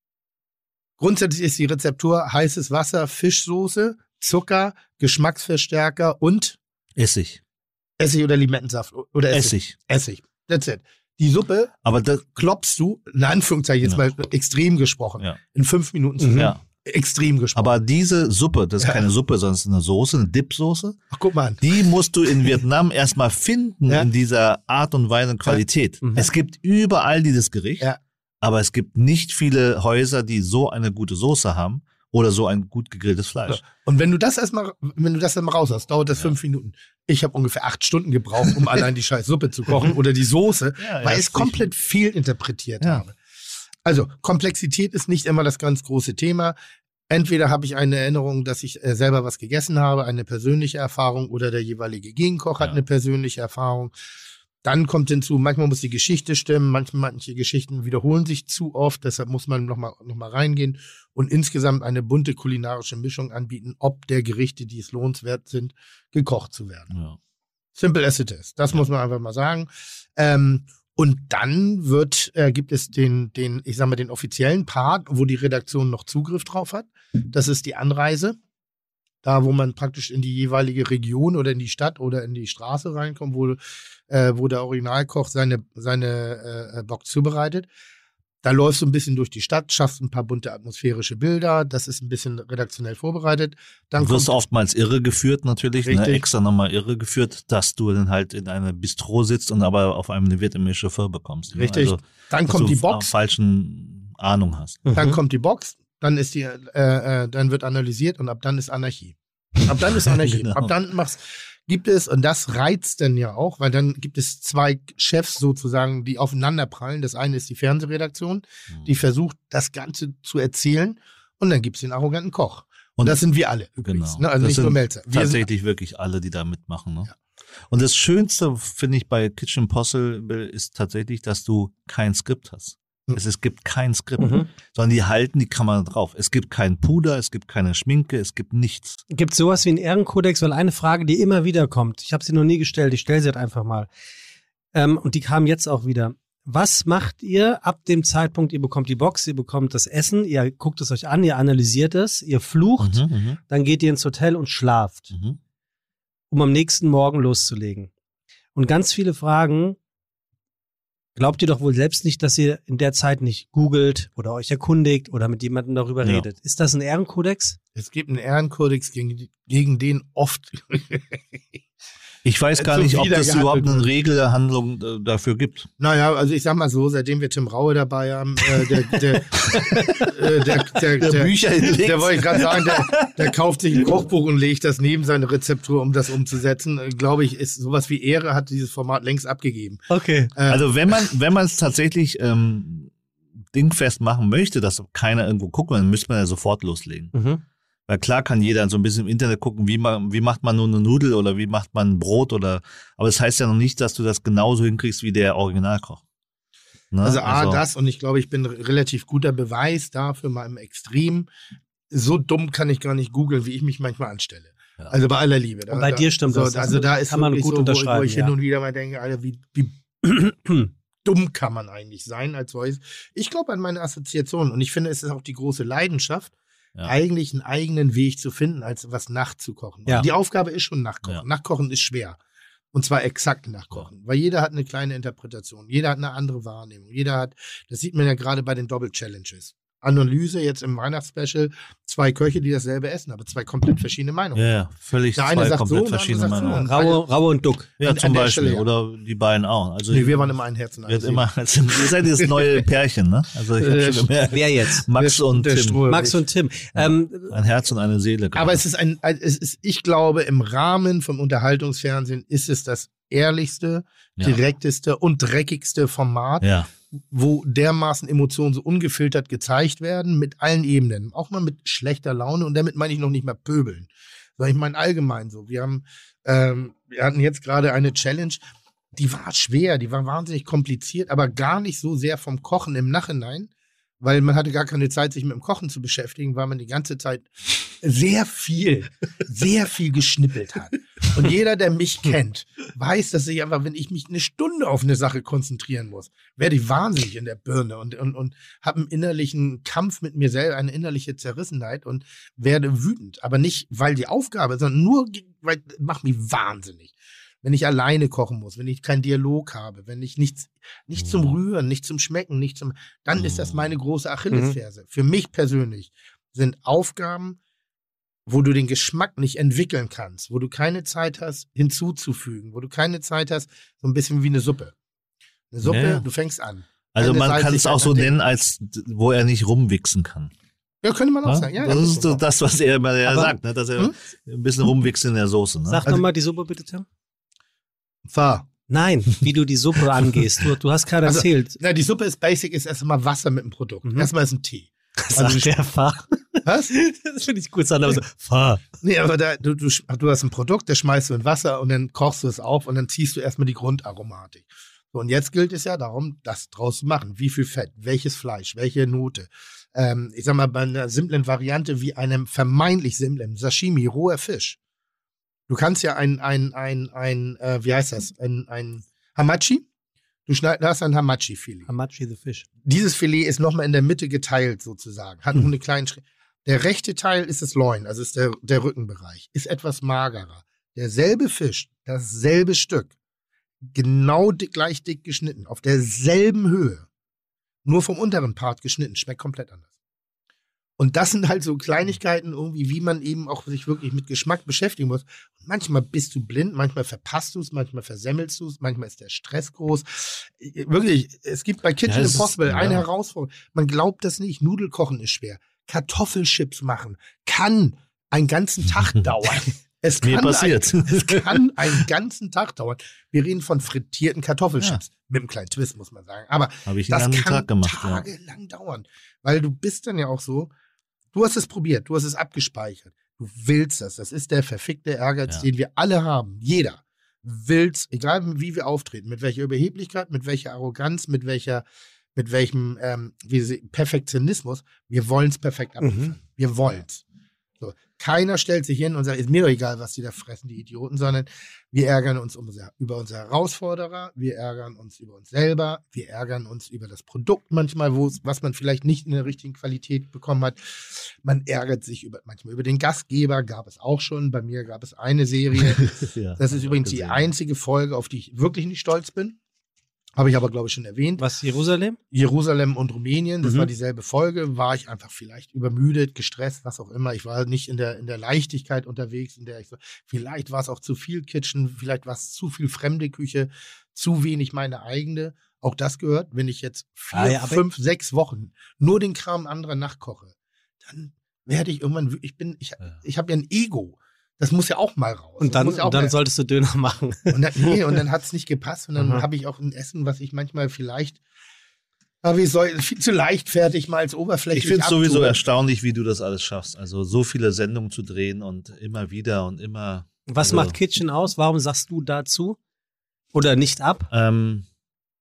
Grundsätzlich ist die Rezeptur heißes Wasser, Fischsoße, Zucker, Geschmacksverstärker und Essig. Essig oder Limettensaft oder Essig. Essig. Essig. That's it. Die Suppe Aber das, klopfst du, in Anführungszeichen jetzt Ja. mal extrem gesprochen, ja. in fünf Minuten zusammen. ja. Extrem gesprochen. Aber diese Suppe, das ist Ja. keine Suppe, sondern es ist eine Soße, eine Dipsoße. Ach, guck mal an. Die musst du in Vietnam erstmal finden Ja. in dieser Art und Weise und Qualität. Mhm. Es gibt überall dieses Gericht, Ja. aber es gibt nicht viele Häuser, die so eine gute Soße haben oder so ein gut gegrilltes Fleisch. Und wenn du das erstmal, wenn du das dann mal raus hast, dauert das fünf Minuten. Ich habe ungefähr acht Stunden gebraucht, um allein die scheiß Suppe zu kochen oder die Soße, Ja, weil ja, ich es komplett fehlinterpretiert Ja. habe. Also Komplexität ist nicht immer das ganz große Thema. Entweder habe ich eine Erinnerung, dass ich äh, selber was gegessen habe, eine persönliche Erfahrung, oder der jeweilige Gegenkoch hat Ja. eine persönliche Erfahrung. Dann kommt hinzu, manchmal muss die Geschichte stimmen, manchmal, manche Geschichten wiederholen sich zu oft, deshalb muss man nochmal noch mal reingehen und insgesamt eine bunte kulinarische Mischung anbieten, ob der Gerichte, die es lohnenswert sind, gekocht zu werden. Ja. Simple as it is. Das muss man einfach mal sagen. Ähm, und dann wird, äh, gibt es den, den, ich sag mal, den offiziellen Part, wo die Redaktion noch Zugriff drauf hat. Das ist die Anreise. Da, wo man praktisch in die jeweilige Region oder in die Stadt oder in die Straße reinkommt, wo, äh, wo der Originalkoch seine, seine äh, Bock zubereitet. Da läufst du ein bisschen durch die Stadt, schaffst ein paar bunte atmosphärische Bilder. Das ist ein bisschen redaktionell vorbereitet. Dann Du wirst kommt, oftmals irre geführt natürlich, ne, Richtig. extra nochmal irre geführt, dass du dann halt in einem Bistro sitzt und aber auf einem eine vietnamesische Chauffeur bekommst. Ne? Richtig. Also, dann dass kommt du die f- Box. falschen Ahnung hast. Dann Mhm. kommt die Box, dann ist die, äh, äh, dann wird analysiert und ab dann ist Anarchie. Ab dann ist Anarchie. Genau. Ab dann machst, gibt es, und das reizt dann ja auch, weil dann gibt es zwei Chefs sozusagen, die aufeinanderprallen. Das eine ist die Fernsehredaktion, die versucht, das Ganze zu erzählen, und dann gibt es den arroganten Koch. Und, Und- das sind wir alle übrigens, Genau. ne? Also Das nicht sind nur Melzer. Wir sind, Tatsächlich wirklich alle, die da mitmachen. Ne? Ja. Und das Schönste, finde ich, bei Kitchen Impossible ist tatsächlich, dass du kein Skript hast. Hm. Es, es gibt kein Skript, Mhm. sondern die halten die Kamera drauf. Es gibt kein Puder, es gibt keine Schminke, es gibt nichts. Gibt es sowas wie einen Ehrenkodex? Weil eine Frage, die immer wieder kommt, ich habe sie noch nie gestellt, ich stelle sie halt einfach mal. Ähm, und die kam jetzt auch wieder. Was macht ihr ab dem Zeitpunkt, ihr bekommt die Box, ihr bekommt das Essen, ihr guckt es euch an, ihr analysiert es, ihr flucht, Mhm, mhm, dann geht ihr ins Hotel und schlaft, mhm. um am nächsten Morgen loszulegen. Und ganz viele fragen, glaubt ihr doch wohl selbst nicht, dass ihr in der Zeit nicht googelt oder euch erkundigt oder mit jemandem darüber Ja. redet. Ist das ein Ehrenkodex? es gibt einen Ehrenkodex, gegen, gegen den oft Ich weiß gar so nicht, ob es überhaupt eine wird. Regelhandlung äh, dafür gibt. Naja, also ich sag mal so, seitdem wir Tim Raue dabei haben, äh, der, der, äh, der, der, Der der, Bücher hinlegt. der wollte ich gerade sagen, der, der kauft sich ein Kochbuch und legt das neben seine Rezeptur, um das umzusetzen. Äh, Glaube ich, ist sowas wie Ehre hat dieses Format längst abgegeben. Okay. Äh, Also wenn man wenn man es tatsächlich ähm, dingfest machen möchte, dass keiner irgendwo guckt, dann müsste man ja sofort loslegen. Mhm. Weil klar kann jeder so ein bisschen im Internet gucken, wie, man, wie macht man nur eine Nudel oder wie macht man ein Brot oder, aber das heißt ja noch nicht, dass du das genauso hinkriegst wie der Originalkoch. Ne? Also A, das, und ich glaube, ich bin ein relativ guter Beweis dafür, mal im Extrem. So dumm kann ich gar nicht googeln, wie ich mich manchmal anstelle. Ja. Also bei aller Liebe. Da, Und bei da, dir stimmt so, das. Also da ist kann man wirklich gut so, wo, unterschreiben. wo ich ja. hin und wieder mal denke, Alter, wie, wie dumm kann man eigentlich sein als solches. Ich glaube an meine Assoziation und ich finde, es ist auch die große Leidenschaft, Ja. eigentlich einen eigenen Weg zu finden, als was nachzukochen. Ja. Und die Aufgabe ist schon Nachkochen. Ja. Nachkochen ist schwer. Und zwar exakt nachkochen. Weil jeder hat eine kleine Interpretation. Jeder hat eine andere Wahrnehmung. Jeder hat, das sieht man ja gerade bei den Doppel-Challenges. Analyse jetzt im Weihnachtsspecial, zwei Köche, die dasselbe essen, aber zwei komplett verschiedene Meinungen. Ja, ja, völlig Der eine zwei sagt komplett so, der verschiedene andere sagt so. Meinungen. Raue, Raue und Duck. Ja, an- zum an der Beispiel. Stelle, ja. Oder die beiden auch. Also Nee, wir waren immer ein Herz und eine wird Seele. immer, also, ihr seid das neue Pärchen, ne? Also ich Äh, habe schon gemerkt. Wer jetzt? Max Der- und der Tim. Stroh- Max und Tim. Ähm, Ein Herz und eine Seele. Aber es ist ein, es ist, ich glaube, im Rahmen vom Unterhaltungsfernsehen ist es das ehrlichste, Ja. direkteste und dreckigste Format, Ja. wo dermaßen Emotionen so ungefiltert gezeigt werden, mit allen Ebenen. Auch mal mit schlechter Laune und damit meine ich noch nicht mal pöbeln. Sondern ich meine allgemein so. Wir haben, ähm, wir hatten jetzt gerade eine Challenge, die war schwer, die war wahnsinnig kompliziert, aber gar nicht so sehr vom Kochen im Nachhinein, weil man hatte gar keine Zeit, sich mit dem Kochen zu beschäftigen, weil man die ganze Zeit sehr viel, sehr viel geschnippelt hat. Und jeder, der mich kennt, weiß, dass ich einfach, wenn ich mich eine Stunde auf eine Sache konzentrieren muss, werde ich wahnsinnig in der Birne und, und, und habe einen innerlichen Kampf mit mir selber, eine innerliche Zerrissenheit und werde wütend. Aber nicht, weil die Aufgabe, sondern nur, weil macht mich wahnsinnig. Wenn ich alleine kochen muss, wenn ich keinen Dialog habe, wenn ich nichts, nicht zum Rühren, nicht zum Schmecken, nicht zum, dann ist das meine große Achillesferse. Für mich persönlich sind Aufgaben, wo du den Geschmack nicht entwickeln kannst, wo du keine Zeit hast, hinzuzufügen, wo du keine Zeit hast, so ein bisschen wie eine Suppe. Eine Suppe, Ja. du fängst an. Also Eine man kann es Salzigkeit auch so an dem- nennen, als wo er nicht rumwichsen kann. Ja, könnte man auch Ja? sagen. Ja, das ja, ist so so. das, was er immer ja Aber- sagt, ne? Dass er Hm? ein bisschen rumwichst in der Soße. Ne? sag Also- nochmal die Suppe bitte, Tim. Fahr. Nein, wie du die Suppe angehst. Du, du hast gerade Also- erzählt. Na, die Suppe ist basic, ist erstmal Wasser mit dem Produkt. Mhm. Erstmal ist ein Tee. Sagt Also- der Fahr. Was? Das finde ich gut. Aber so, Fahr. Nee, aber da, du, du, du hast ein Produkt, das schmeißt du in Wasser und dann kochst du es auf und dann ziehst du erstmal die Grundaromatik. So, und jetzt gilt es ja darum, das draus zu machen. Wie viel Fett, welches Fleisch, welche Note. Ähm, ich sag mal, bei einer simplen Variante wie einem vermeintlich simplen Sashimi, roher Fisch. Du kannst ja ein, ein, ein, ein, äh, wie heißt das? Ein, ein Hamachi. Du schneid, hast ein Hamachi-Filet. Hamachi the Fish. Dieses Filet ist nochmal in der Mitte geteilt sozusagen. Hat nur eine kleine Schritt. Der rechte Teil ist das Loin, also ist der, der Rückenbereich. Ist etwas magerer. Derselbe Fisch, dasselbe Stück, genau dick, gleich dick geschnitten, auf derselben Höhe. Nur vom unteren Part geschnitten, schmeckt komplett anders. Und das sind halt so Kleinigkeiten irgendwie, wie man eben auch sich wirklich mit Geschmack beschäftigen muss. Und manchmal bist du blind, manchmal verpasst du es, manchmal versemmelst du es, manchmal ist der Stress groß. Wirklich, es gibt bei Kitchen Ja, es ist- Impossible eine ja. Herausforderung. Man glaubt das nicht, Nudelkochen ist schwer. Kartoffelchips machen kann einen ganzen Tag dauern. Es Mir kann passiert. Ein, es kann einen ganzen Tag dauern. Wir reden von frittierten Kartoffelchips. Mit einem kleinen Twist, muss man sagen. Aber Habe ich den das ganzen kann Tag gemacht. Ja. tagelang dauern. Weil du bist dann ja auch so, du hast es probiert, du hast es abgespeichert. Du willst das. Das ist der verfickte Ehrgeiz, Ja. den wir alle haben. Jeder will's, egal wie wir auftreten, mit welcher Überheblichkeit, mit welcher Arroganz, mit welcher, mit welchem ähm, wie sie, Perfektionismus. Wir wollen es perfekt abliefern. Wir wollen's. So. Keiner stellt sich hin und sagt, ist mir doch egal, was die da fressen, die Idioten, sondern wir ärgern uns um unser, über unsere Herausforderer, wir ärgern uns über uns selber, wir ärgern uns über das Produkt manchmal, wo es- was man vielleicht nicht in der richtigen Qualität bekommen hat. Man ärgert sich über, manchmal über den Gastgeber, gab es auch schon. Bei mir gab es eine Serie. Ja, Das ist hab übrigens ich die gesehen. einzige Folge, auf die ich wirklich nicht stolz bin. Habe ich aber, glaube ich, schon erwähnt. Was, Jerusalem? Jerusalem und Rumänien, das Mhm. war dieselbe Folge. War ich einfach vielleicht übermüdet, gestresst, was auch immer. Ich war nicht in der, in der Leichtigkeit unterwegs, in der ich so, vielleicht war es auch zu viel Kitchen, vielleicht war es zu viel fremde Küche, zu wenig meine eigene. Auch das gehört, wenn ich jetzt vier, Ah, ja, aber- fünf, sechs Wochen nur den Kram anderer nachkoche, dann werde ich irgendwann, wü- ich bin, ich, ich habe ja ein Ego. Das muss ja auch mal raus. Und Das dann, muss ja auch und dann mal- solltest du Döner machen. und dann, nee, und dann hat es nicht gepasst und dann Aha. habe ich auch ein Essen, was ich manchmal vielleicht, aber wie soll, viel zu leichtfertig mal als oberflächlich Ich finde es sowieso abtue. erstaunlich, wie du das alles schaffst. Also so viele Sendungen zu drehen und immer wieder und immer. Was Also- macht Kitchen aus? Warum sagst du dazu? Oder nicht ab? Ähm,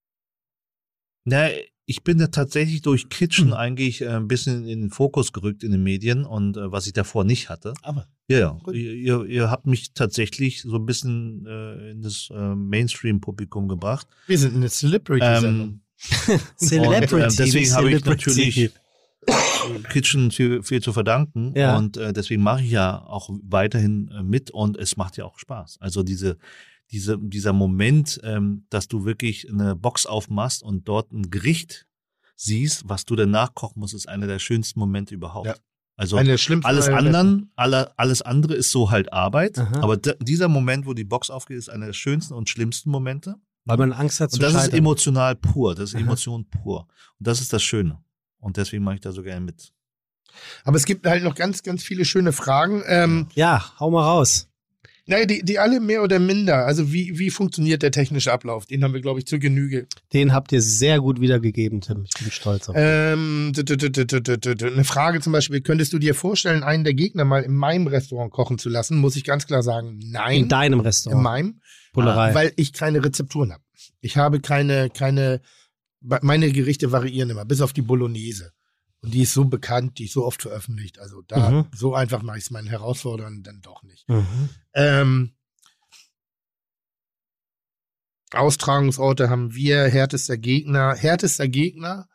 na, ich bin ja tatsächlich durch Kitchen eigentlich äh, ein bisschen in den Fokus gerückt in den Medien und äh, was ich davor nicht hatte. Aber Ja, ja. Gut. Ihr, ihr, ihr habt mich tatsächlich so ein bisschen äh, in das äh, Mainstream-Publikum gebracht. wir sind eine Celebrity-Sendung. Ähm, Celebrity. Und, äh, deswegen habe ich Celebrity. natürlich Kitchen viel, viel zu verdanken. Ja. Und äh, deswegen mache ich ja auch weiterhin äh, mit und es macht ja auch Spaß. Also diese, diese, dieser Moment, ähm, dass du wirklich eine Box aufmachst und dort ein Gericht siehst, was du danach kochen musst, ist einer der schönsten Momente überhaupt. Ja. Also Eine der schlimmsten, alles eine der besten. anderen, alle, alles andere ist so halt Arbeit. Aha. Aber d- dieser Moment, wo die Box aufgeht, ist einer der schönsten und schlimmsten Momente. Weil man Angst hat zu Und das ist scheitern. emotional pur. Das ist Aha. Emotion pur. Und das ist das Schöne. Und deswegen mache ich da so gerne mit. Aber es gibt halt noch ganz, ganz viele schöne Fragen. Ähm, Ja, hau mal raus. naja, die, die alle mehr oder minder. Also wie, wie funktioniert der technische Ablauf? Den haben wir, glaube ich, zur Genüge. Den habt ihr sehr gut wiedergegeben, Tim. Ich bin stolz auf dich. Ähm, d- d- d- d- d- d- d- eine Frage zum Beispiel, könntest du dir vorstellen, einen der Gegner mal in meinem Restaurant kochen zu lassen? Muss ich ganz klar sagen, nein. In deinem in Restaurant. meinem, Bullerei. weil ich keine Rezepturen habe. Ich habe keine, keine, meine Gerichte variieren immer, bis auf die Bolognese. Und die ist so bekannt, die ist so oft veröffentlicht. Also da, Mhm. so einfach mache ich es meinen Herausforderern dann doch nicht. Mhm. Ähm, Austragungsorte haben wir, härtester Gegner. Härtester Gegner.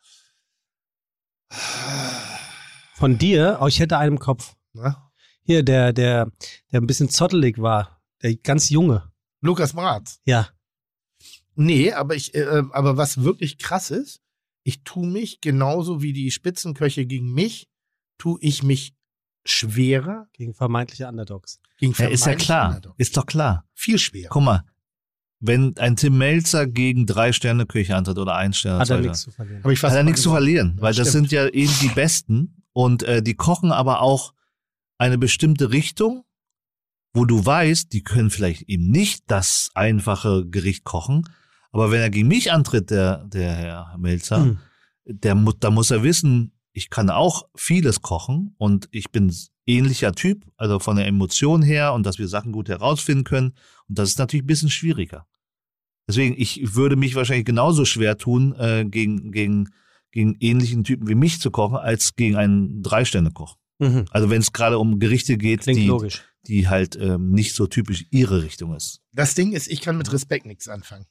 Von dir, oh, ich hätte einen im Kopf. Na? Hier, der, der, der ein bisschen zottelig war. Der ganz junge. Lukas Bratz. Ja. Nee, aber ich, äh, aber was wirklich krass ist, ich tue mich genauso wie die Spitzenköche gegen mich, tue ich mich schwerer Gegen vermeintliche Underdogs. gegen Ja, ist ja vermeintliche klar. Underdogs. Ist doch klar. Viel schwerer. Guck mal, wenn ein Tim Melzer gegen drei Sterne Küche antritt oder ein Sterne, Hat er zwei nichts Sterne, zu verlieren. Hab ich fast hat er mal nichts zu gesagt. verlieren, Ja, weil das stimmt. sind ja eben die Besten und äh, die kochen aber auch eine bestimmte Richtung, wo du weißt, die können vielleicht eben nicht das einfache Gericht kochen, aber wenn er gegen mich antritt, der, der Herr Melzer, Hm. der, mu- da muss er wissen, ich kann auch vieles kochen und ich bin ähnlicher Typ, also von der Emotion her und dass wir Sachen gut herausfinden können. Und das ist natürlich ein bisschen schwieriger. Deswegen, ich würde mich wahrscheinlich genauso schwer tun, äh, gegen, gegen, gegen ähnlichen Typen wie mich zu kochen, als gegen einen Drei-Sterne-Koch. Mhm. Also wenn es gerade um Gerichte geht, Klingt die, logisch. die halt ähm, nicht so typisch ihre Richtung ist. Das Ding ist, ich kann mit Respekt nichts anfangen.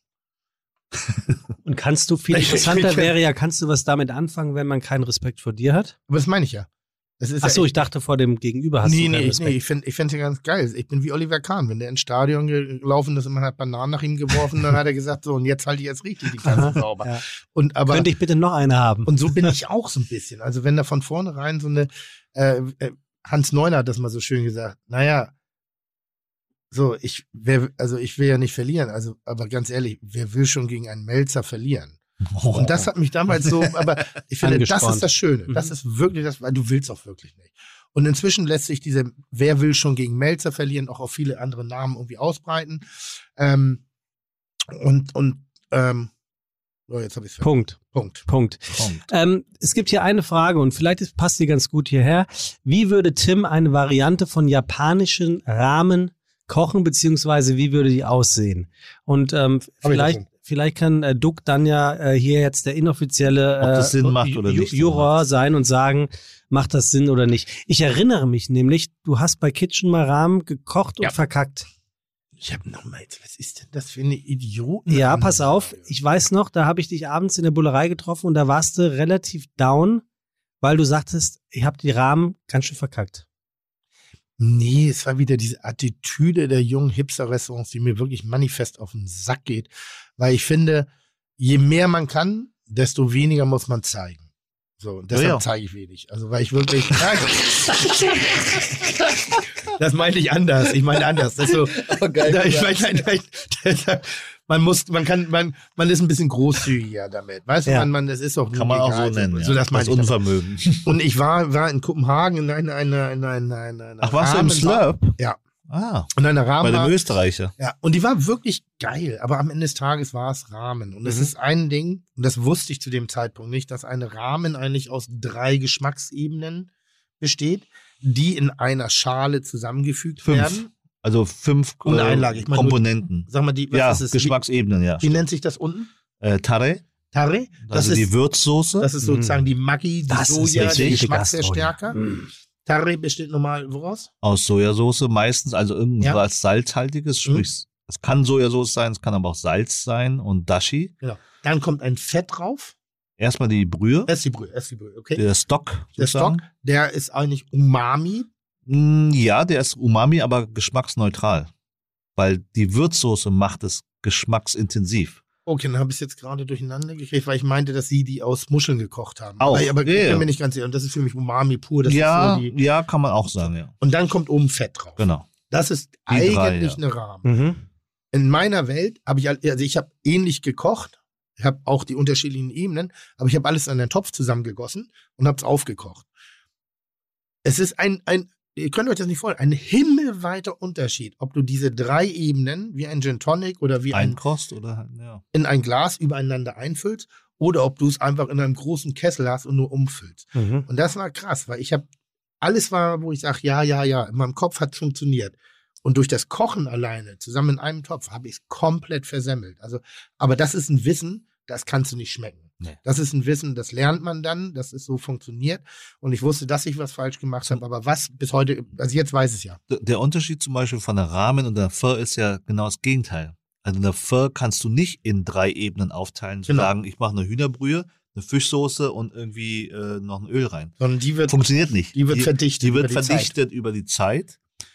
Und kannst du, viel Ich- interessanter ich- wäre ja, kannst du was damit anfangen, wenn man keinen Respekt vor dir hat? Aber das meine ich ja. Das ist Ach ja so, echt- ich dachte vor dem Gegenüber hast nee, du keinen nee, Respekt. nee, ich finde ich find's ja ganz geil. Ich bin wie Oliver Kahn. Wenn der ins Stadion gelaufen ist und man hat Bananen nach ihm geworfen, dann hat er gesagt, so, und jetzt halte ich jetzt richtig die Klasse sauber. Ja. Und aber Könnte ich bitte noch eine haben? Und so bin ich auch so ein bisschen. Also wenn da von vornherein so eine, äh, äh, Hans Neuner hat das mal so schön gesagt, naja, so, ich, wer, also ich will ja nicht verlieren, also, aber ganz ehrlich, wer will schon gegen einen Melzer verlieren? Und das hat mich damals so, aber ich finde, das Angespornt. ist das Schöne. Das Mhm. ist wirklich das, weil du willst auch wirklich nicht. Und inzwischen lässt sich diese, wer will schon gegen Melzer verlieren, auch auf viele andere Namen irgendwie ausbreiten. Ähm, und, und, ähm, so, jetzt habe ich es Punkt. Punkt. Punkt. Punkt. Ähm, es gibt hier eine Frage und vielleicht ist, passt die ganz gut hierher. Wie würde Tim eine Variante von japanischen Ramen kochen, beziehungsweise wie würde die aussehen? Und ähm, Hab ich vielleicht, davon. vielleicht kann äh, Duck dann ja äh, hier jetzt der inoffizielle Ob das äh, Sinn macht oder Ju- nicht. Juror sein und sagen, macht das Sinn oder nicht. Ich erinnere mich nämlich, du hast bei Kitchen mal Ramen gekocht Ja. und verkackt. Ich habe nochmal, was ist denn das für eine Idioten? Ja, pass auf. Ich weiß noch, da habe ich dich abends in der Bullerei getroffen und da warst du relativ down, weil du sagtest, ich habe die Rahmen ganz schön verkackt. Nee, es war wieder diese Attitüde der jungen Hipster-Restaurants, die mir wirklich manifest auf den Sack geht. Weil ich finde, je mehr man kann, desto weniger muss man zeigen. So, und deshalb ja, ja. zeige ich wenig. Also, weil ich wirklich. Das meinte ich anders. Ich meine anders. Das ist so, oh, geil, ich meine, man muss, man kann, man, man ist ein bisschen großzügiger damit. Weißt du, ja. man, man, das ist auch kann man auch so nennen. So, ja. das, das Unvermögen. Und ich war, war in Kopenhagen in einer, einer, einer, einer, einer Ach, warst du im Slurp? Ja. Ah. Und eine Rahmen. Bei dem Österreicher. Ja. Und die war wirklich geil. Aber am Ende des Tages war es Ramen. Und es mhm. ist ein Ding, und das wusste ich zu dem Zeitpunkt nicht, dass eine Ramen eigentlich aus drei Geschmacksebenen besteht, die in einer Schale zusammengefügt fünf. werden. Also fünf Und eine Einlage. Ich meine, Komponenten. Sag mal, die, was ja, ist es? Geschmacksebenen, ja. Wie nennt sich das unten? Äh, Tare. Tare? Das also ist die Würzsoße. Das ist sozusagen die Maggi, die das Soja, ist der richtig Geschmacksverstärker. Mhm. Tare besteht normal woraus? Aus Sojasauce meistens, also irgendwas Ja. salzhaltiges, sprich, mhm. es kann Sojasauce sein, es kann aber auch Salz sein und Dashi. Genau. Dann kommt ein Fett drauf. Erstmal die Brühe. Das ist die Brühe, das ist die Brühe, okay. Der Stock. Der Stock, der ist eigentlich Umami. Ja, der ist Umami, aber geschmacksneutral. Weil die Würzsoße macht es geschmacksintensiv. Okay, dann habe ich es jetzt gerade durcheinander gekriegt, weil ich meinte, dass sie die aus Muscheln gekocht haben. Auch. Aber, aber ja, ich bin ja. mir nicht ganz sicher. Und das ist für mich Umami pur. Das ja, ist so die ja, kann man auch sagen, ja. Und dann kommt oben Fett drauf. Genau. Das ist Die eigentlich drei, ja. eine Rahmen. Mhm. In meiner Welt habe ich, also ich habe ähnlich gekocht. Ich habe auch die unterschiedlichen Ebenen, aber ich habe alles in einen Topf zusammengegossen und habe es aufgekocht. Es ist ein, ein, ihr könnt euch das nicht vorstellen, ein himmelweiter Unterschied, ob du diese drei Ebenen wie ein Gin Tonic oder wie ein, Einkost oder halt, ja. in ein Glas übereinander einfüllst oder ob du es einfach in einem großen Kessel hast und nur umfüllst. Mhm. Und das war krass, weil ich habe, alles war, wo ich sage, ja, ja, ja, in meinem Kopf hat es funktioniert. Und durch das Kochen alleine, zusammen in einem Topf, habe ich es komplett versemmelt. Also, aber das ist ein Wissen, das kannst du nicht schmecken. Nee. Das ist ein Wissen, das lernt man dann, dass es so funktioniert. Und ich wusste, dass ich was falsch gemacht habe, aber was bis heute, also jetzt weiß ich es ja. Der Unterschied zum Beispiel von der Ramen und der Pho ist ja genau das Gegenteil. Also in der Pho kannst du nicht in drei Ebenen aufteilen, zu Genau. sagen, ich mache eine Hühnerbrühe, eine Fischsoße und irgendwie äh, noch ein Öl rein. Sondern die wird, Funktioniert nicht. die wird verdichtet. Die wird über die verdichtet Zeit. über die Zeit.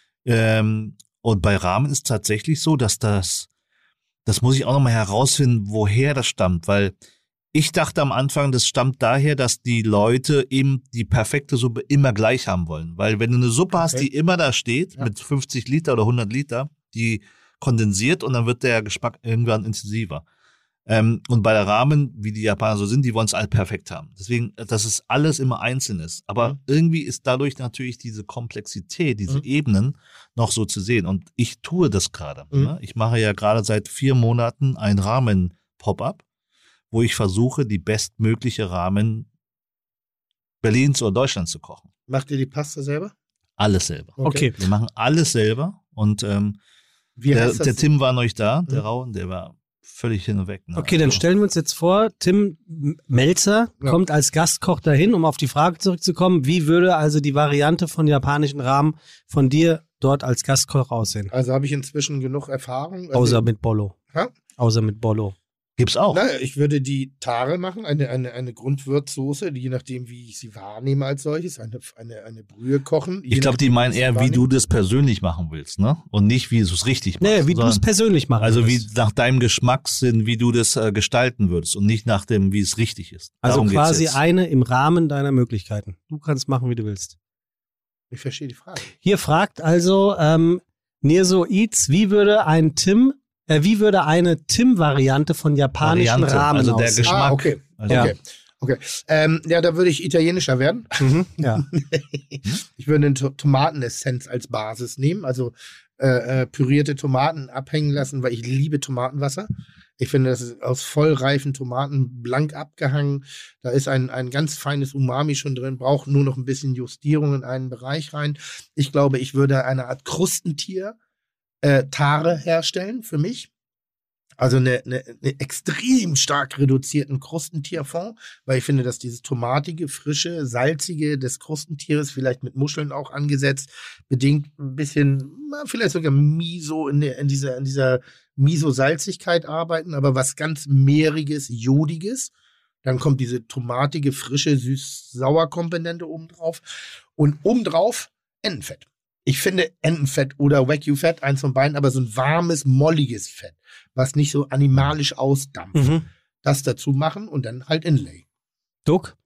Ähm, und bei Ramen ist tatsächlich so, dass das, das muss ich auch nochmal herausfinden, woher das stammt, weil ich dachte am Anfang, das stammt daher, dass die Leute eben die perfekte Suppe immer gleich haben wollen. Weil wenn du eine Suppe hast, Okay. die immer da steht, Ja. mit fünfzig Liter oder hundert Liter, die kondensiert und dann wird der Geschmack irgendwann intensiver. Ähm, und bei der Ramen, wie die Japaner so sind, die wollen es alle perfekt haben. Deswegen, dass es alles immer einzeln ist. Aber Mhm. irgendwie ist dadurch natürlich diese Komplexität, diese Mhm. Ebenen noch so zu sehen. Und ich tue das gerade. Mhm. Ne? Ich mache ja gerade seit vier Monaten ein Ramen-Pop-up, wo ich versuche, die bestmögliche Ramen Berlins oder Deutschlands zu kochen. Macht ihr die Pasta selber? Alles selber. Okay. Wir machen alles selber. Und ähm, Wie der, heißt das? der Tim war noch nicht da, der Mhm. Rauen, der war völlig hin und weg. Ne? Okay, dann Also, stellen wir uns jetzt vor, Tim Melzer Ja. kommt als Gastkoch dahin, um auf die Frage zurückzukommen, wie würde also die Variante von japanischen Ramen von dir dort als Gastkoch aussehen? Also habe ich inzwischen genug Erfahrung. Also, Außer mit Bollo. Hä? Außer mit Bollo. Gibt's auch. Naja, ich würde die Tare machen, eine, eine, eine Grundwürzsoße, die je nachdem, wie ich sie wahrnehme als solches, eine, eine, eine Brühe kochen. Je Ich glaube, die nachdem, meinen ich sie eher, wie wahrnehme. du das persönlich machen willst, ne? Und nicht, wie du es richtig machst. Nee, wie du es sondern- persönlich machen Also wie würdest. nach deinem Geschmackssinn, wie du das äh, gestalten würdest und nicht nach dem, wie es richtig ist. Also Darum geht's quasi jetzt. eine im Rahmen deiner Möglichkeiten. Du kannst machen, wie du willst. Ich verstehe die Frage. Hier fragt also ähm, Nirso Eats, wie würde ein Tim, äh, wie würde eine Tim-Variante von japanischen Variante, Ramen also der aussehen? Geschmack. Ah, okay. Also, Ja. Okay. Okay. Ähm, ja, da würde ich italienischer werden. Mhm, ja. Ich würde eine To- Tomatenessenz als Basis nehmen, also äh, äh, pürierte Tomaten abhängen lassen, weil ich liebe Tomatenwasser. Ich finde, das ist aus vollreifen Tomaten blank abgehangen. Da ist ein, ein ganz feines Umami schon drin, braucht nur noch ein bisschen Justierung in einen Bereich rein. Ich glaube, ich würde eine Art Krustentier äh, Tare herstellen für mich. Also eine, eine, eine extrem stark reduzierten Krustentierfond, weil ich finde, dass dieses tomatige, frische, salzige des Krustentieres, vielleicht mit Muscheln auch angesetzt, bedingt ein bisschen, na, vielleicht sogar Miso in, der, in dieser, in dieser Miso-Salzigkeit arbeiten, aber was ganz Mehriges, Jodiges. Dann kommt diese tomatige, frische, süß-sauer Komponente obendrauf. Und obendrauf Entenfett. Ich finde Entenfett oder Wagyu-Fett, eins von beiden, aber so ein warmes, molliges Fett, was nicht so animalisch ausdampft. Mhm. das dazu machen und dann halt Inlay. Duck?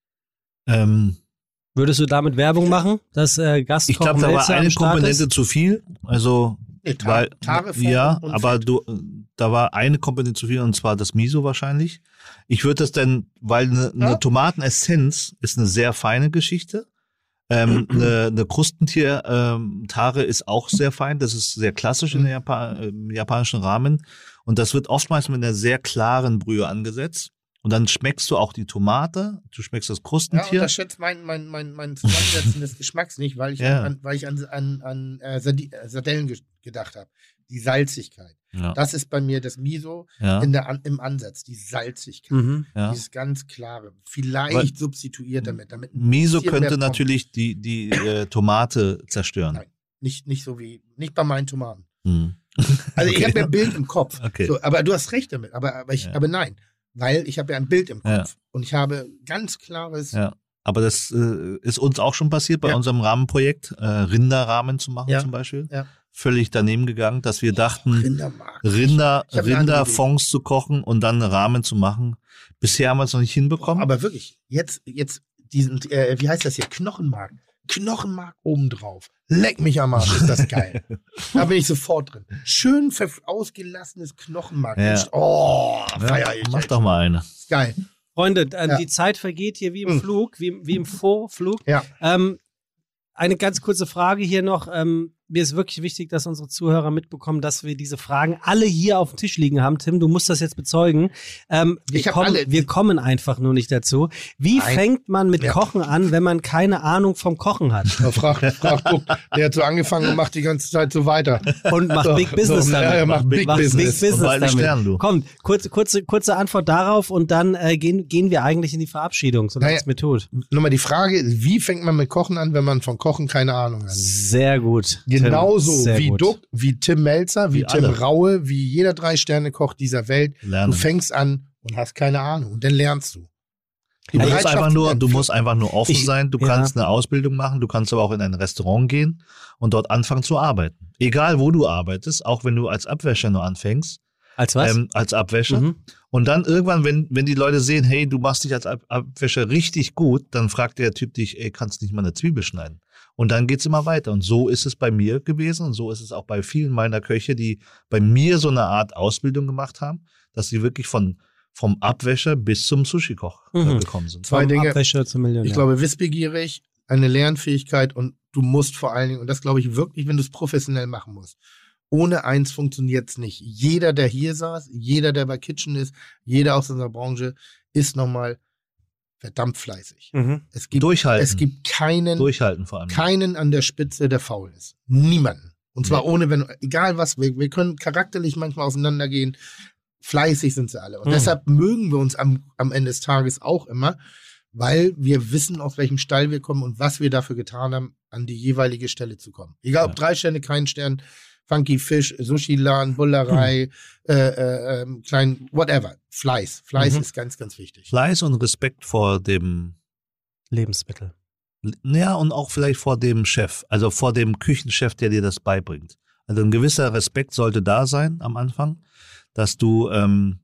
Ähm, Würdest du damit Werbung machen, dass äh, Gastkoch ich glaube, da war eine Komponente ist? zu viel. Also, Nee, Tar- weil, Tareform ja, und aber Fett. du, da war eine Komponente zu viel und zwar das Miso wahrscheinlich. Ich würde das denn, weil eine, eine Ja. Tomatenessenz ist eine sehr feine Geschichte. Ähm, eine, eine Krustentier-Tare ist auch sehr fein. Das ist sehr klassisch in der Japan, im japanischen Rahmen. Und das wird oftmals mit einer sehr klaren Brühe angesetzt. Und dann schmeckst du auch die Tomate, du schmeckst das Ja, Krustentier. unterschätzt mein, mein, mein, mein Zusammensetzen des Geschmacks nicht, weil ich Ja. an, weil ich an, an, an äh, Sardi- äh, Sardellen ge gedacht habe. Die Salzigkeit. Ja, Das ist bei mir das Miso ja, in der, an, im Ansatz, die Salzigkeit. Mhm. ja. Dieses ganz klare. Vielleicht Weil- substituiert damit. damit ein Miso bisschen könnte mehr Pommes. natürlich die, die äh, Tomate zerstören. Nein. Nicht, nicht so wie, nicht bei meinen Tomaten. Hm. Also ich Okay. habe ja ein Bild im Kopf. Okay. So, aber du hast recht damit. Aber, aber, ich, Ja. aber nein. Weil ich habe ja ein Bild im Kopf. Ja. Und ich habe ganz klares. Ja. Aber das äh, ist uns auch schon passiert bei Ja. unserem Rahmenprojekt, äh, Rinderrahmen zu machen Ja. zum Beispiel. Ja. Völlig daneben gegangen, dass wir dachten, Rindermark. Rinder, Ich hab eine andere Rinderfonds zu kochen und dann einen Rahmen zu machen. Bisher haben wir es noch nicht hinbekommen. Aber wirklich, jetzt, jetzt diesen, äh, wie heißt das hier? Knochenmark. Knochenmark obendrauf. Leck mich am Arsch, ist das geil. Da bin ich sofort drin. Schön verf- ausgelassenes Knochenmark. Ja. Oh, ja, feier ich. mach doch mal eine. Ist geil. Freunde, äh, Ja. die Zeit vergeht hier wie im Mhm. Flug, wie, wie im Vorflug. Ja. Ähm, eine ganz kurze Frage hier noch. Ähm, mir ist wirklich wichtig, dass unsere Zuhörer mitbekommen, dass wir diese Fragen alle hier auf dem Tisch liegen haben. Tim, du musst das jetzt bezeugen. Ähm, wir, Ich hab kommen, alle. wir kommen einfach nur nicht dazu. Wie Nein. fängt man mit Ja. Kochen an, wenn man keine Ahnung vom Kochen hat? Ja, frag, frag Duck. Der hat so angefangen und macht die ganze Zeit so weiter. Und macht So, Big Business so, damit. ja, er macht Big Macht Business. Big Und Business bald einen damit. Stern, du. Kommt, kurze, kurze, kurze Antwort darauf und dann äh, gehen, gehen wir eigentlich in die Verabschiedung, so Naja. es mir tut. Nochmal die Frage, wie fängt man mit Kochen an, wenn man von Kochen keine Ahnung hat? Sehr gut. Tim. Genauso Sehr wie gut. Duck, wie Tim Melzer, wie, Wie Tim alle. Raue, wie jeder Drei-Sterne-Koch dieser Welt. Lernen. Du fängst an und hast keine Ahnung und dann lernst du. Die Du musst Bereitschaft einfach nur, zu du lernen. musst einfach nur offen Ich- sein. Du ja. kannst eine Ausbildung machen. Du kannst aber auch in ein Restaurant gehen und dort anfangen zu arbeiten. Egal, wo du arbeitest, auch wenn du als Abwäscher nur anfängst, Als was? ähm, als Abwäscher. Mhm. Und dann irgendwann, wenn, wenn die Leute sehen, hey, du machst dich als Ab Abwäscher richtig gut, dann fragt der Typ dich, ey, kannst nicht mal eine Zwiebel schneiden? Und dann geht's immer weiter. Und so ist es bei mir gewesen und so ist es auch bei vielen meiner Köche, die bei mir so eine Art Ausbildung gemacht haben, dass sie wirklich von, vom Abwäscher bis zum Sushi-Koch äh, Mhm. gekommen sind. Zwei Vom Dinge. Abwäscher zum Millionär. Ich glaube, wissbegierig, eine Lernfähigkeit und du musst vor allen Dingen, und das glaube ich wirklich, wenn du es professionell machen musst. Ohne eins funktioniert's nicht. Jeder, der hier saß, jeder, der bei Kitchen ist, jeder aus unserer Branche, ist nochmal verdammt fleißig. Mhm. Es gibt, Durchhalten. es gibt keinen, Durchhalten vor allem. keinen an der Spitze, der faul ist. Niemanden. Und zwar Nee. ohne, wenn, egal was, wir, wir können charakterlich manchmal auseinandergehen. Fleißig sind sie alle. Und Mhm. deshalb mögen wir uns am, am Ende des Tages auch immer, weil wir wissen, aus welchem Stall wir kommen und was wir dafür getan haben, an die jeweilige Stelle zu kommen. Egal ob Ja. drei Sterne, kein Stern, Funky Fish, Sushi-Laden, Bullerei, äh, äh, ähm, klein, whatever. Fleiß. Fleiß Mhm. ist ganz, ganz wichtig. Fleiß und Respekt vor dem, Lebensmittel. ja, und auch vielleicht vor dem Chef, also vor dem Küchenchef, der dir das beibringt. Also ein gewisser Respekt sollte da sein am Anfang, dass du ähm,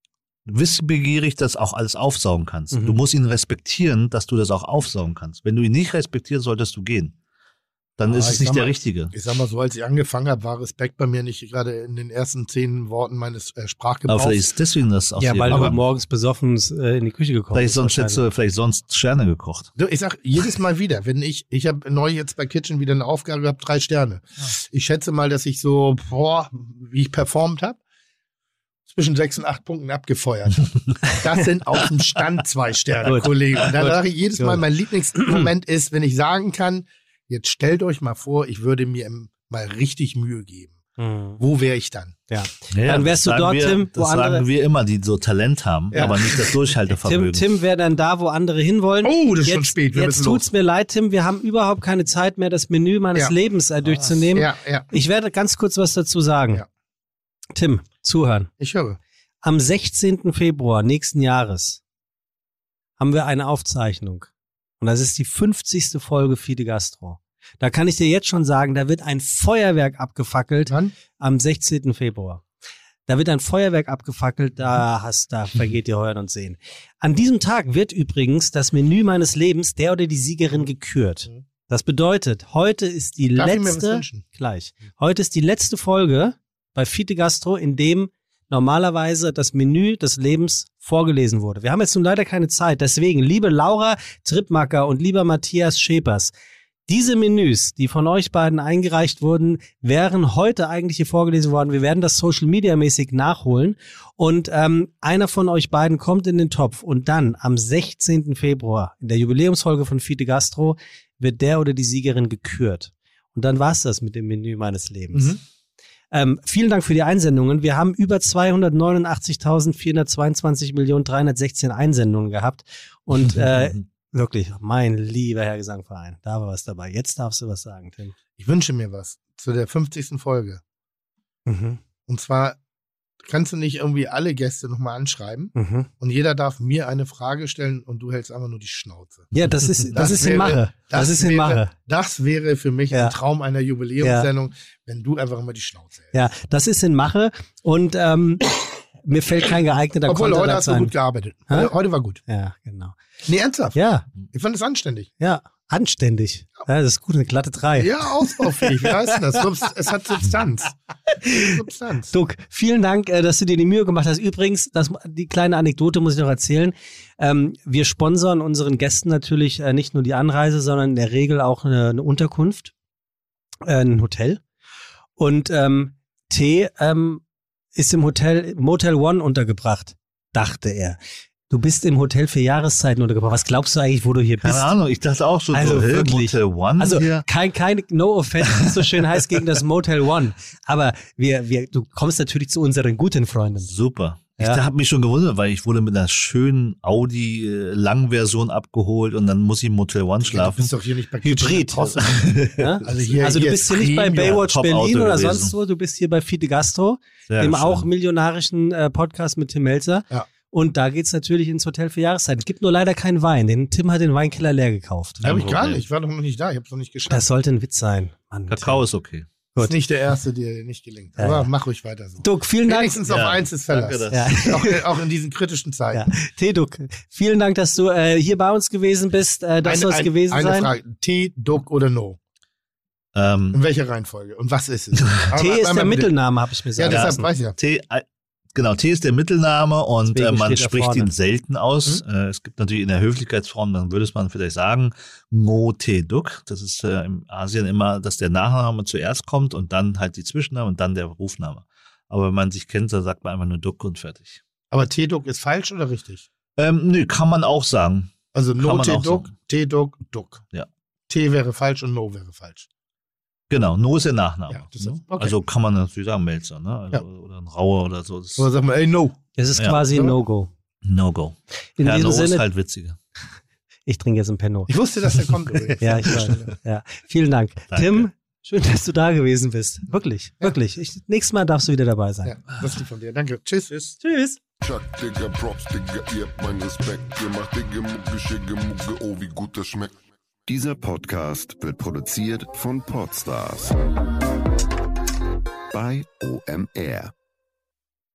wissbegierig das auch alles aufsaugen kannst. Mhm. Du musst ihn respektieren, dass du das auch aufsaugen kannst. Wenn du ihn nicht respektierst, solltest du gehen. Dann Ah, ist ich es nicht sag der mal- Richtige. Ich sag mal so, als ich angefangen habe, war Respekt bei mir nicht gerade in den ersten zehn Worten meines äh, Aber Sprachgebrauchs. vielleicht ist deswegen das aus Ja, dir weil du gekommen. morgens besoffen äh, in die Küche gekommen Vielleicht bist. sonst hättest du vielleicht sonst Sterne gekocht. Du, ich sag jedes Mal wieder, wenn ich, ich habe neu jetzt bei Kitchen wieder eine Aufgabe gehabt, drei Sterne. Ich schätze mal, dass ich so, boah, wie ich performt habe, zwischen sechs und acht Punkten abgefeuert habe. Das sind auf dem Stand zwei Sterne, Gut. Kollegen. Und dann Gut. sage ich jedes Mal, Gut. mein Lieblingsmoment ist, wenn ich sagen kann, jetzt stellt euch mal vor, ich würde mir mal richtig Mühe geben. Mhm. Wo wäre ich dann? Ja. Ja, Dann wärst du das sagen dort, wir, Tim, wo Das andere- sagen wir immer, die so Talent haben, Ja. aber nicht das Durchhaltevermögen. Tim, Tim wäre dann da, wo andere hinwollen. Oh, das ist jetzt, schon spät. Wir Jetzt müssen tut's los. mir leid, Tim. Wir haben überhaupt keine Zeit mehr, das Menü meines Ja. Lebens äh, durchzunehmen. Ja, ja. Ich werde ganz kurz was dazu sagen. Ja. Tim, zuhören. Ich höre. Am sechzehnten Februar nächsten Jahres haben wir eine Aufzeichnung. Und das ist die fünfzigste Folge Fide Gastro. Da kann ich dir jetzt schon sagen, da wird ein Feuerwerk abgefackelt Wann? am sechzehnten Februar. Da wird ein Feuerwerk abgefackelt, da hast, da vergeht dir Hören und Sehen. An diesem Tag wird übrigens das Menü meines Lebens, der oder die Siegerin, gekürt. Das bedeutet, heute ist die Darf ich mir was letzte, wünschen? gleich, heute ist die letzte Folge bei Fiete Gastro, in dem normalerweise das Menü des Lebens vorgelesen wurde. Wir haben jetzt nun leider keine Zeit, deswegen, liebe Laura Trippmacker und lieber Matthias Schepers, diese Menüs, die von euch beiden eingereicht wurden, wären heute eigentlich hier vorgelesen worden. Wir werden das Social-Media-mäßig nachholen und ähm, einer von euch beiden kommt in den Topf und dann am sechzehnten Februar in der Jubiläumsfolge von Fiete Gastro wird der oder die Siegerin gekürt. Und dann war's das mit dem Menü meines Lebens. Mhm. Ähm, vielen Dank für die Einsendungen. Wir haben über zweihundertneunundachtzigtausendvierhundertzweiundzwanzig Millionen dreihundertsechzehn Einsendungen gehabt und äh, wirklich, mein lieber Herr Gesangverein, da war was dabei. Jetzt darfst du was sagen, Tim. Ich wünsche mir was zu der fünfzigsten Folge. Mhm. Und zwar kannst du nicht irgendwie alle Gäste nochmal anschreiben Mhm. und jeder darf mir eine Frage stellen und du hältst einfach nur die Schnauze. Ja, das ist, das, Das ist in wäre- Mache. Das, Das ist in wäre, Mache. Das wäre für mich Ja. ein Traum einer Jubiläumssendung, wenn du einfach immer die Schnauze hältst. Ja, das ist in Mache und ähm, mir fällt kein geeigneter Obwohl, Konter heute hast du dazu ein. gut gearbeitet. Hä? Heute, heute war gut. Ja, genau. Nee, ernsthaft. Ja, Ich fand es anständig. ja, anständig. Ja, das ist gut, eine glatte drei. Ja, ausbaufähig. Wie heißt denn das? Subst- es hat Substanz. Substanz. Duck, vielen Dank, äh, dass du dir die Mühe gemacht hast. Übrigens, das, die kleine Anekdote muss ich noch erzählen. Ähm, wir sponsern unseren Gästen natürlich äh, nicht nur die Anreise, sondern in der Regel auch eine, eine Unterkunft, äh, ein Hotel. Und ähm, T ähm, ist im Hotel Motel One untergebracht, dachte er. Du bist im Hotel für Jahreszeiten untergebracht. Was glaubst du eigentlich, wo du hier Keine bist? Ahnung, ich dachte auch schon Also so, hä, wirklich. Motel One Also hier. kein, kein No Offense, wie es so schön heißt, gegen das Motel One. Aber wir, wir, du kommst natürlich zu unseren guten Freunden. Super. Ja. Ich habe mich schon gewundert, weil ich wurde mit einer schönen Audi äh, Langversion abgeholt und dann muss ich im Motel One Du schlafen. bist doch hier nicht bei Hybrid. Kitchen. Ja? Also hier, Also du hier bist ist hier nicht bei Premium. Baywatch Top-Auto Berlin oder gewesen. sonst wo, du bist hier bei Fiete Gastro, Sehr dem schön. auch millionärischen äh, Podcast mit Tim Melzer. Ja. Und da geht's natürlich ins Hotel für Jahreszeiten. Es gibt nur leider keinen Wein. Den Tim hat den Weinkeller leer gekauft. Habe ich Kein gar Problem. nicht. Ich war doch noch nicht da. Ich habe es noch nicht geschafft. Das sollte ein Witz sein. Mann, Kakao ist okay. Das ist nicht der erste, der nicht gelingt. Ja, Aber ja. mach ruhig weiter so. Duck, vielen Dank. Wenigstens auf Ja. eins ist Verlass. Danke, Ja. Auch, auch in diesen kritischen Zeiten. Ja. T-Duck, vielen Dank, dass du äh, hier bei uns gewesen bist. Äh, das soll es ein- gewesen eine sein. Frage. T, Duck oder No? Ähm, In welcher Reihenfolge? Und was ist es? T Aber ist der einmal bitte. Mittelname, habe ich mir Ja, sagen deshalb lassen. weiß ich ja. T, äh, genau, T ist der Mittelname und Deswegen äh, man steht er spricht vorne. ihn selten aus. Äh, es gibt natürlich in der Höflichkeitsform, dann würde es man vielleicht sagen, Ngo Te Duck. Das ist äh, in Asien immer, dass der Nachname zuerst kommt und dann halt die Zwischenname und dann der Rufname. Aber wenn man sich kennt, dann sagt man einfach nur Duck und fertig. Aber T-Duck ist falsch oder richtig? Ähm, nö, kann man auch sagen. Also Kann No man auch T-Duck, sagen. T-Duck, Duck. Ja. T wäre falsch und No wäre falsch. Genau, No ist der Nachname. Ja, das ist- ne? okay. Also kann man natürlich sagen, Melzer, ne? Also, Ja. Oder ein Rauer oder so. Das Oder sag mal, ey, No. Es ist Ja. quasi ein Ja. No-Go. No-Go. In Ja, diesem No ist Sinne, halt witziger. ich trinke jetzt ein Penno. Ich wusste, dass der kommt übrigens. Ja, ich weiß. Ja. Vielen Dank. Danke. Tim, schön, dass du da gewesen bist. Wirklich, wirklich. Ich, nächstes Mal darfst du wieder dabei sein. Ja, das ist lieb von dir. Danke. Tschüss. Tschüss. Tschüss. Chuck, Digga, Props, Digga, ihr habt meinen Respekt. Ihr macht Digga, Mucke, Schicke, Mucke, oh, wie gut das schmeckt. Dieser Podcast wird produziert von Podstars bei O M R.